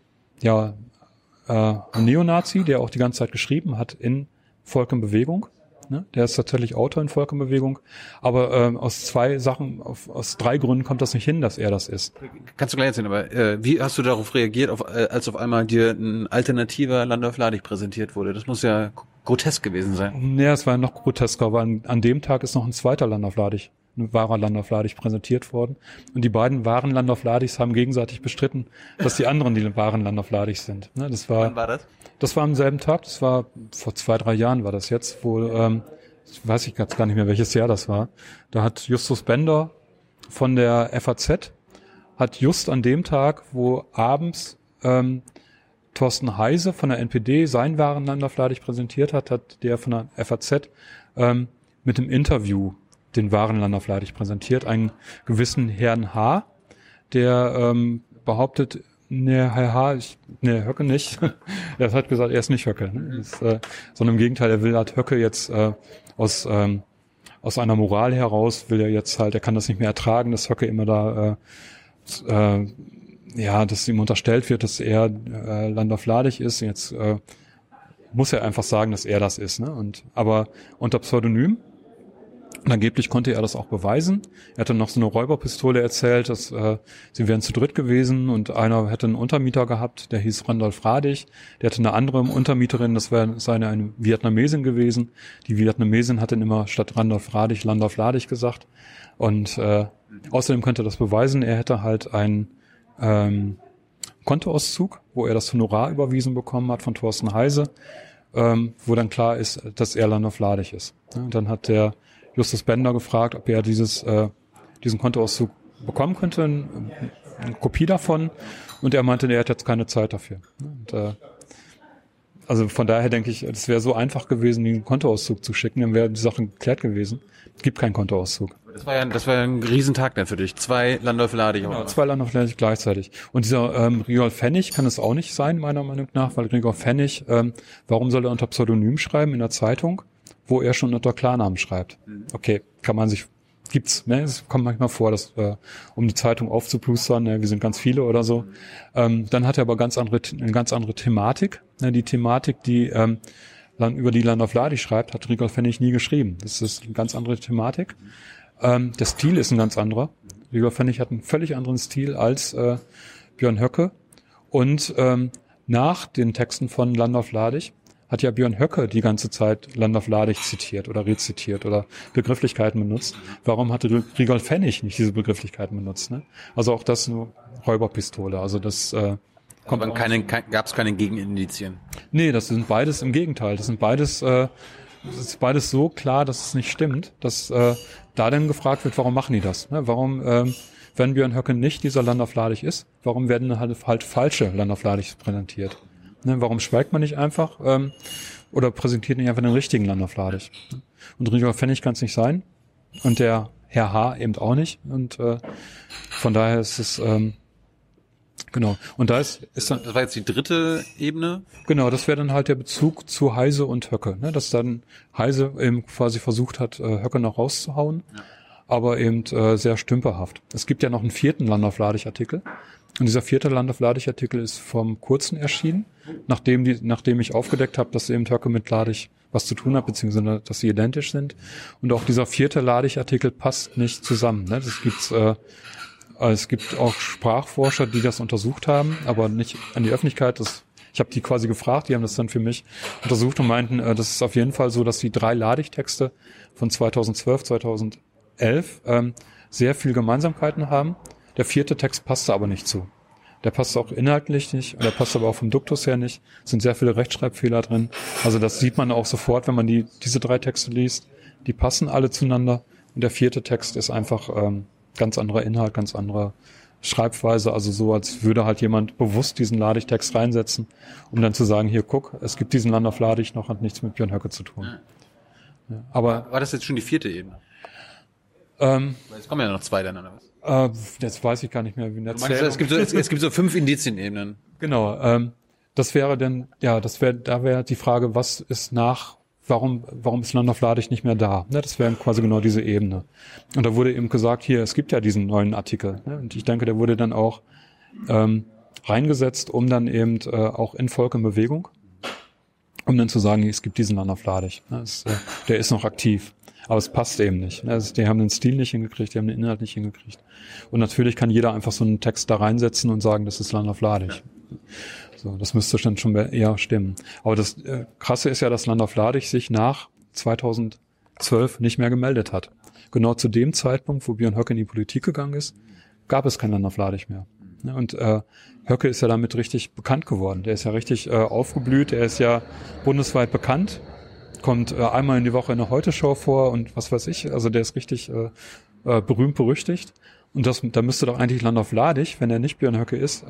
[SPEAKER 1] Neonazi, der auch die ganze Zeit geschrieben hat in Volk in Bewegung. Ne? Der ist tatsächlich Autor in Volk in Bewegung, aber aus 3 Gründen kommt das nicht hin, dass er das ist.
[SPEAKER 2] Kannst du gleich erzählen, aber wie hast du darauf reagiert, als auf einmal dir ein alternativer Landolf Ladig präsentiert wurde? Das muss ja grotesk gewesen sein.
[SPEAKER 1] Ja, es war noch grotesker, weil an dem Tag ist noch ein zweiter Landolf Ladig, ein wahrer Landolf Ladig präsentiert worden. Und die beiden wahren Landolf Ladigs haben gegenseitig bestritten, dass die anderen die wahren Landolf Ladigs sind. Ne,
[SPEAKER 2] Wann war das?
[SPEAKER 1] Das war am selben Tag, das war vor 2-3 Jahren war das jetzt, wo, weiß ich jetzt gar nicht mehr, welches Jahr das war. Da hat Justus Bender von der FAZ, hat just an dem Tag, wo abends Thorsten Heise von der NPD seinen wahren Landolf Ladig präsentiert hat der von der FAZ mit dem Interview den wahren Landolf Ladig präsentiert, einen gewissen Herrn H., der behauptet, Höcke nicht. Er hat gesagt, er ist nicht Höcke. Ne? Sondern im Gegenteil, er will halt Höcke jetzt aus einer Moral heraus, will er jetzt halt, er kann das nicht mehr ertragen, dass Höcke immer da, dass ihm unterstellt wird, dass er Landolf Ladig ist. Jetzt muss er einfach sagen, dass er das ist. Ne? Aber unter Pseudonym. Und angeblich konnte er das auch beweisen. Er hatte noch so eine Räuberpistole erzählt, dass sie wären zu dritt gewesen und einer hätte einen Untermieter gehabt, der hieß Randolph Radig. Der hatte eine andere Untermieterin, das wäre eine Vietnamesin gewesen. Die Vietnamesin hat dann immer statt Randolph Radig Landolf Ladig gesagt. Und außerdem könnte er das beweisen. Er hätte halt einen Kontoauszug, wo er das Honorar überwiesen bekommen hat von Thorsten Heise, wo dann klar ist, dass er Landolf Ladig ist. Und dann hat der Justus Bender gefragt, ob er diesen Kontoauszug bekommen könnte, eine Kopie davon, und er meinte, er hat jetzt keine Zeit dafür. Und, also von daher denke ich, es wäre so einfach gewesen, den Kontoauszug zu schicken, dann wäre die Sache geklärt gewesen. Es gibt keinen Kontoauszug.
[SPEAKER 2] Das war ja ein Riesentag dann für dich. 2 Landolf Ladig.
[SPEAKER 1] Genau, 2 Landolf Ladig gleichzeitig. Und dieser Rigolf Hennig kann es auch nicht sein, meiner Meinung nach, weil Rigolf Hennig, warum soll er unter Pseudonym schreiben in der Zeitung, wo er schon unter Klarnamen schreibt? Okay, kann man sich gibt's, ne? Es kommt manchmal vor, dass um die Zeitung aufzuplustern, ne? Wir sind ganz viele oder so. Dann hat er aber eine ganz andere Thematik. Ne? Die Thematik, die über die Landolf Lahdig schreibt, hat Rigolf Hennig nie geschrieben. Das ist eine ganz andere Thematik. Der Stil ist ein ganz anderer. Rigolf Hennig hat einen völlig anderen Stil als Björn Höcke. Und nach den Texten von Landolf Lahdig hat ja Björn Höcke die ganze Zeit Landolf Lahdig zitiert oder rezitiert oder Begrifflichkeiten benutzt. Warum hatte Rigolf Hennig nicht diese Begrifflichkeiten benutzt? Ne? Also auch das eine Räuberpistole. Also das
[SPEAKER 2] gab es keine Gegenindizien?
[SPEAKER 1] Nee, das sind beides im Gegenteil. Das ist beides so klar, dass es nicht stimmt, dass da dann gefragt wird, warum machen die das? Ne? Warum, wenn Björn Höcke nicht dieser Landolf Lahdig ist, warum werden halt falsche Landolf Lahdigs präsentiert? Ne? Warum schweigt man nicht einfach oder präsentiert nicht einfach den richtigen Landolf Lahdig? Und Rigolf Hennig kann es nicht sein und der Herr H. eben auch nicht. Und von daher ist es genau. Und da ist dann,
[SPEAKER 2] das war jetzt die dritte Ebene?
[SPEAKER 1] Genau, das wäre dann halt der Bezug zu Heise und Höcke, ne? Dass dann Heise eben quasi versucht hat, Höcke noch rauszuhauen, aber eben sehr stümperhaft. Es gibt ja noch einen 4. Landolf Lahdig-Artikel. Und dieser 4. Landolf Lahdig-Artikel ist vom Kurzen erschienen, nachdem ich aufgedeckt habe, dass eben Höcke mit Lahdig was zu tun hat, beziehungsweise dass sie identisch sind. Und auch dieser 4. Lahdig-Artikel passt nicht zusammen. Ne? Es gibt auch Sprachforscher, die das untersucht haben, aber nicht an die Öffentlichkeit. Ich habe die quasi gefragt, die haben das dann für mich untersucht und meinten, das ist auf jeden Fall so, dass die 3 Lahdig-Texte von 2012, 2011 sehr viel Gemeinsamkeiten haben. Der 4. Text passte aber nicht zu. Der passt auch inhaltlich nicht, der passt aber auch vom Duktus her nicht. Es sind sehr viele Rechtschreibfehler drin. Also das sieht man auch sofort, wenn man diese 3 Texte liest. Die passen alle zueinander. Und der 4. Text ist einfach ganz anderer Inhalt, ganz andere Schreibweise, also so, als würde halt jemand bewusst diesen Lahdig-Text reinsetzen, um dann zu sagen, hier, guck, es gibt diesen Landolf Lahdig noch, hat nichts mit Björn Höcke zu tun. Ja, aber
[SPEAKER 2] war das jetzt schon die 4. Ebene? Es kommen ja noch 2 dann, oder was?
[SPEAKER 1] Jetzt weiß ich gar nicht mehr, wie
[SPEAKER 2] es gibt so 5 Indizienebenen.
[SPEAKER 1] Genau, das wäre dann, ja, da wäre die Frage, was ist warum ist Landolf Lahdig nicht mehr da? Ne, das wäre quasi genau diese Ebene. Und da wurde eben gesagt, hier, es gibt ja diesen neuen Artikel. Ne, und ich denke, der wurde dann auch reingesetzt, um dann eben auch in Volk in Bewegung, um dann zu sagen, es gibt diesen Landolf Lahdig. Ne, der ist noch aktiv. Aber es passt eben nicht. Ne, die haben den Stil nicht hingekriegt, die haben den Inhalt nicht hingekriegt. Und natürlich kann jeder einfach so einen Text da reinsetzen und sagen, das ist Landolf Lahdig. So, das müsste dann schon eher stimmen. Aber das Krasse ist ja, dass Landolf Lahdig sich nach 2012 nicht mehr gemeldet hat. Genau zu dem Zeitpunkt, wo Björn Höcke in die Politik gegangen ist, gab es kein Landolf Lahdig mehr. Und Höcke ist ja damit richtig bekannt geworden. Der ist ja richtig aufgeblüht. Er ist ja bundesweit bekannt. Kommt einmal in die Woche in der Heute-Show vor und was weiß ich. Also der ist richtig berühmt, berüchtigt. Und da müsste doch eigentlich Landolf Lahdig, wenn er nicht Björn Höcke ist,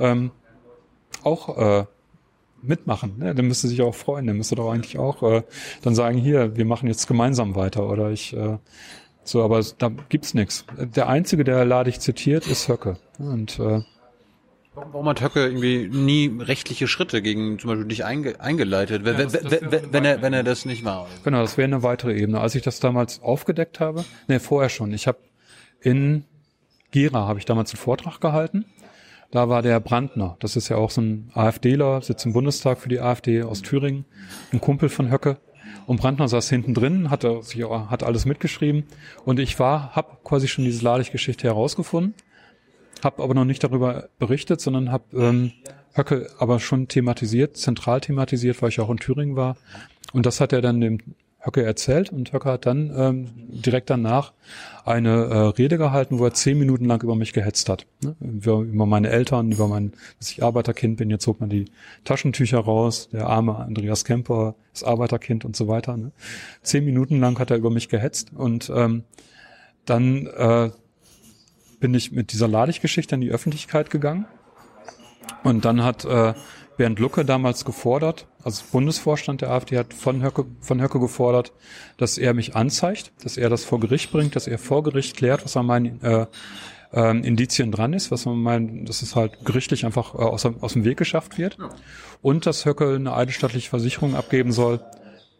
[SPEAKER 1] auch mitmachen. Ne? Der müsste sich auch freuen. Der müsste doch eigentlich auch dann sagen, hier, wir machen jetzt gemeinsam weiter. Oder aber da gibt's nichts. Der Einzige, der Lahdig zitiert, ist Höcke. Und
[SPEAKER 2] warum hat Höcke irgendwie nie rechtliche Schritte gegen zum Beispiel dich eingeleitet, wenn er das nicht war?
[SPEAKER 1] Genau, das wäre eine weitere Ebene. Als ich das damals aufgedeckt habe, vorher schon. Ich habe in Gera habe ich damals einen Vortrag gehalten. Da war der Brandner, das ist ja auch so ein AfDler, sitzt im Bundestag für die AfD aus Thüringen, ein Kumpel von Höcke. Und Brandner saß hinten drin, hat alles mitgeschrieben. Und ich habe quasi schon diese Lahdig-Geschichte herausgefunden, habe aber noch nicht darüber berichtet, sondern habe Höcke aber schon zentral thematisiert, weil ich auch in Thüringen war. Und das hat er dann dem Höcke erzählt und Höcke hat dann direkt danach eine Rede gehalten, wo er 10 Minuten lang über mich gehetzt hat. Ne? Über meine Eltern, dass ich Arbeiterkind bin, jetzt holt man die Taschentücher raus, der arme Andreas Kemper ist Arbeiterkind und so weiter. Ne? 10 Minuten lang hat er über mich gehetzt und dann bin ich mit dieser Lahdig-Geschichte in die Öffentlichkeit gegangen und dann hat Bernd Lucke damals gefordert, also Bundesvorstand der AfD hat von Höcke gefordert, dass er mich anzeigt, dass er das vor Gericht bringt, dass er vor Gericht klärt, was an meinen Indizien dran ist, was man meint, dass es halt gerichtlich einfach aus dem Weg geschafft wird und dass Höcke eine eidesstattliche Versicherung abgeben soll,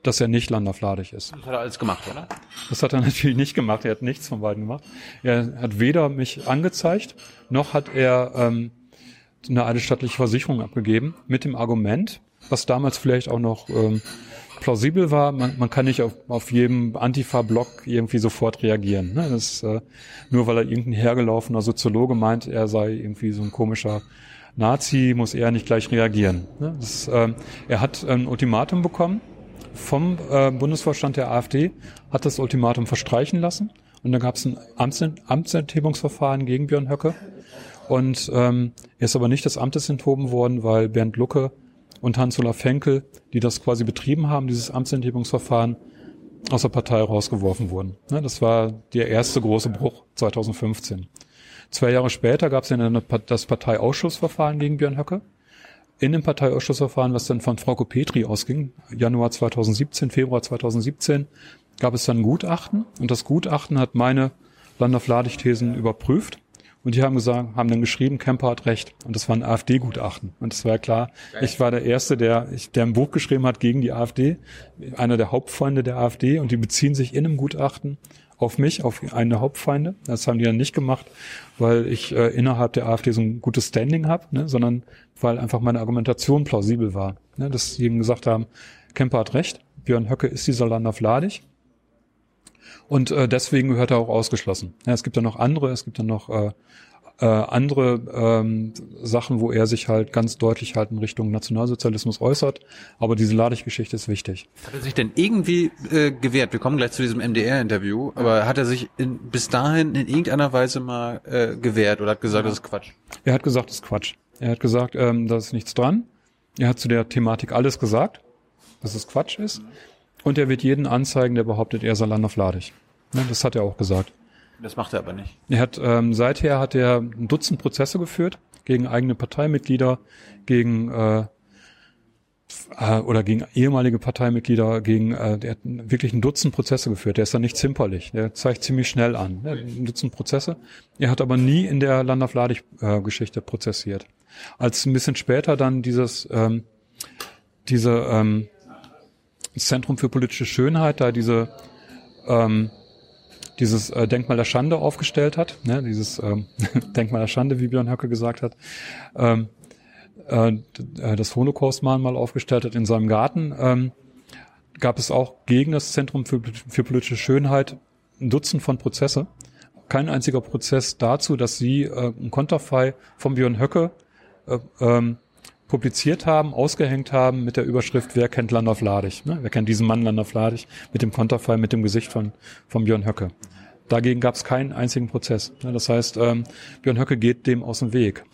[SPEAKER 1] dass er nicht Landau-Vladig ist.
[SPEAKER 2] Das hat er alles gemacht, oder?
[SPEAKER 1] Das hat er natürlich nicht gemacht. Er hat nichts von beiden gemacht. Er hat weder mich angezeigt, noch hat er eine eidesstattliche Versicherung abgegeben mit dem Argument, was damals vielleicht auch noch plausibel war, man kann nicht auf jedem Antifa-Blog irgendwie sofort reagieren. Ne? Das nur weil er irgendein hergelaufener Soziologe meint, er sei irgendwie so ein komischer Nazi, muss er nicht gleich reagieren. Ne? Er hat ein Ultimatum bekommen vom Bundesvorstand der AfD, hat das Ultimatum verstreichen lassen und dann gab es ein Amtsenthebungsverfahren gegen Björn Höcke und er ist aber nicht des Amtes enthoben worden, weil Bernd Lucke und Hans-Olaf Henkel, die das quasi betrieben haben, dieses Amtsenthebungsverfahren, aus der Partei rausgeworfen wurden. Das war der erste große Bruch 2015. 2 Jahre später gab es dann das Parteiausschussverfahren gegen Björn Höcke. In dem Parteiausschussverfahren, was dann von Frauke Petri ausging, Februar 2017, gab es dann ein Gutachten und das Gutachten hat meine Landau-Vladig-Thesen überprüft. Und die haben dann geschrieben, Kemper hat recht. Und das war ein AfD-Gutachten. Und das war ja klar, ich war der Erste, der ein Buch geschrieben hat gegen die AfD, einer der Hauptfeinde der AfD. Und die beziehen sich in einem Gutachten auf mich, auf einen der Hauptfeinde. Das haben die dann nicht gemacht, weil ich innerhalb der AfD so ein gutes Standing habe, ne, sondern weil einfach meine Argumentation plausibel war. Ne, dass sie eben gesagt haben, Kemper hat recht, Björn Höcke ist dieser Landau-Vladig. Und deswegen gehört er auch ausgeschlossen. Ja, es gibt dann noch andere Sachen, wo er sich halt ganz deutlich halt in Richtung Nationalsozialismus äußert. Aber diese Ladig-Geschichte ist wichtig.
[SPEAKER 2] Hat er sich denn irgendwie gewehrt? Wir kommen gleich zu diesem MDR-Interview. Aber hat er sich bis dahin in irgendeiner Weise mal gewehrt oder hat gesagt, das ist Quatsch?
[SPEAKER 1] Er hat gesagt, das ist Quatsch. Er hat gesagt, da ist nichts dran. Er hat zu der Thematik alles gesagt, dass es Quatsch ist. Und er wird jeden anzeigen, der behauptet, er sei Landau-Vladig. Ne, das hat er auch gesagt.
[SPEAKER 2] Das macht er aber nicht.
[SPEAKER 1] Seither hat er ein Dutzend Prozesse geführt gegen eigene Parteimitglieder, gegen ehemalige Parteimitglieder, der hat wirklich ein Dutzend Prozesse geführt. Der ist da nicht zimperlich. Der zeigt ziemlich schnell an. Ne, ein Dutzend Prozesse. Er hat aber nie in der Landau-Vladig-Geschichte prozessiert. Als ein bisschen später dann dieses Zentrum für politische Schönheit da dieses Denkmal der Schande aufgestellt hat, ne, dieses Denkmal der Schande, wie Björn Höcke gesagt hat, das Holocaust-Mahnmal aufgestellt hat in seinem Garten, gab es auch gegen das Zentrum für politische Schönheit ein Dutzend von Prozesse. Kein einziger Prozess dazu, dass sie ein Konterfei von Björn Höcke publiziert haben, ausgehängt haben mit der Überschrift, wer kennt Landau-Vladig? Ne? Wer kennt diesen Mann Landau-Vladig mit dem Konterfei, mit dem Gesicht von Björn Höcke? Dagegen gab es keinen einzigen Prozess. Ne? Das heißt, Björn Höcke geht dem aus dem Weg.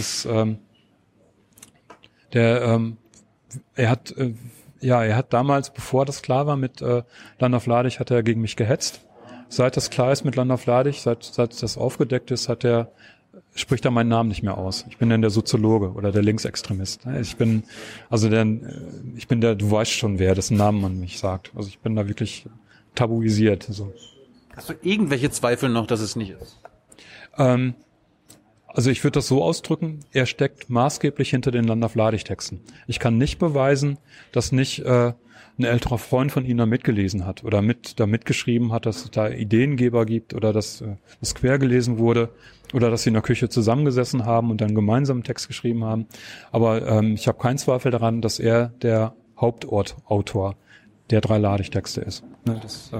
[SPEAKER 1] Er hat damals, bevor das klar war mit Landau-Vladig, hat er gegen mich gehetzt. Seit das klar ist mit Landau-Vladig, seit das aufgedeckt ist, spricht er meinen Namen nicht mehr aus. Ich bin dann der Soziologe oder der Linksextremist. Ich bin der, du weißt schon, wer dessen Namen man mich sagt. Also ich bin da wirklich tabuisiert. So.
[SPEAKER 2] Hast du irgendwelche Zweifel noch, dass es nicht ist?
[SPEAKER 1] Also ich würde das so ausdrücken, er steckt maßgeblich hinter den Landau-Vladig-Texten. Ich kann nicht beweisen, dass nicht ein älterer Freund von ihm da mitgelesen hat oder mitgeschrieben hat, dass es da Ideengeber gibt oder dass das quer gelesen wurde oder dass sie in der Küche zusammengesessen haben und dann gemeinsam einen Text geschrieben haben. Aber ich habe keinen Zweifel daran, dass er der Hauptautor der 3 Ladig-Texte ist. Ne,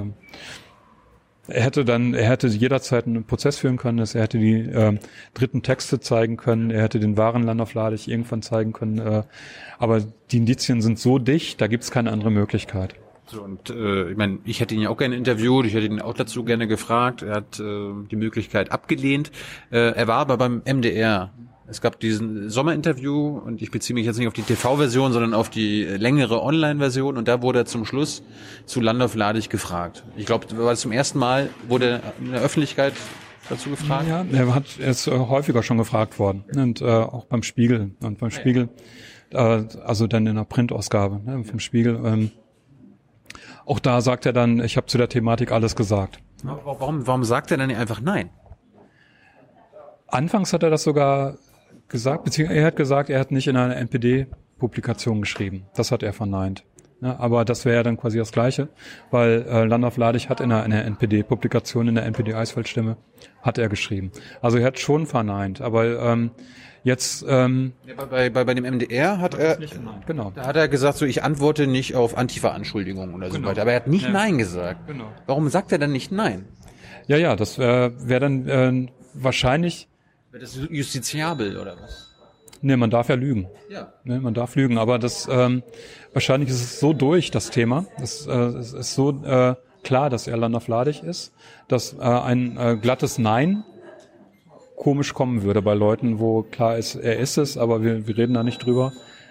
[SPEAKER 1] er hätte jederzeit einen Prozess führen können, er hätte die dritten Texte zeigen können, er hätte den wahren Landau-Vladig irgendwann zeigen können, aber die Indizien sind so dicht, da gibt's keine andere Möglichkeit.
[SPEAKER 2] So, und ich meine, ich hätte ihn ja auch gerne interviewt, ich hätte ihn auch dazu gerne gefragt, er hat die Möglichkeit abgelehnt, er war aber beim MDR. Es gab diesen Sommerinterview und ich beziehe mich jetzt nicht auf die TV-Version, sondern auf die längere Online-Version und da wurde er zum Schluss zu Landau-Vladig gefragt. Ich glaube, war das zum ersten Mal, wurde er in der Öffentlichkeit dazu gefragt?
[SPEAKER 1] Ja, er ist häufiger schon gefragt worden und auch beim Spiegel und beim Spiegel, also dann in der Printausgabe vom Spiegel. Auch da sagt er dann, ich habe zu der Thematik alles gesagt.
[SPEAKER 2] Warum sagt er dann nicht einfach nein?
[SPEAKER 1] Anfangs hat er das sogar gesagt, beziehungsweise er hat gesagt, er hat nicht in einer NPD-Publikation geschrieben. Das hat er verneint. Ja, aber das wäre ja dann quasi das Gleiche, weil Landorf-Ladig hat in einer NPD-Publikation, in der NPD-Eisfeldstimme, hat er geschrieben. Also er hat schon verneint, aber jetzt...
[SPEAKER 2] Ja, bei dem MDR hat er,
[SPEAKER 1] genau.
[SPEAKER 2] da hat er gesagt, so ich antworte nicht auf Antifa-Anschuldigungen oder so weiter. Aber er hat nicht Nein gesagt.
[SPEAKER 1] Genau.
[SPEAKER 2] Warum sagt er dann nicht Nein?
[SPEAKER 1] Ja, das wäre dann wahrscheinlich...
[SPEAKER 2] Wäre das justiziabel oder was?
[SPEAKER 1] Ne, man darf ja lügen.
[SPEAKER 2] Ja.
[SPEAKER 1] Ne, man darf lügen, aber das wahrscheinlich ist es so durch, das Thema. Es ist so klar, dass er Landorf-Ladig ist, dass ein glattes Nein komisch kommen würde bei Leuten, wo klar ist, er ist es, aber wir reden da nicht drüber.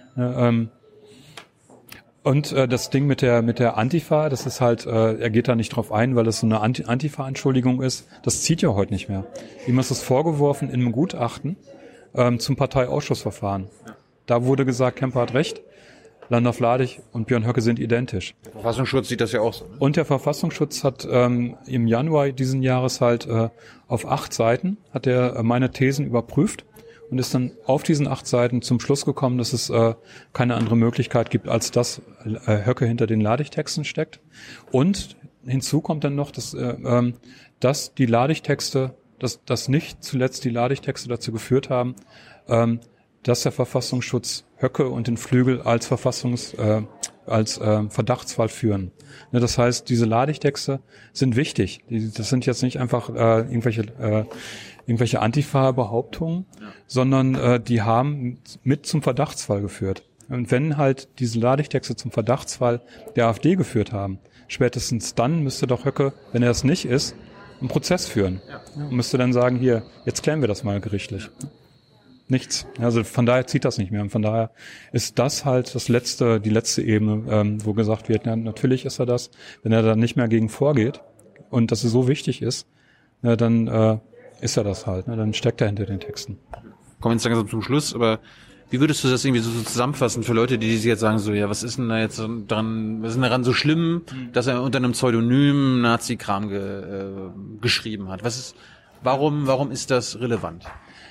[SPEAKER 1] Und das Ding mit der Antifa, das ist halt, er geht da nicht drauf ein, weil das so eine Antifa-Anschuldigung ist. Das zieht ja heute nicht mehr. Ihm ist es vorgeworfen in einem Gutachten zum Parteiausschussverfahren. Ja. Da wurde gesagt, Kemper hat recht, Landorf-Ladig und Björn Höcke sind identisch.
[SPEAKER 2] Der Verfassungsschutz sieht das ja auch so. Ne?
[SPEAKER 1] Und der Verfassungsschutz hat im Januar diesen Jahres halt auf 8 Seiten hat er meine Thesen überprüft und ist dann auf diesen 8 Seiten zum Schluss gekommen, dass es keine andere Möglichkeit gibt, als dass Höcke hinter den Ladig-Texten steckt. Und hinzu kommt dann noch, dass die Ladig-Texte, dass nicht zuletzt die Ladig-Texte dazu geführt haben, dass der Verfassungsschutz Höcke und den Flügel als Verdachtsfall führen. Ne, das heißt, diese Ladig-Texte sind wichtig. Das sind jetzt nicht einfach irgendwelche Antifa-Behauptungen, sondern die haben mit zum Verdachtsfall geführt. Und wenn halt diese Ladig-Texte zum Verdachtsfall der AfD geführt haben, spätestens dann müsste doch Höcke, wenn er es nicht ist, einen Prozess führen. Und müsste dann sagen, hier, jetzt klären wir das mal gerichtlich. Ja. Nichts. Also von daher zieht das nicht mehr. Und von daher ist das halt die letzte Ebene, wo gesagt wird, ja, natürlich ist er das. Wenn er da nicht mehr gegen vorgeht und das so wichtig ist, dann ist er das halt. Dann steckt er hinter den Texten.
[SPEAKER 2] Kommen wir jetzt langsam zum Schluss, aber wie würdest du das irgendwie so zusammenfassen für Leute, die sich jetzt sagen, so, ja, was ist denn daran so schlimm, dass er unter einem Pseudonym Nazi-Kram geschrieben hat? Warum ist das relevant?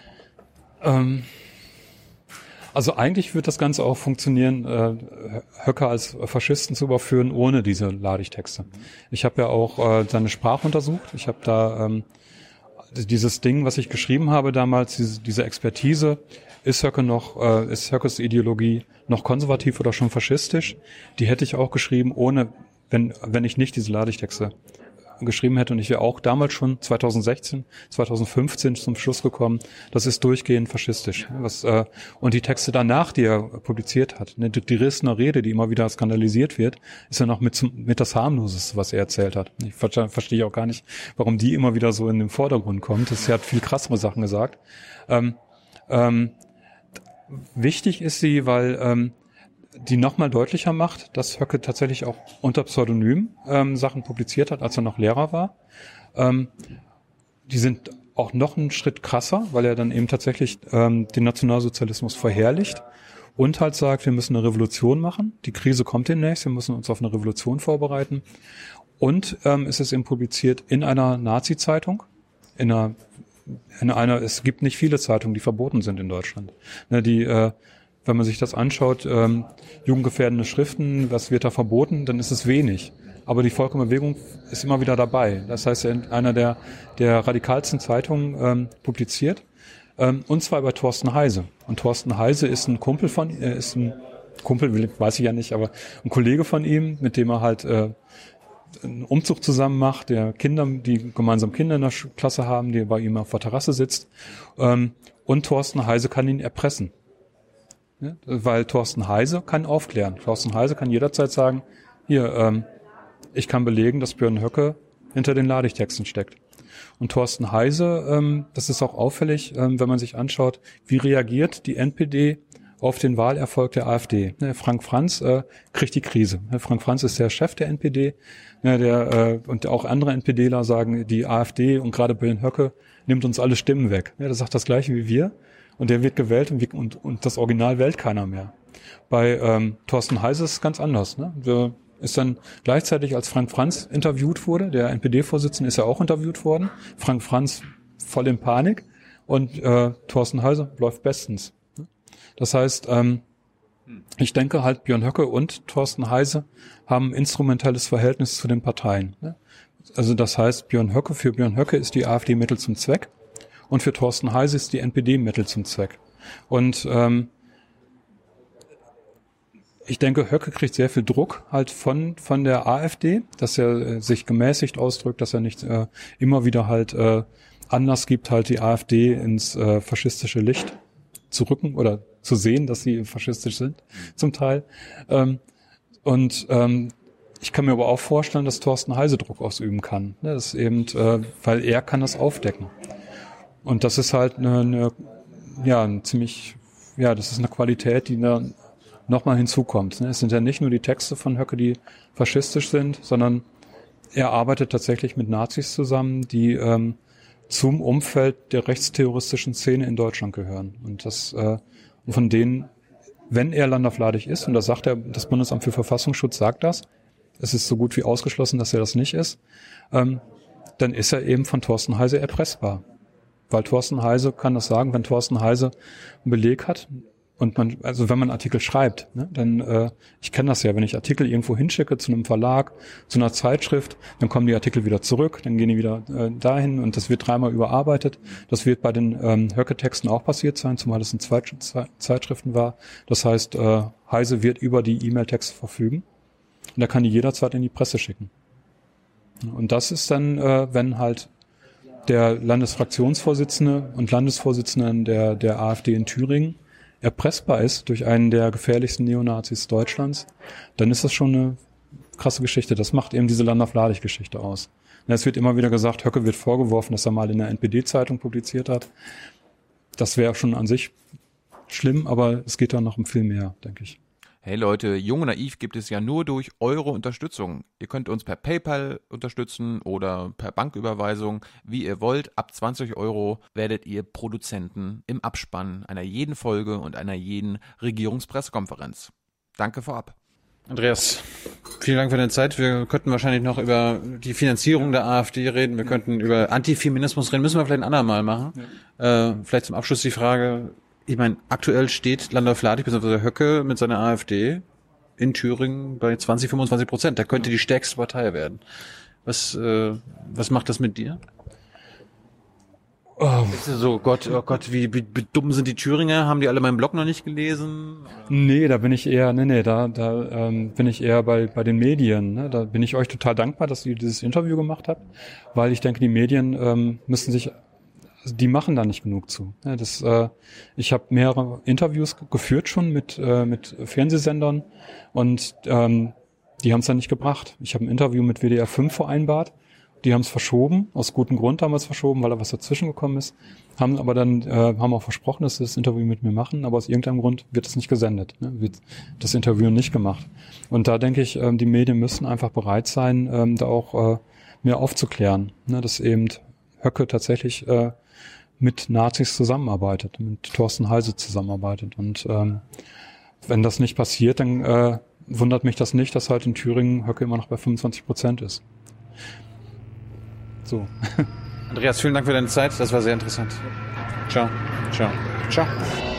[SPEAKER 1] Also eigentlich wird das Ganze auch funktionieren, Höcke als Faschisten zu überführen, ohne diese Ladig-Texte. Ich habe ja auch seine Sprache untersucht. Ich habe da dieses Ding, was ich geschrieben habe damals, diese Expertise, ist Höckes Ideologie noch konservativ oder schon faschistisch? Die hätte ich auch geschrieben, ohne, wenn ich nicht diese Ladig-Texte geschrieben hätte, und ich wäre auch damals schon 2016, 2015 zum Schluss gekommen, das ist durchgehend faschistisch. Und die Texte danach, die er publiziert hat, die Dresdner Rede, die immer wieder skandalisiert wird, ist ja noch mit das harmloseste, was er erzählt hat. Ich verstehe auch gar nicht, warum die immer wieder so in den Vordergrund kommt. Er hat viel krassere Sachen gesagt. Wichtig ist sie, weil die nochmal deutlicher macht, dass Höcke tatsächlich auch unter Pseudonym Sachen publiziert hat, als er noch Lehrer war. Die sind auch noch einen Schritt krasser, weil er dann eben tatsächlich den Nationalsozialismus verherrlicht und halt sagt, wir müssen eine Revolution machen. Die Krise kommt demnächst, wir müssen uns auf eine Revolution vorbereiten. Und es ist eben publiziert in einer Nazi-Zeitung, es gibt nicht viele Zeitungen, die verboten sind in Deutschland. Wenn man sich das anschaut, jugendgefährdende Schriften, was wird da verboten, dann ist es wenig. Aber die Volksbewegung ist immer wieder dabei. Das heißt, er in einer der radikalsten Zeitungen publiziert. Und zwar bei Thorsten Heise. Und Thorsten Heise ist ein Kumpel weiß ich ja nicht, aber ein Kollege von ihm, mit dem er halt einen Umzug zusammen macht, der die gemeinsam Kinder in der Klasse haben, die bei ihm auf der Terrasse sitzt. Und Thorsten Heise kann ihn erpressen. Ja, weil Thorsten Heise kann aufklären. Thorsten Heise kann jederzeit sagen, hier, ich kann belegen, dass Björn Höcke hinter den Ladig-Texten steckt. Und Thorsten Heise, das ist auch auffällig, wenn man sich anschaut, wie reagiert die NPD auf den Wahlerfolg der AfD. Frank Franz kriegt die Krise. Frank Franz ist der Chef der NPD, und auch andere NPDler sagen, die AfD und gerade Björn Höcke nimmt uns alle Stimmen weg. Der sagt das Gleiche wie wir. Und der wird gewählt und das Original wählt keiner mehr. Bei Thorsten Heise ist es ganz anders. Ne? Der ist dann gleichzeitig, als Frank Franz interviewt wurde, der NPD-Vorsitzende ist ja auch interviewt worden. Frank Franz voll in Panik und Thorsten Heise läuft bestens. Das heißt, Ich denke halt, Björn Höcke und Thorsten Heise haben ein instrumentelles Verhältnis zu den Parteien. Ne? Also das heißt, für Björn Höcke ist die AfD Mittel zum Zweck und für Thorsten Heise ist die NPD Mittel zum Zweck. Und ich denke, Höcke kriegt sehr viel Druck halt von der AfD, dass er sich gemäßigt ausdrückt, dass er nicht immer wieder halt Anlass gibt, halt die AfD ins faschistische Licht zu rücken oder zu sehen, dass sie faschistisch sind, zum Teil. Ich kann mir aber auch vorstellen, dass Thorsten Heise Druck ausüben kann. Ne? Das ist eben, weil er kann das aufdecken. Und das ist halt das ist eine Qualität, die da nochmal hinzukommt. Ne? Es sind ja nicht nur die Texte von Höcke, die faschistisch sind, sondern er arbeitet tatsächlich mit Nazis zusammen, die zum Umfeld der rechtsterroristischen Szene in Deutschland gehören. Und von denen, wenn er landaufladig ist, und das sagt das Bundesamt für Verfassungsschutz sagt das, es ist so gut wie ausgeschlossen, dass er das nicht ist, dann ist er eben von Thorsten Heise erpressbar. Weil Thorsten Heise kann das sagen, wenn Thorsten Heise einen Beleg hat, und wenn man einen Artikel schreibt, ne, dann, ich kenne das ja, wenn ich Artikel irgendwo hinschicke zu einem Verlag, zu einer Zeitschrift, dann kommen die Artikel wieder zurück, dann gehen die wieder dahin und das wird 3-mal überarbeitet. Das wird bei den Höcke-Texten auch passiert sein, zumal es in Zeitschriften war. Das heißt, Heise wird über die E-Mail-Texte verfügen und er kann die jederzeit in die Presse schicken. Und das ist dann, wenn halt der Landesfraktionsvorsitzende und Landesvorsitzenden der AfD in Thüringen erpressbar ist durch einen der gefährlichsten Neonazis Deutschlands, dann ist das schon eine krasse Geschichte. Das macht eben diese Landaufladig-Geschichte aus. Es wird immer wieder gesagt, Höcke wird vorgeworfen, dass er mal in der NPD-Zeitung publiziert hat. Das wäre schon an sich schlimm, aber es geht da noch um viel mehr, denke ich.
[SPEAKER 5] Hey Leute, Jung und Naiv gibt es ja nur durch eure Unterstützung. Ihr könnt uns per PayPal unterstützen oder per Banküberweisung, wie ihr wollt. Ab 20 € werdet ihr Produzenten im Abspann einer jeden Folge und einer jeden Regierungspressekonferenz. Danke vorab.
[SPEAKER 2] Andreas, vielen Dank für deine Zeit. Wir könnten wahrscheinlich noch über die Finanzierung der AfD reden. Wir könnten über Antifeminismus reden. Müssen wir vielleicht ein andermal machen. Ja. Vielleicht zum Abschluss die Frage, ich meine, aktuell steht Landaufladig bzw. Höcke mit seiner AfD in Thüringen bei 20-25%. Da könnte die stärkste Partei werden. Was macht das mit dir? So, oh Gott, wie dumm sind die Thüringer? Haben die alle meinen Blog noch nicht gelesen?
[SPEAKER 1] Nee, da bin ich eher, da bin ich eher bei den Medien. Ne? Da bin ich euch total dankbar, dass ihr dieses Interview gemacht habt, weil ich denke, die Medien die machen da nicht genug zu. Ich habe mehrere Interviews geführt schon mit Fernsehsendern und die haben es dann nicht gebracht. Ich habe ein Interview mit WDR 5 vereinbart. Die haben es verschoben, aus gutem Grund haben wir es verschoben, weil da was dazwischen gekommen ist. Haben aber dann haben auch versprochen, dass sie das Interview mit mir machen, aber aus irgendeinem Grund wird es nicht gesendet, wird das Interview nicht gemacht. Und da denke ich, die Medien müssen einfach bereit sein, da auch mehr aufzuklären, dass eben Höcke tatsächlich mit Nazis zusammenarbeitet, mit Thorsten Heise zusammenarbeitet. Und wenn das nicht passiert, dann wundert mich das nicht, dass halt in Thüringen Höcke immer noch bei 25% ist. So.
[SPEAKER 2] Andreas, vielen Dank für deine Zeit. Das war sehr interessant. Ciao. Ciao. Ciao.